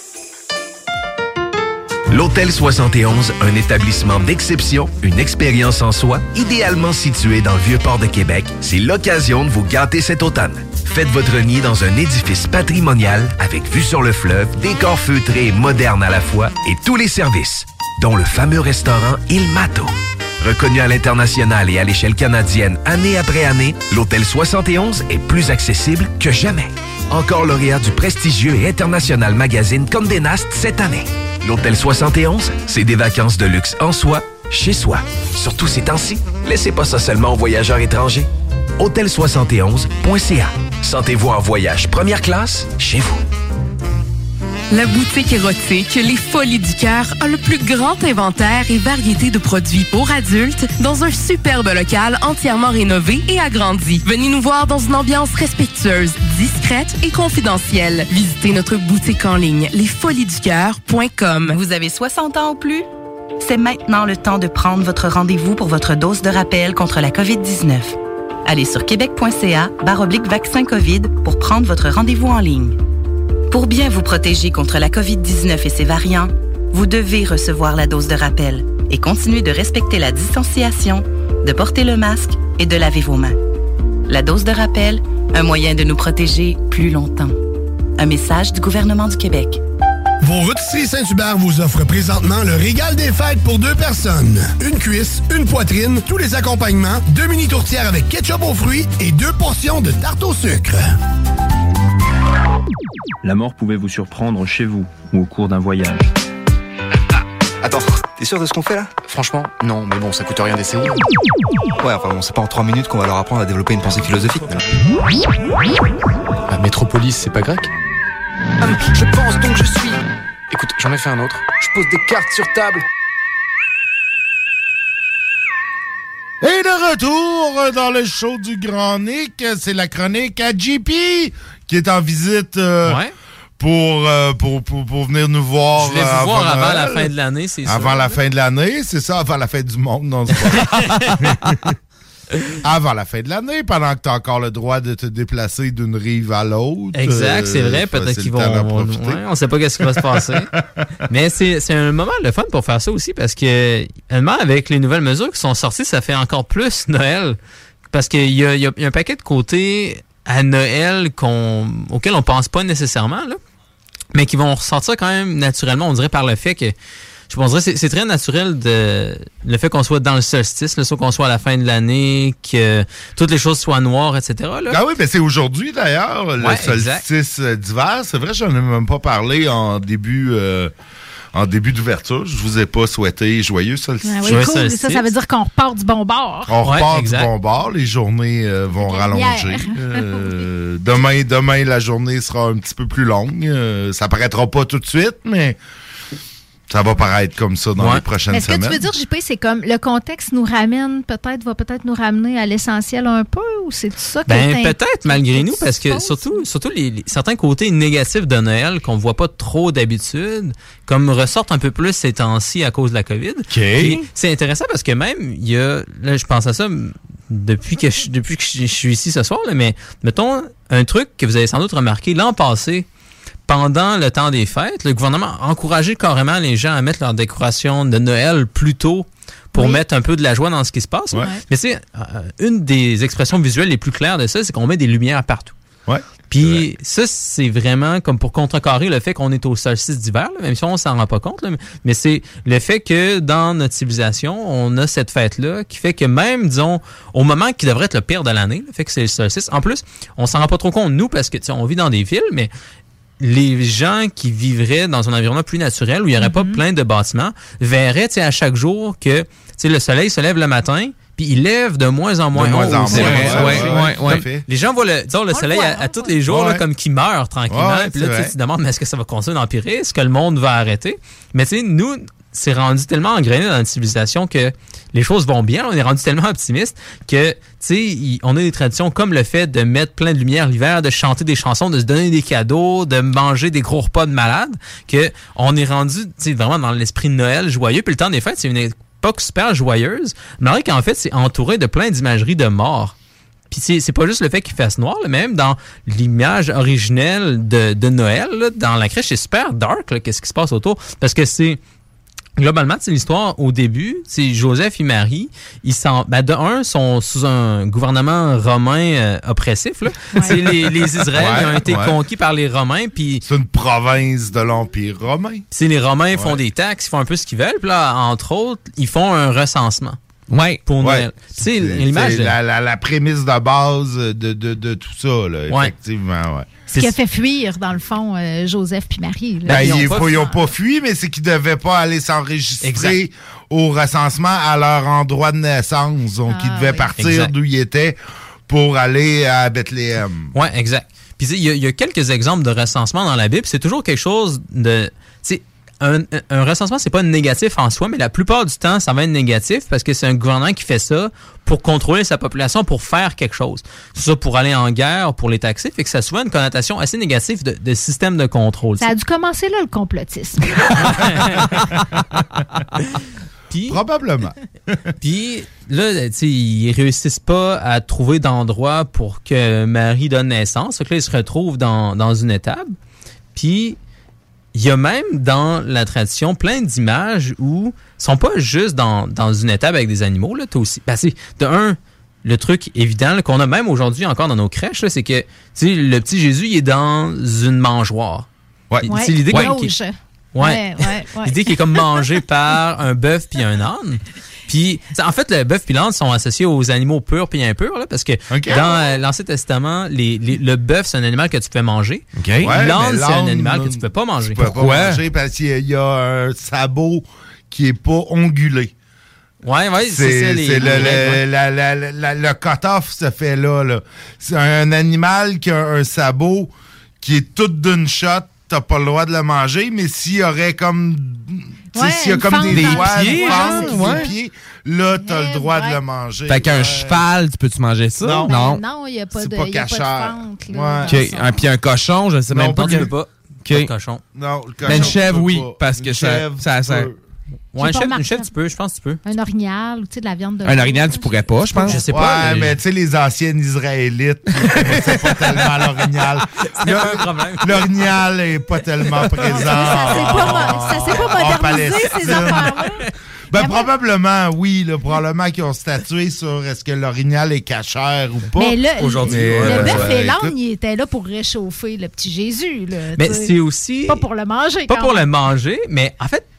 L'Hôtel soixante et onze, un établissement d'exception, une expérience en soi, idéalement situé dans le Vieux-Port de Québec, c'est l'occasion de vous gâter cet automne. Faites votre nid dans un édifice patrimonial avec vue sur le fleuve, décor feutré et moderne à la fois et tous les services, dont le fameux restaurant Il Mato. Reconnu à l'international et à l'échelle canadienne année après année, l'Hôtel soixante et onze est plus accessible que jamais. Encore lauréat du prestigieux et international magazine Condé Nast cette année. L'Hôtel soixante et onze, c'est des vacances de luxe en soi, chez soi. Surtout ces temps-ci, laissez pas ça seulement aux voyageurs étrangers. hôtel soixante et onze point c a. Sentez-vous en voyage première classe chez vous. La boutique érotique Les Folies du Cœur a le plus grand inventaire et variété de produits pour adultes dans un superbe local entièrement rénové et agrandi. Venez nous voir dans une ambiance respectueuse, discrète et confidentielle. Visitez notre boutique en ligne les folies du cœur point com. Vous avez soixante ans ou plus? C'est maintenant le temps de prendre votre rendez-vous pour votre dose de rappel contre la covid dix-neuf. Allez sur québec point c a barre oblique vaccin COVID pour prendre votre rendez-vous en ligne. Pour bien vous protéger contre la covid dix-neuf et ses variants, vous devez recevoir la dose de rappel et continuer de respecter la distanciation, de porter le masque et de laver vos mains. La dose de rappel, un moyen de nous protéger plus longtemps. Un message du gouvernement du Québec. Vos rôtisseries Saint-Hubert vous offrent présentement le régal des fêtes pour deux personnes. Une cuisse, une poitrine, tous les accompagnements, deux mini tourtières avec ketchup aux fruits et deux portions de tarte au sucre. La mort pouvait vous surprendre chez vous ou au cours d'un voyage. Ah, attends, t'es sûr de ce qu'on fait là? Franchement, non, mais bon, ça coûte rien d'essayer. Ouais, enfin bon, c'est pas en trois minutes qu'on va leur apprendre à développer une pensée philosophique. La métropolis, c'est pas grec? Hum, je pense donc je suis... Écoute, j'en ai fait un autre. Je pose des cartes sur table. Et de retour dans le show du Grand Nick, c'est la chronique à J P qui est en visite euh, ouais. pour, euh, pour, pour, pour venir nous voir. Je voulais vous euh, voir avant, avant la fin de l'année, c'est ça. Avant la fin de l'année, c'est ça, avant la fin du monde. Non, c'est pas avant la fin de l'année, pendant que tu as encore le droit de te déplacer d'une rive à l'autre. Exact, c'est vrai. Euh, peut-être qu'ils vont... On, ouais, on sait pas qu'est-ce qui va se passer. Mais c'est, c'est un moment de fun pour faire ça aussi parce que, finalement, avec les nouvelles mesures qui sont sorties, ça fait encore plus Noël. Parce qu'il y a, il y a, il y a un paquet de côtés à Noël qu'on, auxquels on pense pas nécessairement, là, mais qui vont ressortir quand même naturellement, on dirait, par le fait que je penserais c'est, c'est très naturel de le fait qu'on soit dans le solstice, le soit qu'on soit à la fin de l'année, que toutes les choses soient noires, et cetera. Là. Ah oui, mais c'est aujourd'hui d'ailleurs, le ouais, solstice exact. d'hiver. C'est vrai, j'en ai même pas parlé en début... Euh, En début d'ouverture, je vous ai pas souhaité joyeux solstice. Ah oui, cool. Solstice. Ça, ça veut dire qu'on repart du bon bord. On repart ouais, exact. du bon bord. Les journées euh, vont rallonger. Euh, demain, demain, la journée sera un petit peu plus longue. Euh, ça paraîtra pas tout de suite, mais ça va paraître comme ça dans ouais. les prochaines mais ce semaines. Ce que tu veux dire, J P, c'est comme le contexte nous ramène, peut-être, va peut-être nous ramener à l'essentiel un peu, ou c'est tout ça qui ben, est peut-être, malgré nous, parce que surtout, surtout les, les, certains côtés négatifs de Noël qu'on voit pas trop d'habitude, comme ressortent un peu plus ces temps-ci à cause de la COVID. Okay. C'est intéressant parce que même, il y a, là, je pense à ça depuis que je, depuis que je, je suis ici ce soir, là, mais mettons, un truc que vous avez sans doute remarqué l'an passé, pendant le temps des fêtes, le gouvernement a encouragé carrément les gens à mettre leur décoration de Noël plus tôt pour oui. mettre un peu de la joie dans ce qui se passe. Ouais. Mais c'est euh, une des expressions visuelles les plus claires de ça, c'est qu'on met des lumières partout. Ouais. Puis ça, c'est vraiment comme pour contrecarrer le fait qu'on est au solstice d'hiver, là, même si on s'en rend pas compte. Là, mais c'est le fait que dans notre civilisation, on a cette fête-là qui fait que même, disons, au moment qui devrait être le pire de l'année, le fait que c'est le solstice, en plus, on s'en rend pas trop compte, nous, parce que on vit dans des villes, mais les gens qui vivraient dans un environnement plus naturel où il n'y aurait mm-hmm. pas plein de bâtiments verraient à chaque jour que le soleil se lève le matin puis il lève de moins en moins. De moins haut, en moins. Ouais, ouais, ouais, ouais, ouais. Les gens voient le, disons, le soleil à, à tous les jours ouais. là, comme qui meurt tranquillement. Ouais, puis là, tu te demandes, mais est-ce que ça va continuer d'empirer? Est-ce que le monde va arrêter? Mais tu sais, nous, c'est rendu tellement engrainé dans notre civilisation que les choses vont bien. On est rendu tellement optimiste que, tu sais, on a des traditions comme le fait de mettre plein de lumière l'hiver, de chanter des chansons, de se donner des cadeaux, de manger des gros repas de malade, que on est rendu, tu sais, vraiment dans l'esprit de Noël joyeux. Puis le temps des fêtes, c'est une époque super joyeuse, mais qu'en fait, c'est entouré de plein d'imageries de mort. Puis c'est, c'est pas juste le fait qu'il fasse noir, là, même dans l'image originelle de, de Noël, là, dans la crèche, c'est super dark, là, qu'est-ce qui se passe autour. Parce que c'est globalement, c'est l'histoire au début, c'est Joseph et Marie, ils sont, ben de un, sont sous un gouvernement romain euh, oppressif, là. Ouais. C'est les, les Israéliens ouais, ont été ouais. conquis par les Romains, puis c'est une province de l'Empire romain. C'est les Romains ouais. font des taxes, ils font un peu ce qu'ils veulent, puis là, entre autres, ils font un recensement. Ouais. Pour Noël. Ouais. Tu sais, l'image. C'est la, la, la prémisse de base de, de, de tout ça, là. Ouais. Effectivement, ouais. Ce qui a fait fuir, dans le fond, euh, Joseph puis Marie. Là. Ben, ils n'ont pas, pas fui, mais c'est qu'ils ne devaient pas aller s'enregistrer exact. Au recensement à leur endroit de naissance. Donc, ah, ils devaient oui. partir exact. D'où ils étaient pour aller à Bethléem. Oui, exact. Puis, il y, y a quelques exemples de recensement dans la Bible. C'est toujours quelque chose de... Un, un recensement, c'est pas négatif en soi, mais la plupart du temps, ça va être négatif parce que c'est un gouvernement qui fait ça pour contrôler sa population, pour faire quelque chose. C'est ça pour aller en guerre, pour les taxer, fait que ça a souvent une connotation assez négative de, de système de contrôle. Ça t'sais. A dû commencer là, le complotisme. Puis, probablement. Puis là, tu sais, ils réussissent pas à trouver d'endroit pour que Marie donne naissance. Fait que là, ils se retrouvent dans, dans une étable. Puis il y a même dans la tradition plein d'images où ils sont pas juste dans, dans une étable avec des animaux. Là, t'as aussi, ben c'est, de un, le truc évident là, qu'on a même aujourd'hui encore dans nos crèches, là, c'est que le petit Jésus il est dans une mangeoire. Ouais. ouais. C'est l'idée ouais. qu'il est, ouais. Ouais, ouais, ouais. L'idée qu'il est comme mangé par un bœuf puis un âne. Puis, en fait, le bœuf et l'âne sont associés aux animaux purs puis impurs, là, parce que okay. dans euh, l'Ancien Testament, les, les, le bœuf, c'est un animal que tu peux manger. Okay. Ouais, l'âne, c'est un animal non, que tu peux pas manger. Tu peux Pourquoi? Pas manger parce qu'il y a, il y a un sabot qui est pas ongulé. Ouais, ouais, c'est, c'est ça. Les, c'est les, le, les, le, la, la, la, la, le cut-off se fait là, là. C'est un animal qui a un sabot qui est tout d'une shot. T'as pas le droit de le manger, mais s'il y aurait comme... Ouais, s'il y a comme des, des doigts, pieds, fentes, genre, ouais. des pieds, là, t'as yeah, le droit ouais. de le manger. Fait qu'un ouais. cheval, tu peux-tu manger ça? Non. Non, non, il n'y a pas c'est de, pas y a pas de fente. Là, ouais. Un, puis un cochon, je sais non, même pas. Non, tu peux pas. Okay. Pas de cochon. Non, le cochon. Mais une chèvre, oui, pas. parce que une ça, chèvre, ça sert. Ouais, une chèvre, une chèvre, tu peux, je pense que tu peux. Un orignal, tu sais, de la viande de... Un orignal, tu pourrais pas, je pense. Je sais ouais, pas. mais, mais tu sais, les anciens Israélites, c'est pas tellement l'orignal. C'est pas un problème. L'orignal est pas tellement présent. Ça s'est pas, ça s'est pas modernisé, ces affaires-là. Ben, mais probablement, moi... oui. Là, probablement qu'ils ont statué sur est-ce que l'orignal est cachère ou pas. Mais là, aujourd'hui. Le euh, bœuf et l'âne, écoute... il était là pour réchauffer le petit Jésus. Là, mais c'est aussi... Pas pour le manger. Pas quand pour même. le manger, mais en fait,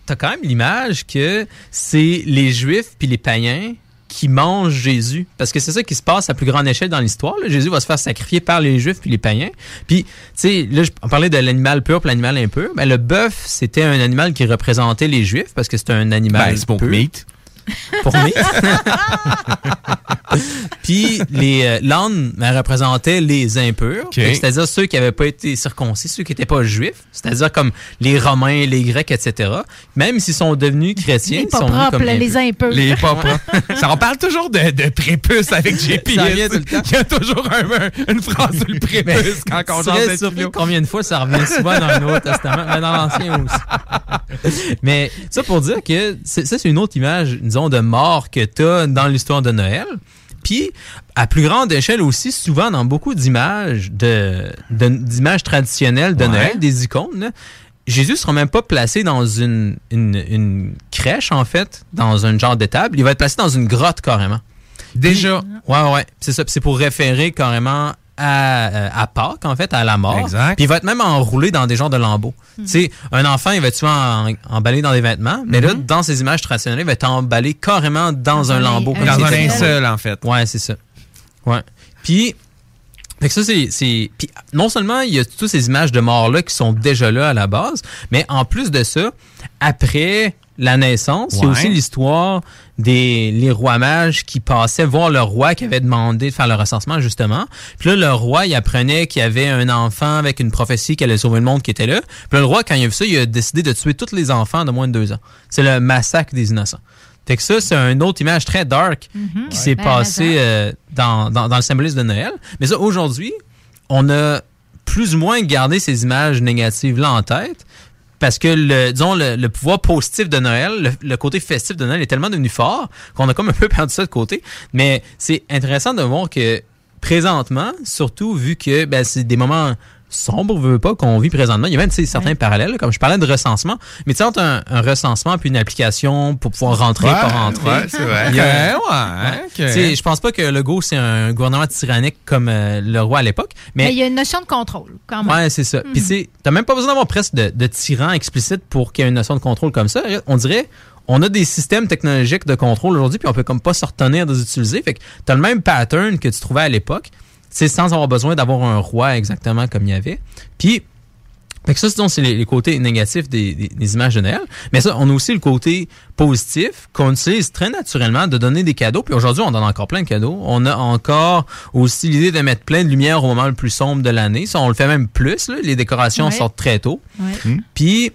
t'as quand même l'image que c'est les Juifs puis les païens qui mangent Jésus. Parce que c'est ça qui se passe à plus grande échelle dans l'histoire. Là. Jésus va se faire sacrifier par les Juifs puis les païens. Puis, tu sais, là, on parlait de l'animal pur puis l'animal impur. Ben, le bœuf, c'était un animal qui représentait les Juifs parce que c'était un animal ben, c'est pour pur. meat. Pour meat. Puis les euh, l'âne ben, représentait les impurs, okay. c'est-à-dire ceux qui n'avaient pas été circoncis, ceux qui n'étaient pas juifs, c'est-à-dire comme les Romains, les Grecs, et cetera. Même s'ils sont devenus chrétiens, les ils sont pas propres, comme les impurs. Les pas propres. Ça, on parle toujours de, de prépuce avec J P. Ça revient tout le temps. Il y a toujours un, un, une phrase sur le prépuce quand on change de surpris combien de fois ça revient souvent dans le Nouveau Testament, mais dans l'Ancien aussi. Mais ça pour dire que c'est, ça, c'est une autre image, disons, de mort que tu as dans l'histoire de Noël. Puis, à plus grande échelle aussi, souvent dans beaucoup d'images de, de d'images traditionnelles de ouais. Noël, des icônes, là, Jésus ne sera même pas placé dans une, une, une crèche, en fait, dans un genre d'étable. Il va être placé dans une grotte, carrément. Déjà? Puis, ouais, ouais. C'est ça. Puis c'est pour référer carrément à, à Pâques, en fait, à la mort. Exact. Puis il va être même enroulé dans des genres de lambeaux. Mm-hmm. Tu sais, un enfant, il va être souvent en, emballé dans des vêtements, mais mm-hmm. là, dans ces images traditionnelles, il va être emballé carrément dans, dans un lambeau. Un dans un linceul, en fait. Ouais, c'est ça. Ouais. Puis, fait que ça, c'est, c'est... Puis non seulement il y a toutes ces images de mort-là qui sont déjà là à la base, mais en plus de ça, après la naissance, ouais. il y a aussi l'histoire des les rois mages qui passaient voir le roi qui avait demandé de faire le recensement, justement. Puis là, le roi, il apprenait qu'il y avait un enfant avec une prophétie qui allait sauver le monde qui était là. Puis là, le roi, quand il a vu ça, il a décidé de tuer tous les enfants de moins de deux ans. C'est le massacre des innocents. Fait que ça, c'est une autre image très dark mm-hmm. qui ouais. s'est ben, passée euh, dans, dans, dans le symbolisme de Noël. Mais ça, aujourd'hui, on a plus ou moins gardé ces images négatives-là en tête. Parce que, le, disons, le, le pouvoir positif de Noël, le, le côté festif de Noël est tellement devenu fort qu'on a comme un peu perdu ça de côté. Mais c'est intéressant de voir que, présentement, surtout vu que ben, c'est des moments sombres, veut pas, qu'on vit présentement, il y a même certains ouais. parallèles, comme je parlais de recensement, mais tu sais, entre un, un recensement puis une application pour pouvoir rentrer, ouais, pas rentrer. Ouais, c'est vrai. Il y a, ouais, ouais. Okay. Tu sais, je pense pas que Legault, c'est un gouvernement tyrannique comme euh, le roi à l'époque. Mais, mais il y a une notion de contrôle, quand même. Ouais, c'est ça. Mm-hmm. Puis tu sais, t'as même pas besoin d'avoir presque de, de tyran explicite pour qu'il y ait une notion de contrôle comme ça. On dirait, on a des systèmes technologiques de contrôle aujourd'hui, puis on peut comme pas se retenir de les utiliser. Fait que t'as le même pattern que tu trouvais à l'époque. C'est sans avoir besoin d'avoir un roi exactement comme il y avait. Puis, fait que ça, sinon, c'est les, les côtés négatifs des, des, des images de Noël. Mais ça, on a aussi le côté positif qu'on utilise très naturellement de donner des cadeaux. Puis aujourd'hui, on donne encore plein de cadeaux. On a encore aussi l'idée de mettre plein de lumière au moment le plus sombre de l'année. Ça, on le fait même plus. Là. Les décorations ouais. sortent très tôt. Ouais. Mmh. Puis,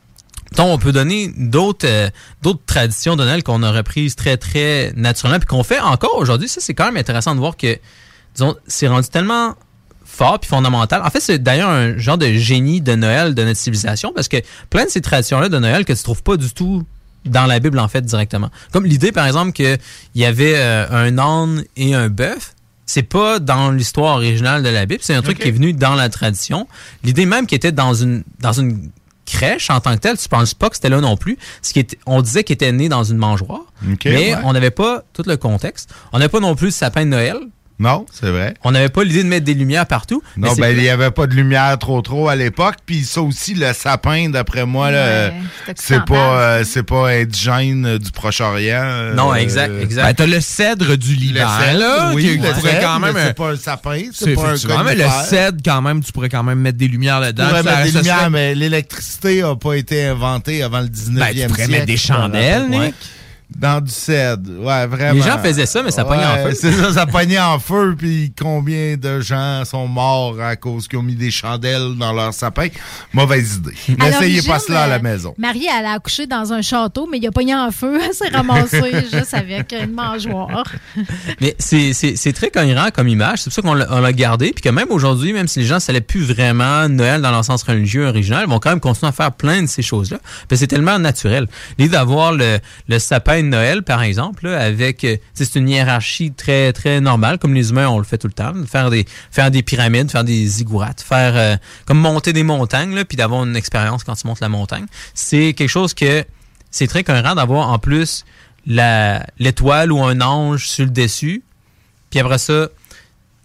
on peut donner d'autres euh, d'autres traditions de Noël qu'on a reprises très, très naturellement puis qu'on fait encore aujourd'hui. Ça, c'est quand même intéressant de voir que disons, c'est rendu tellement fort puis fondamental. En fait, c'est d'ailleurs un genre de génie de Noël de notre civilisation parce que plein de ces traditions-là de Noël que tu trouves pas du tout dans la Bible, en fait, directement. Comme l'idée, par exemple, qu'il y avait euh, un âne et un bœuf. C'est pas dans l'histoire originale de la Bible. C'est un truc okay. qui est venu dans la tradition. L'idée même qui était dans une dans une crèche en tant que telle, tu penses pas que c'était là non plus. Ce qui était, on disait qu'il était né dans une mangeoire, okay, mais ouais. on n'avait pas tout le contexte. On n'avait pas non plus le sapin de Noël. Non, c'est vrai. On n'avait pas l'idée de mettre des lumières partout. Non, ben, il n'y avait pas de lumière trop trop à l'époque. Puis ça aussi, le sapin, d'après moi, ouais, là, c'est pas euh, c'est pas indigène euh, du Proche-Orient. Euh, non, exact, exact. Ben, t'as le cèdre du Liban, là, oui, qui le pourrait cèdre, quand même... c'est pas un sapin, c'est, c'est pas un conifère. Mais le cèdre, quand même, tu pourrais quand même mettre des lumières là-dedans. Tu pourrais mettre des lumières, serait... mais l'électricité n'a pas été inventée avant le dix-neuvième siècle. Ben, tu pourrais mettre des chandelles, Nick. Dans du cèdre, ouais, vraiment. Les gens faisaient ça, mais ça pognait ouais, en feu. C'est ça, ça pognait en feu, puis combien de gens sont morts à cause qu'ils ont mis des chandelles dans leur sapin? Mauvaise idée. N'essayez pas cela à la maison. Marie, elle a accouché dans un château, mais il a pogné en feu, elle s'est ramassée juste avec une mangeoire. Mais c'est, c'est, c'est très cohérent comme image, c'est pour ça qu'on l'a, on l'a gardé, puis que même aujourd'hui, même si les gens ne savaient plus vraiment Noël dans leur sens religieux original, ils vont quand même continuer à faire plein de ces choses-là, parce que c'est tellement naturel. L'idée d'avoir le, le sapin de Noël, par exemple, là, avec, c'est une hiérarchie très, très normale, comme les humains, on le fait tout le temps, faire des, faire des pyramides, faire des ziggourats, faire, euh, comme monter des montagnes, là, puis d'avoir une expérience quand tu montes la montagne. C'est quelque chose que, c'est très cohérent d'avoir, en plus, la, l'étoile ou un ange sur le dessus, puis après ça,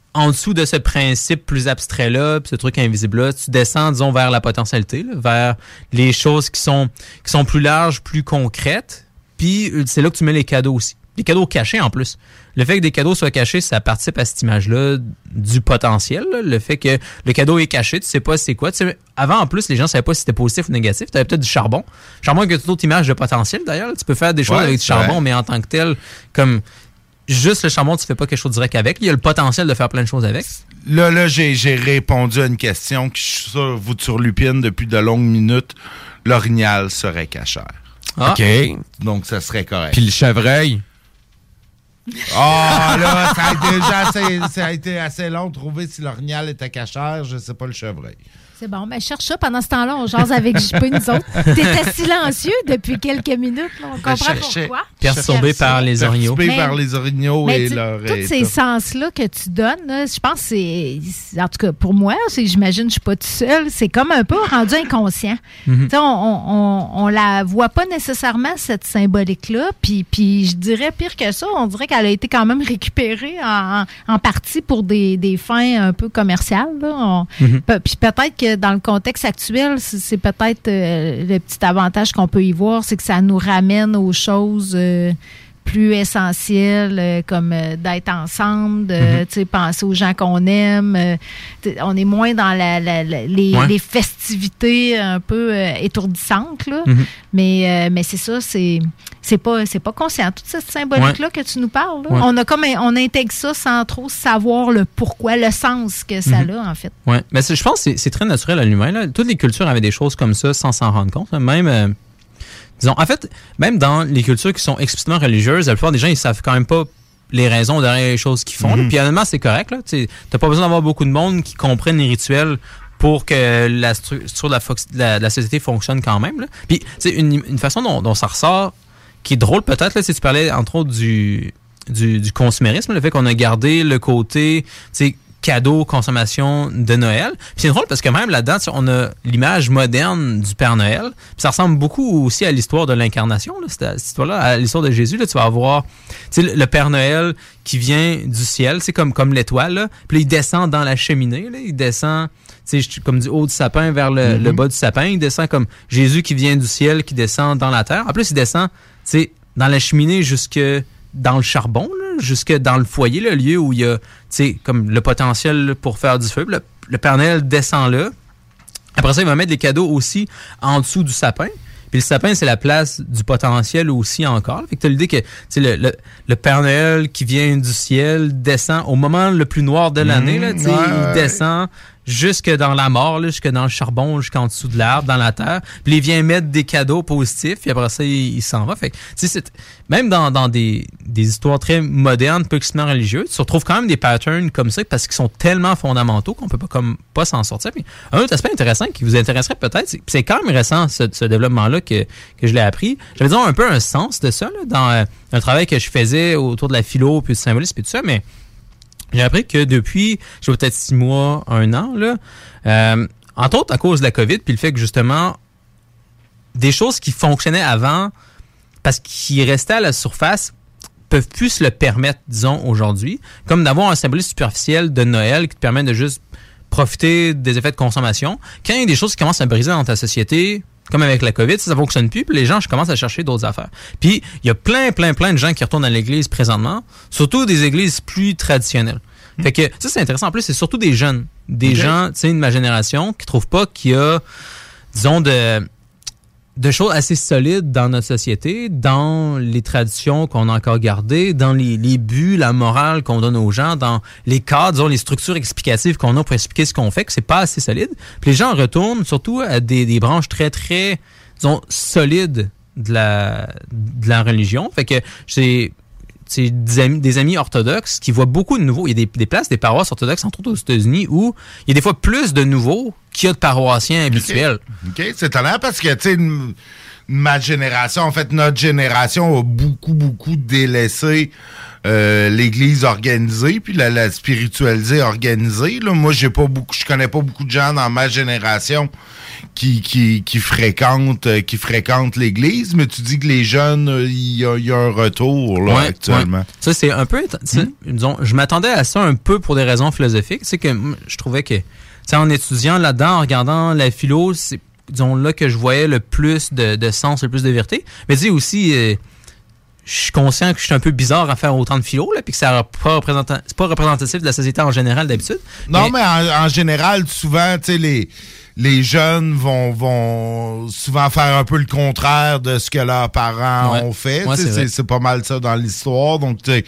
en dessous de ce principe plus abstrait-là, puis ce truc invisible-là, tu descends, disons, vers la potentialité, là, vers les choses qui sont, qui sont plus larges, plus concrètes. Puis c'est là que tu mets les cadeaux aussi. Les cadeaux cachés en plus. Le fait que des cadeaux soient cachés, ça participe à cette image-là du potentiel. Là. Le fait que le cadeau est caché, tu sais pas c'est quoi. Tu sais, avant, en plus, les gens savaient pas si c'était positif ou négatif. Tu avais peut-être du charbon. Charbon avec toute autre image de potentiel, d'ailleurs. Tu peux faire des choses ouais, avec du charbon, vrai. mais en tant que tel, comme juste le charbon, tu fais pas quelque chose direct avec. Il y a le potentiel de faire plein de choses avec. Là, là j'ai, j'ai répondu à une question que je suis sûr vous turlupine depuis de longues minutes. L'orignal serait cachère. Ah. OK. Donc, ça serait correct. Puis le chevreuil? Ah, oh, là, ça a, déjà assez, ça a été assez long de trouver si l'orignal était cachère. Je sais pas le chevreuil. C'est bon, mais cherche ça. Pendant ce temps-là, on jase avec J P, nous autres. T'étais silencieux depuis quelques minutes. Là. On comprend pourquoi. Perturbé par les orignaux. Perturbé par les orignaux et leur... Tous ces sens-là que tu donnes, là, je pense que c'est... En tout cas, pour moi, c'est, j'imagine que je suis pas tout seul, c'est comme un peu rendu inconscient. Mm-hmm. On, on, on la voit pas nécessairement, cette symbolique-là. Puis, puis je dirais pire que ça, on dirait qu'elle a été quand même récupérée en, en partie pour des, des fins un peu commerciales. Là. On, mm-hmm. pe- puis peut-être que dans le contexte actuel, c'est, c'est peut-être euh, le petit avantage qu'on peut y voir, c'est que ça nous ramène aux choses euh, plus essentielles, euh, comme euh, d'être ensemble, de mm-hmm. tu sais, penser aux gens qu'on aime. Euh, on est moins dans la, la, la, les, ouais. les festivités un peu euh, étourdissantes, là. Mm-hmm. Mais, euh, mais c'est ça, c'est... C'est pas, c'est pas conscient. Toute cette symbolique-là ouais. que tu nous parles, là, ouais. on a comme on intègre ça sans trop savoir le pourquoi, le sens que ça mm-hmm. a, en fait. Oui, mais je pense que c'est, c'est très naturel à l'humain. Là. Toutes les cultures avaient des choses comme ça sans s'en rendre compte. Là. Même, euh, disons, en fait, même dans les cultures qui sont explicitement religieuses, la plupart des gens, ils savent quand même pas les raisons derrière les choses qu'ils font. Mm-hmm. Puis honnêtement, c'est correct. Tu n'as pas besoin d'avoir beaucoup de monde qui comprennent les rituels pour que la structure de la, fo- de la, de la société fonctionne quand même. Là. Puis, une, une façon dont, dont ça ressort, qui est drôle peut-être, là, si tu parlais entre autres du, du, du consumérisme, le fait qu'on a gardé le côté cadeau, consommation de Noël. Puis c'est drôle parce que même là-dedans, on a l'image moderne du Père Noël. Puis ça ressemble beaucoup aussi à l'histoire de l'incarnation. Là, cette, cette histoire-là, à l'histoire de Jésus, là, tu vas avoir le, le Père Noël qui vient du ciel, c'est comme, comme l'étoile. Là. Puis là, il descend dans la cheminée. Là, il descend comme du haut du sapin vers le, mm-hmm. le bas du sapin. Il descend comme Jésus qui vient du ciel, qui descend dans la terre. En plus, il descend dans la cheminée jusque dans le charbon, là, jusque dans le foyer, le lieu où il y a comme le potentiel pour faire du feu. Le, le Père Noël descend là. Après ça, il va mettre des cadeaux aussi en dessous du sapin. Puis le sapin, c'est la place du potentiel aussi encore. Fait que tu as l'idée que le, le, le Père Noël qui vient du ciel descend au moment le plus noir de l'année. Mmh, là, ouais, il ouais. descend jusque dans la mort, là, jusque dans le charbon, jusqu'en dessous de l'arbre, dans la terre. Puis il vient mettre des cadeaux positifs, puis après ça, il, il s'en va. Fait que, c'est, même dans, dans des, des histoires très modernes, peu extrêmement religieuses, tu retrouves quand même des patterns comme ça, parce qu'ils sont tellement fondamentaux qu'on peut pas, comme, pas s'en sortir. Puis, un autre aspect intéressant qui vous intéresserait peut-être, c'est, c'est quand même récent, ce, ce développement-là, que, que je l'ai appris. J'avais disons un peu un sens de ça, là, dans euh, un travail que je faisais autour de la philo, puis du symbolisme, puis tout ça, mais j'ai appris que depuis, je sais peut-être six mois, un an, là, euh, entre autres à cause de la COVID, puis le fait que justement, des choses qui fonctionnaient avant, parce qu'ils restaient à la surface, peuvent plus se le permettre, disons, aujourd'hui, comme d'avoir un symbolisme superficiel de Noël qui te permet de juste profiter des effets de consommation. Quand il y a des choses qui commencent à briser dans ta société, comme avec la COVID, ça ne fonctionne plus, puis les gens commencent à chercher d'autres affaires. Puis, il y a plein, plein, plein de gens qui retournent à l'église présentement, surtout des églises plus traditionnelles. Mmh. Fait que, ça, c'est intéressant. En plus, c'est surtout des jeunes, des okay. gens, tu sais, de ma génération, qui trouvent pas qu'il y a, disons, de, de choses assez solides dans notre société, dans les traditions qu'on a encore gardées, dans les, les buts, la morale qu'on donne aux gens, dans les cadres, disons, les structures explicatives qu'on a pour expliquer ce qu'on fait, que c'est pas assez solide. Puis les gens retournent surtout à des, des branches très, très, disons, solides de la, de la religion. Fait que c'est, c'est des amis, des amis orthodoxes qui voient beaucoup de nouveaux. Il y a des, des places, des paroisses orthodoxes, entre autres aux États-Unis, où il y a des fois plus de nouveaux qu'il y a de paroissiens habituels. OK, okay. C'est étonnant parce que, tu sais, ma génération, en fait, notre génération a beaucoup, beaucoup délaissé euh, l'Église organisée, puis la, la spiritualisée organisée. Là, moi, j'ai pas beaucoup, je connais pas beaucoup de gens dans ma génération qui qui qui fréquentent euh, qui fréquentent l'Église, mais tu dis que les jeunes, il y, y a un retour là, ouais, actuellement. Ouais. Ça, c'est un peu... Mm. Disons, je m'attendais à ça un peu pour des raisons philosophiques. C'est que je trouvais que, en étudiant là-dedans, en regardant la philo, c'est, disons, là que je voyais le plus de, de sens, le plus de vérité. Mais tu sais, aussi... Euh, je suis conscient que je suis un peu bizarre à faire autant de philo, là, puis que ça pas représenta- c'est pas représentatif de la société en général d'habitude. Non, mais, mais en, en général, souvent, tu sais, les, les jeunes vont, vont souvent faire un peu le contraire de ce que leurs parents ouais. ont fait. Ouais, c'est, c'est, c'est pas mal ça dans l'histoire. Donc, tu sais,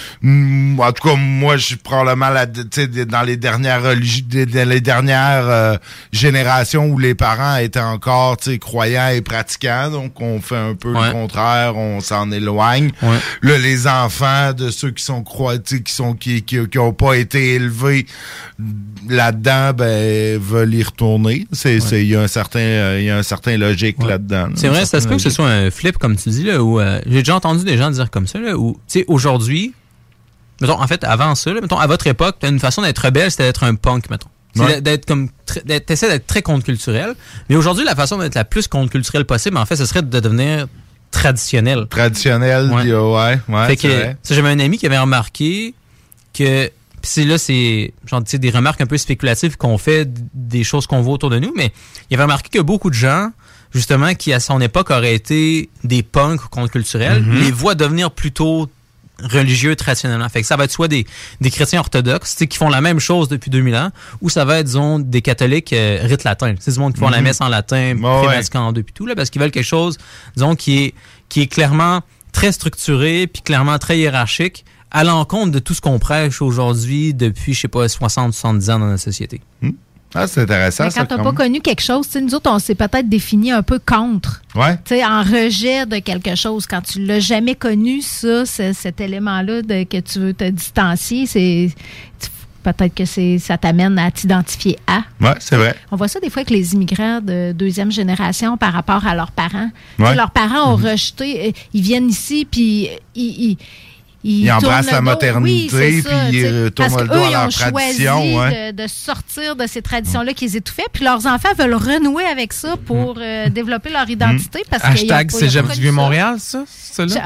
mm, en tout cas, moi, je suis probablement la, dans les dernières religi- dans les dernières euh, générations où les parents étaient encore croyants et pratiquants. Donc, on fait un peu ouais. le contraire, on s'en éloigne. Ouais. Là, les enfants de ceux qui sont croyants, qui sont qui, qui, qui ont pas été élevés là-dedans, ben veulent y retourner. C'est, ouais. c'est, il y a un certain, euh, il y a un certain logique ouais. là-dedans. Là, c'est vrai, ça se peut que ce soit un flip, comme tu dis, là, où euh, j'ai déjà entendu des gens dire comme ça, là, où, tu sais, aujourd'hui, mettons, en fait, avant ça, là, mettons, à votre époque, t'as une façon d'être rebelle, c'était d'être un punk, mettons. C'est ouais. d'être comme, d'être, t'essaies d'être très contre-culturel. Mais aujourd'hui, la façon d'être la plus contre-culturelle possible, en fait, ce serait de devenir traditionnel. Traditionnel, ouais, ouais, ouais fait que, ça, j'avais un ami qui avait remarqué que, puis c'est là, c'est genre, tu sais, des remarques un peu spéculatives qu'on fait des choses qu'on voit autour de nous, mais il avait remarqué que beaucoup de gens, justement, qui à son époque auraient été des punks contre-culturels, mm-hmm. les voient devenir plutôt religieux traditionnellement. Fait que ça va être soit des, des chrétiens orthodoxes, tu sais, qui font la même chose depuis deux mille ans, ou ça va être, disons, des catholiques euh, rite latin. C'est du monde qui font mm-hmm. la messe en latin, oh, pré-vatican en deux, puis tout, là, parce qu'ils veulent quelque chose, disons, qui est, qui est clairement très structuré, puis clairement très hiérarchique, à l'encontre de tout ce qu'on prêche aujourd'hui depuis, je sais pas, soixante soixante-dix ans dans la société. Mmh. Ah, c'est intéressant. Mais quand tu n'as pas connu quelque chose, nous autres, on s'est peut-être défini un peu contre. Ouais. Tu sais, en rejet de quelque chose. Quand tu l'as jamais connu, ça, c'est, cet élément-là de, que tu veux te distancier, c'est... Peut-être que c'est, ça t'amène à t'identifier à. Oui, c'est vrai. On voit ça des fois avec les immigrants de deuxième génération par rapport à leurs parents. Ouais. Leurs parents ont mmh. rejeté, ils viennent ici, puis ils... ils Ils, ils embrassent la maternité, oui, puis ils tournent le dos à leur tradition. Parce qu'eux, ils ont choisi ouais. de, de sortir de ces traditions-là qu'ils étouffaient, puis leurs enfants veulent renouer avec ça pour mmh. euh, développer leur identité. Parce Hashtag Cégep du Vieux-Montréal, ça? ça là?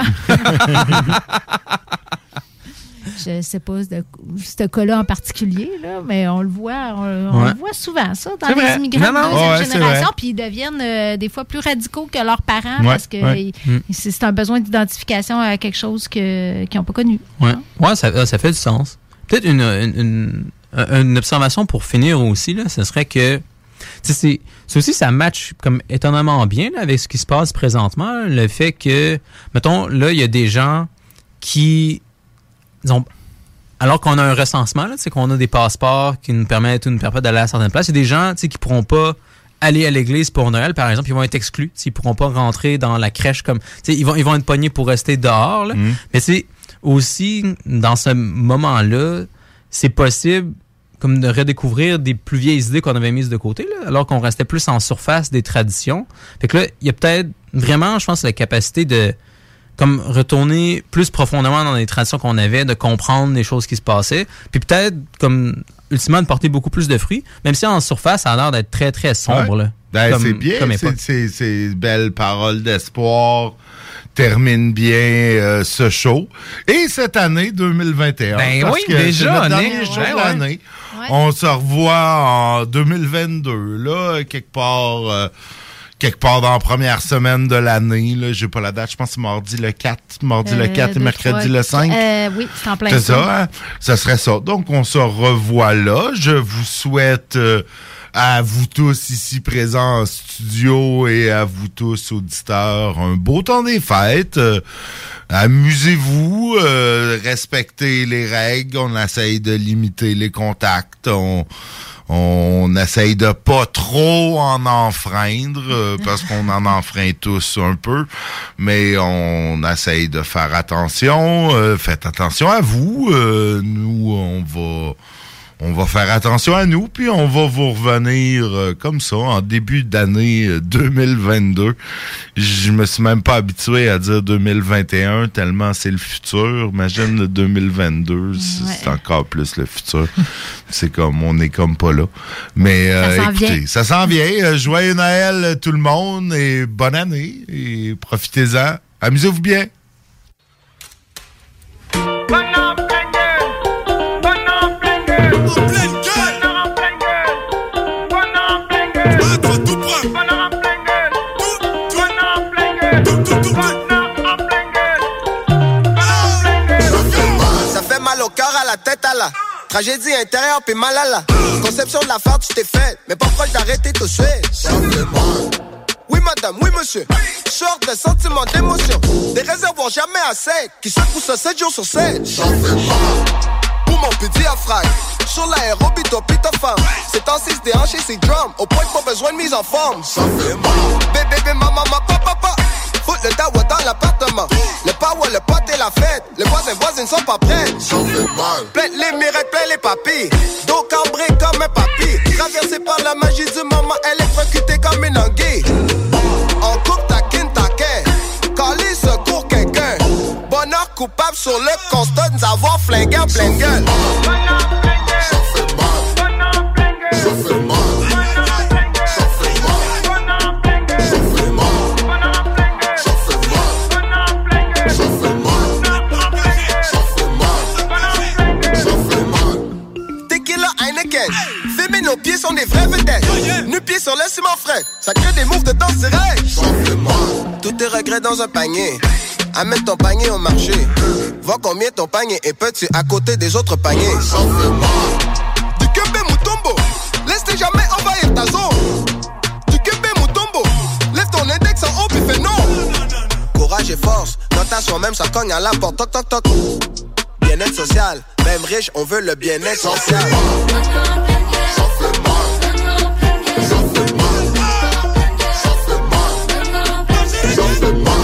Je ne sais pas de ce cas-là en particulier, là, mais on le voit, on, on ouais. le voit souvent, ça, dans c'est les vrai. immigrants non, non. de deuxième ouais, génération, puis ils deviennent euh, des fois plus radicaux que leurs parents ouais, parce que ouais. ils, mm. c'est, c'est un besoin d'identification à quelque chose que, qu'ils n'ont pas connu. Oui, ouais, ça, ça fait du sens. Peut-être une, une, une, une observation pour finir aussi, là, ce serait que c'est, c'est aussi, ça match comme étonnamment bien là, avec ce qui se passe présentement. Le fait que, mettons, là, il y a des gens qui, disons, alors qu'on a un recensement, là, qu'on a des passeports qui nous permettent ou nous permettent d'aller à certaines places, il y a des gens qui ne pourront pas aller à l'église pour Noël, par exemple, ils vont être exclus. Ils ne pourront pas rentrer dans la crèche comme. Ils vont, ils vont être pognés pour rester dehors. Là. Mmh. Mais c'est aussi, dans ce moment-là, c'est possible comme de redécouvrir des plus vieilles idées qu'on avait mises de côté, là, alors qu'on restait plus en surface des traditions. Fait que là, il y a peut-être vraiment, je pense, la capacité de comme retourner plus profondément dans les traditions qu'on avait, de comprendre les choses qui se passaient, puis peut-être, comme, ultimement, de porter beaucoup plus de fruits, même si en surface, ça a l'air d'être très, très sombre, ouais. là. Ben, comme, c'est bien, comme c'est, c'est, c'est belles paroles d'espoir, termine bien euh, ce show. Et cette année, deux mille vingt et un, ben parce oui, que déjà, c'est le dernier ouais, show ouais, de l'année. Ouais. On se revoit en deux mille vingt-deux, là, quelque part... Euh, quelque part dans la première semaine de l'année, là, j'ai pas la date, je pense que c'est mardi le quatre, mardi euh, le quatre et mercredi le cinq. Euh, oui, c'est en plein C'est ça, hein? Ça serait ça. Donc, on se revoit là. Je vous souhaite euh, à vous tous ici présents en studio et à vous tous auditeurs un beau temps des fêtes. Euh, amusez-vous, euh, respectez les règles, on essaye de limiter les contacts, on... On essaye de pas trop en enfreindre, euh, parce qu'on en enfreint tous un peu, mais on essaye de faire attention. Euh, faites attention à vous. Euh, nous, on va on va faire attention à nous, puis on va vous revenir euh, comme ça, en début d'année euh, deux mille vingt-deux. Je me suis même pas habitué à dire deux mille vingt et un, tellement c'est le futur. Imagine le deux mille vingt-deux, c'est, ouais. c'est encore plus le futur. C'est comme, on est comme pas là. Mais euh, ça écoutez, vient. ça s'en vient. Euh, joyeux Noël tout le monde et bonne année. Et profitez-en. Amusez-vous bien. Ça fait mal au cœur, à la tête, à la tragédie intérieure, puis mal à la conception de l'affaire, tu t'es fait, mais pas proche d'arrêter tout de suite. Oui madame, oui monsieur, sort de sentiments, d'émotions, des réservoirs jamais assez, qui secouent ça sept jours sur sept. Pour mon petit diaphragme, sur l'aérobie, toi pis ta femme, c'est temps six déhanché, c'est drum, au point que pas besoin de mise en forme. Ça fait mal. Bébé, bébé, maman, papa, papa, fout le dawa dans l'appartement, le power, le pote et la fête, les voisins, voisines sont pas prêts. Ça fait mal. Plein les mirettes, plein les papilles, dos cambré comme un papy, traversé par la magie du moment, électrocutée comme une anguille. On coupe ta kin taquin, calé secours quelqu'un. Bonheur coupable sur le constat de nous avoir flingué en pleine gueule. Ça fait mal. Ça fait mal. Ça fait mal. Ça fait mal. Ça fait mal. Ça fait mal. Ça fait mal. Tequila Heineken, filmer nos pieds sont des vrais vedettes. Nu pieds sur le ciment frais, ça crée des moves de danse direct. Ça fait mal. Tous tes regrets dans un panier. Amène ton panier au marché. Vois combien ton panier est petit à côté des autres paniers. Ça fait mal. Du Kébé Mutombo, laisse-les jamais envahir ta zone. Du Kébé Mutombo, lève ton index en haut puis fais non. Courage et force, dans ta soi-même ça cogne à la porte. Toc toc toc. Bien-être social, même riche on veut le bien-être social. Ça fait mal. Ça fait mal. Ça fait mal. Ça fait mal.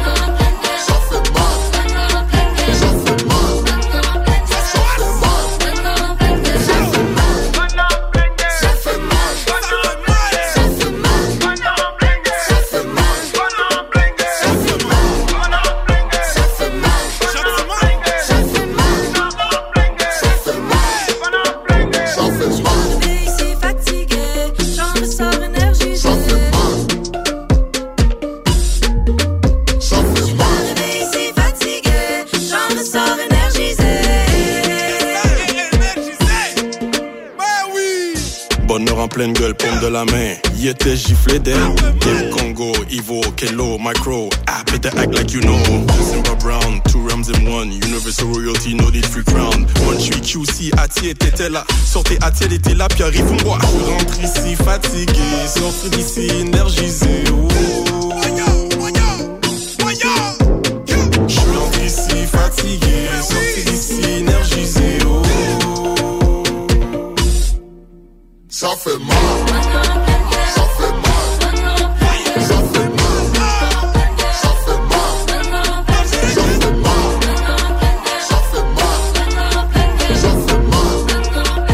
En pleine gueule, paume de la main, y était giflé d'elle. Game Congo, Evo, Kelo, Micro, ah, better act like you know. December Brown, two rams in one, Universal Royalty, no need free crown. One, je suis Q C, Ati était là, sortez Ati, elle était là, puis arrive moi. Je rentre ici fatigué, sorti d'ici énergisé. Oh. Je rentre ici fatigué, sorti d'ici énergisé. Oh. Ça fait mal. Ça fait mal. Ça fait mal. Ça fait mal. Ça fait mal. Ça fait mal. Ça fait mal.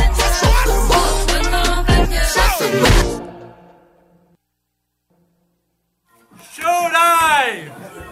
Ça fait mal. Show live.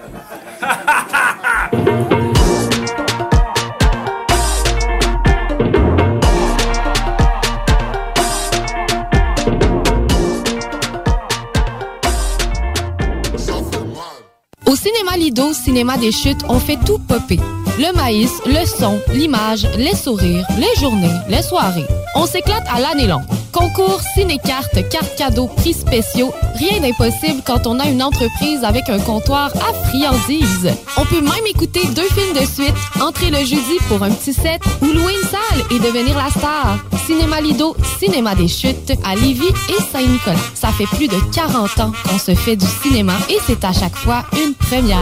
Au Cinéma Lido, Cinéma des Chutes, on fait tout popper. Le maïs, le son, l'image, les sourires, les journées, les soirées. On s'éclate à l'année longue. Concours, ciné-cartes, cartes cadeaux, prix spéciaux, rien d'impossible quand on a une entreprise avec un comptoir à friandises. On peut même écouter deux films de suite, entrer le jeudi pour un petit set ou louer une salle et devenir la star. Cinéma Lido, Cinéma des Chutes, à Lévis et Saint-Nicolas. Ça fait plus de quarante ans qu'on se fait du cinéma et c'est à chaque fois une première.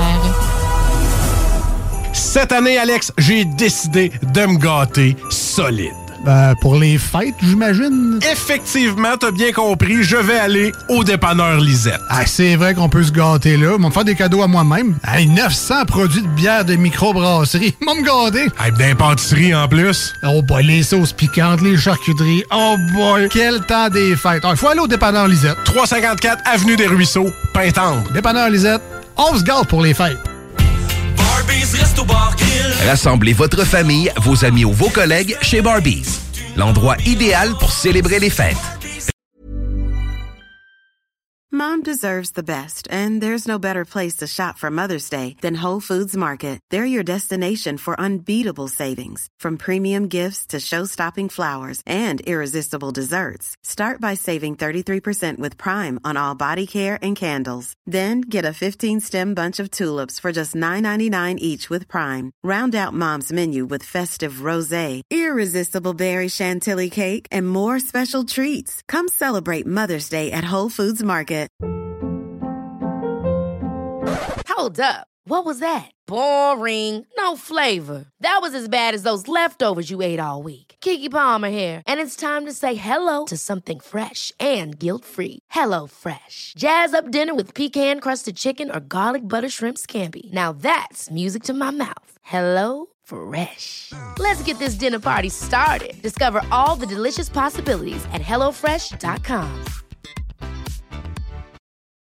Cette année, Alex, j'ai décidé de me gâter solide. Ben, pour les fêtes, j'imagine. Effectivement, t'as bien compris, je vais aller au dépanneur Lisette. Ah, c'est vrai qu'on peut se gâter là. Ils vont me faire des cadeaux à moi-même. Hey, neuf cents produits de bière de microbrasserie. Ils vont me gâter. Hey, d'impantisserie en plus. Oh boy, les sauces piquantes, les charcuteries. Oh boy, quel temps des fêtes. Il faut aller au dépanneur Lisette. trois cent cinquante-quatre Avenue des Ruisseaux, Pintendre. Dépanneur Lisette, on se gâte pour les fêtes. Rassemblez votre famille, vos amis ou vos collègues chez Barbies. L'endroit idéal pour célébrer les fêtes. Mom deserves the best, and there's no better place to shop for Mother's Day than Whole Foods Market. They're your destination for unbeatable savings, from premium gifts to show-stopping flowers and irresistible desserts. Start by saving thirty-three percent with Prime on all body care and candles. Then get a fifteen-stem bunch of tulips for just nine ninety-nine each with Prime. Round out Mom's menu with festive rosé, irresistible berry chantilly cake, and more special treats. Come celebrate Mother's Day at Whole Foods Market. Hold up. What was that? Boring. No flavor. That was as bad as those leftovers you ate all week. Keke Palmer here, and it's time to say hello to something fresh and guilt-free. Hello Fresh. Jazz up dinner with pecan-crusted chicken or garlic butter shrimp scampi. Now that's music to my mouth. Hello Fresh. Let's get this dinner party started. Discover all the delicious possibilities at hello fresh dot com.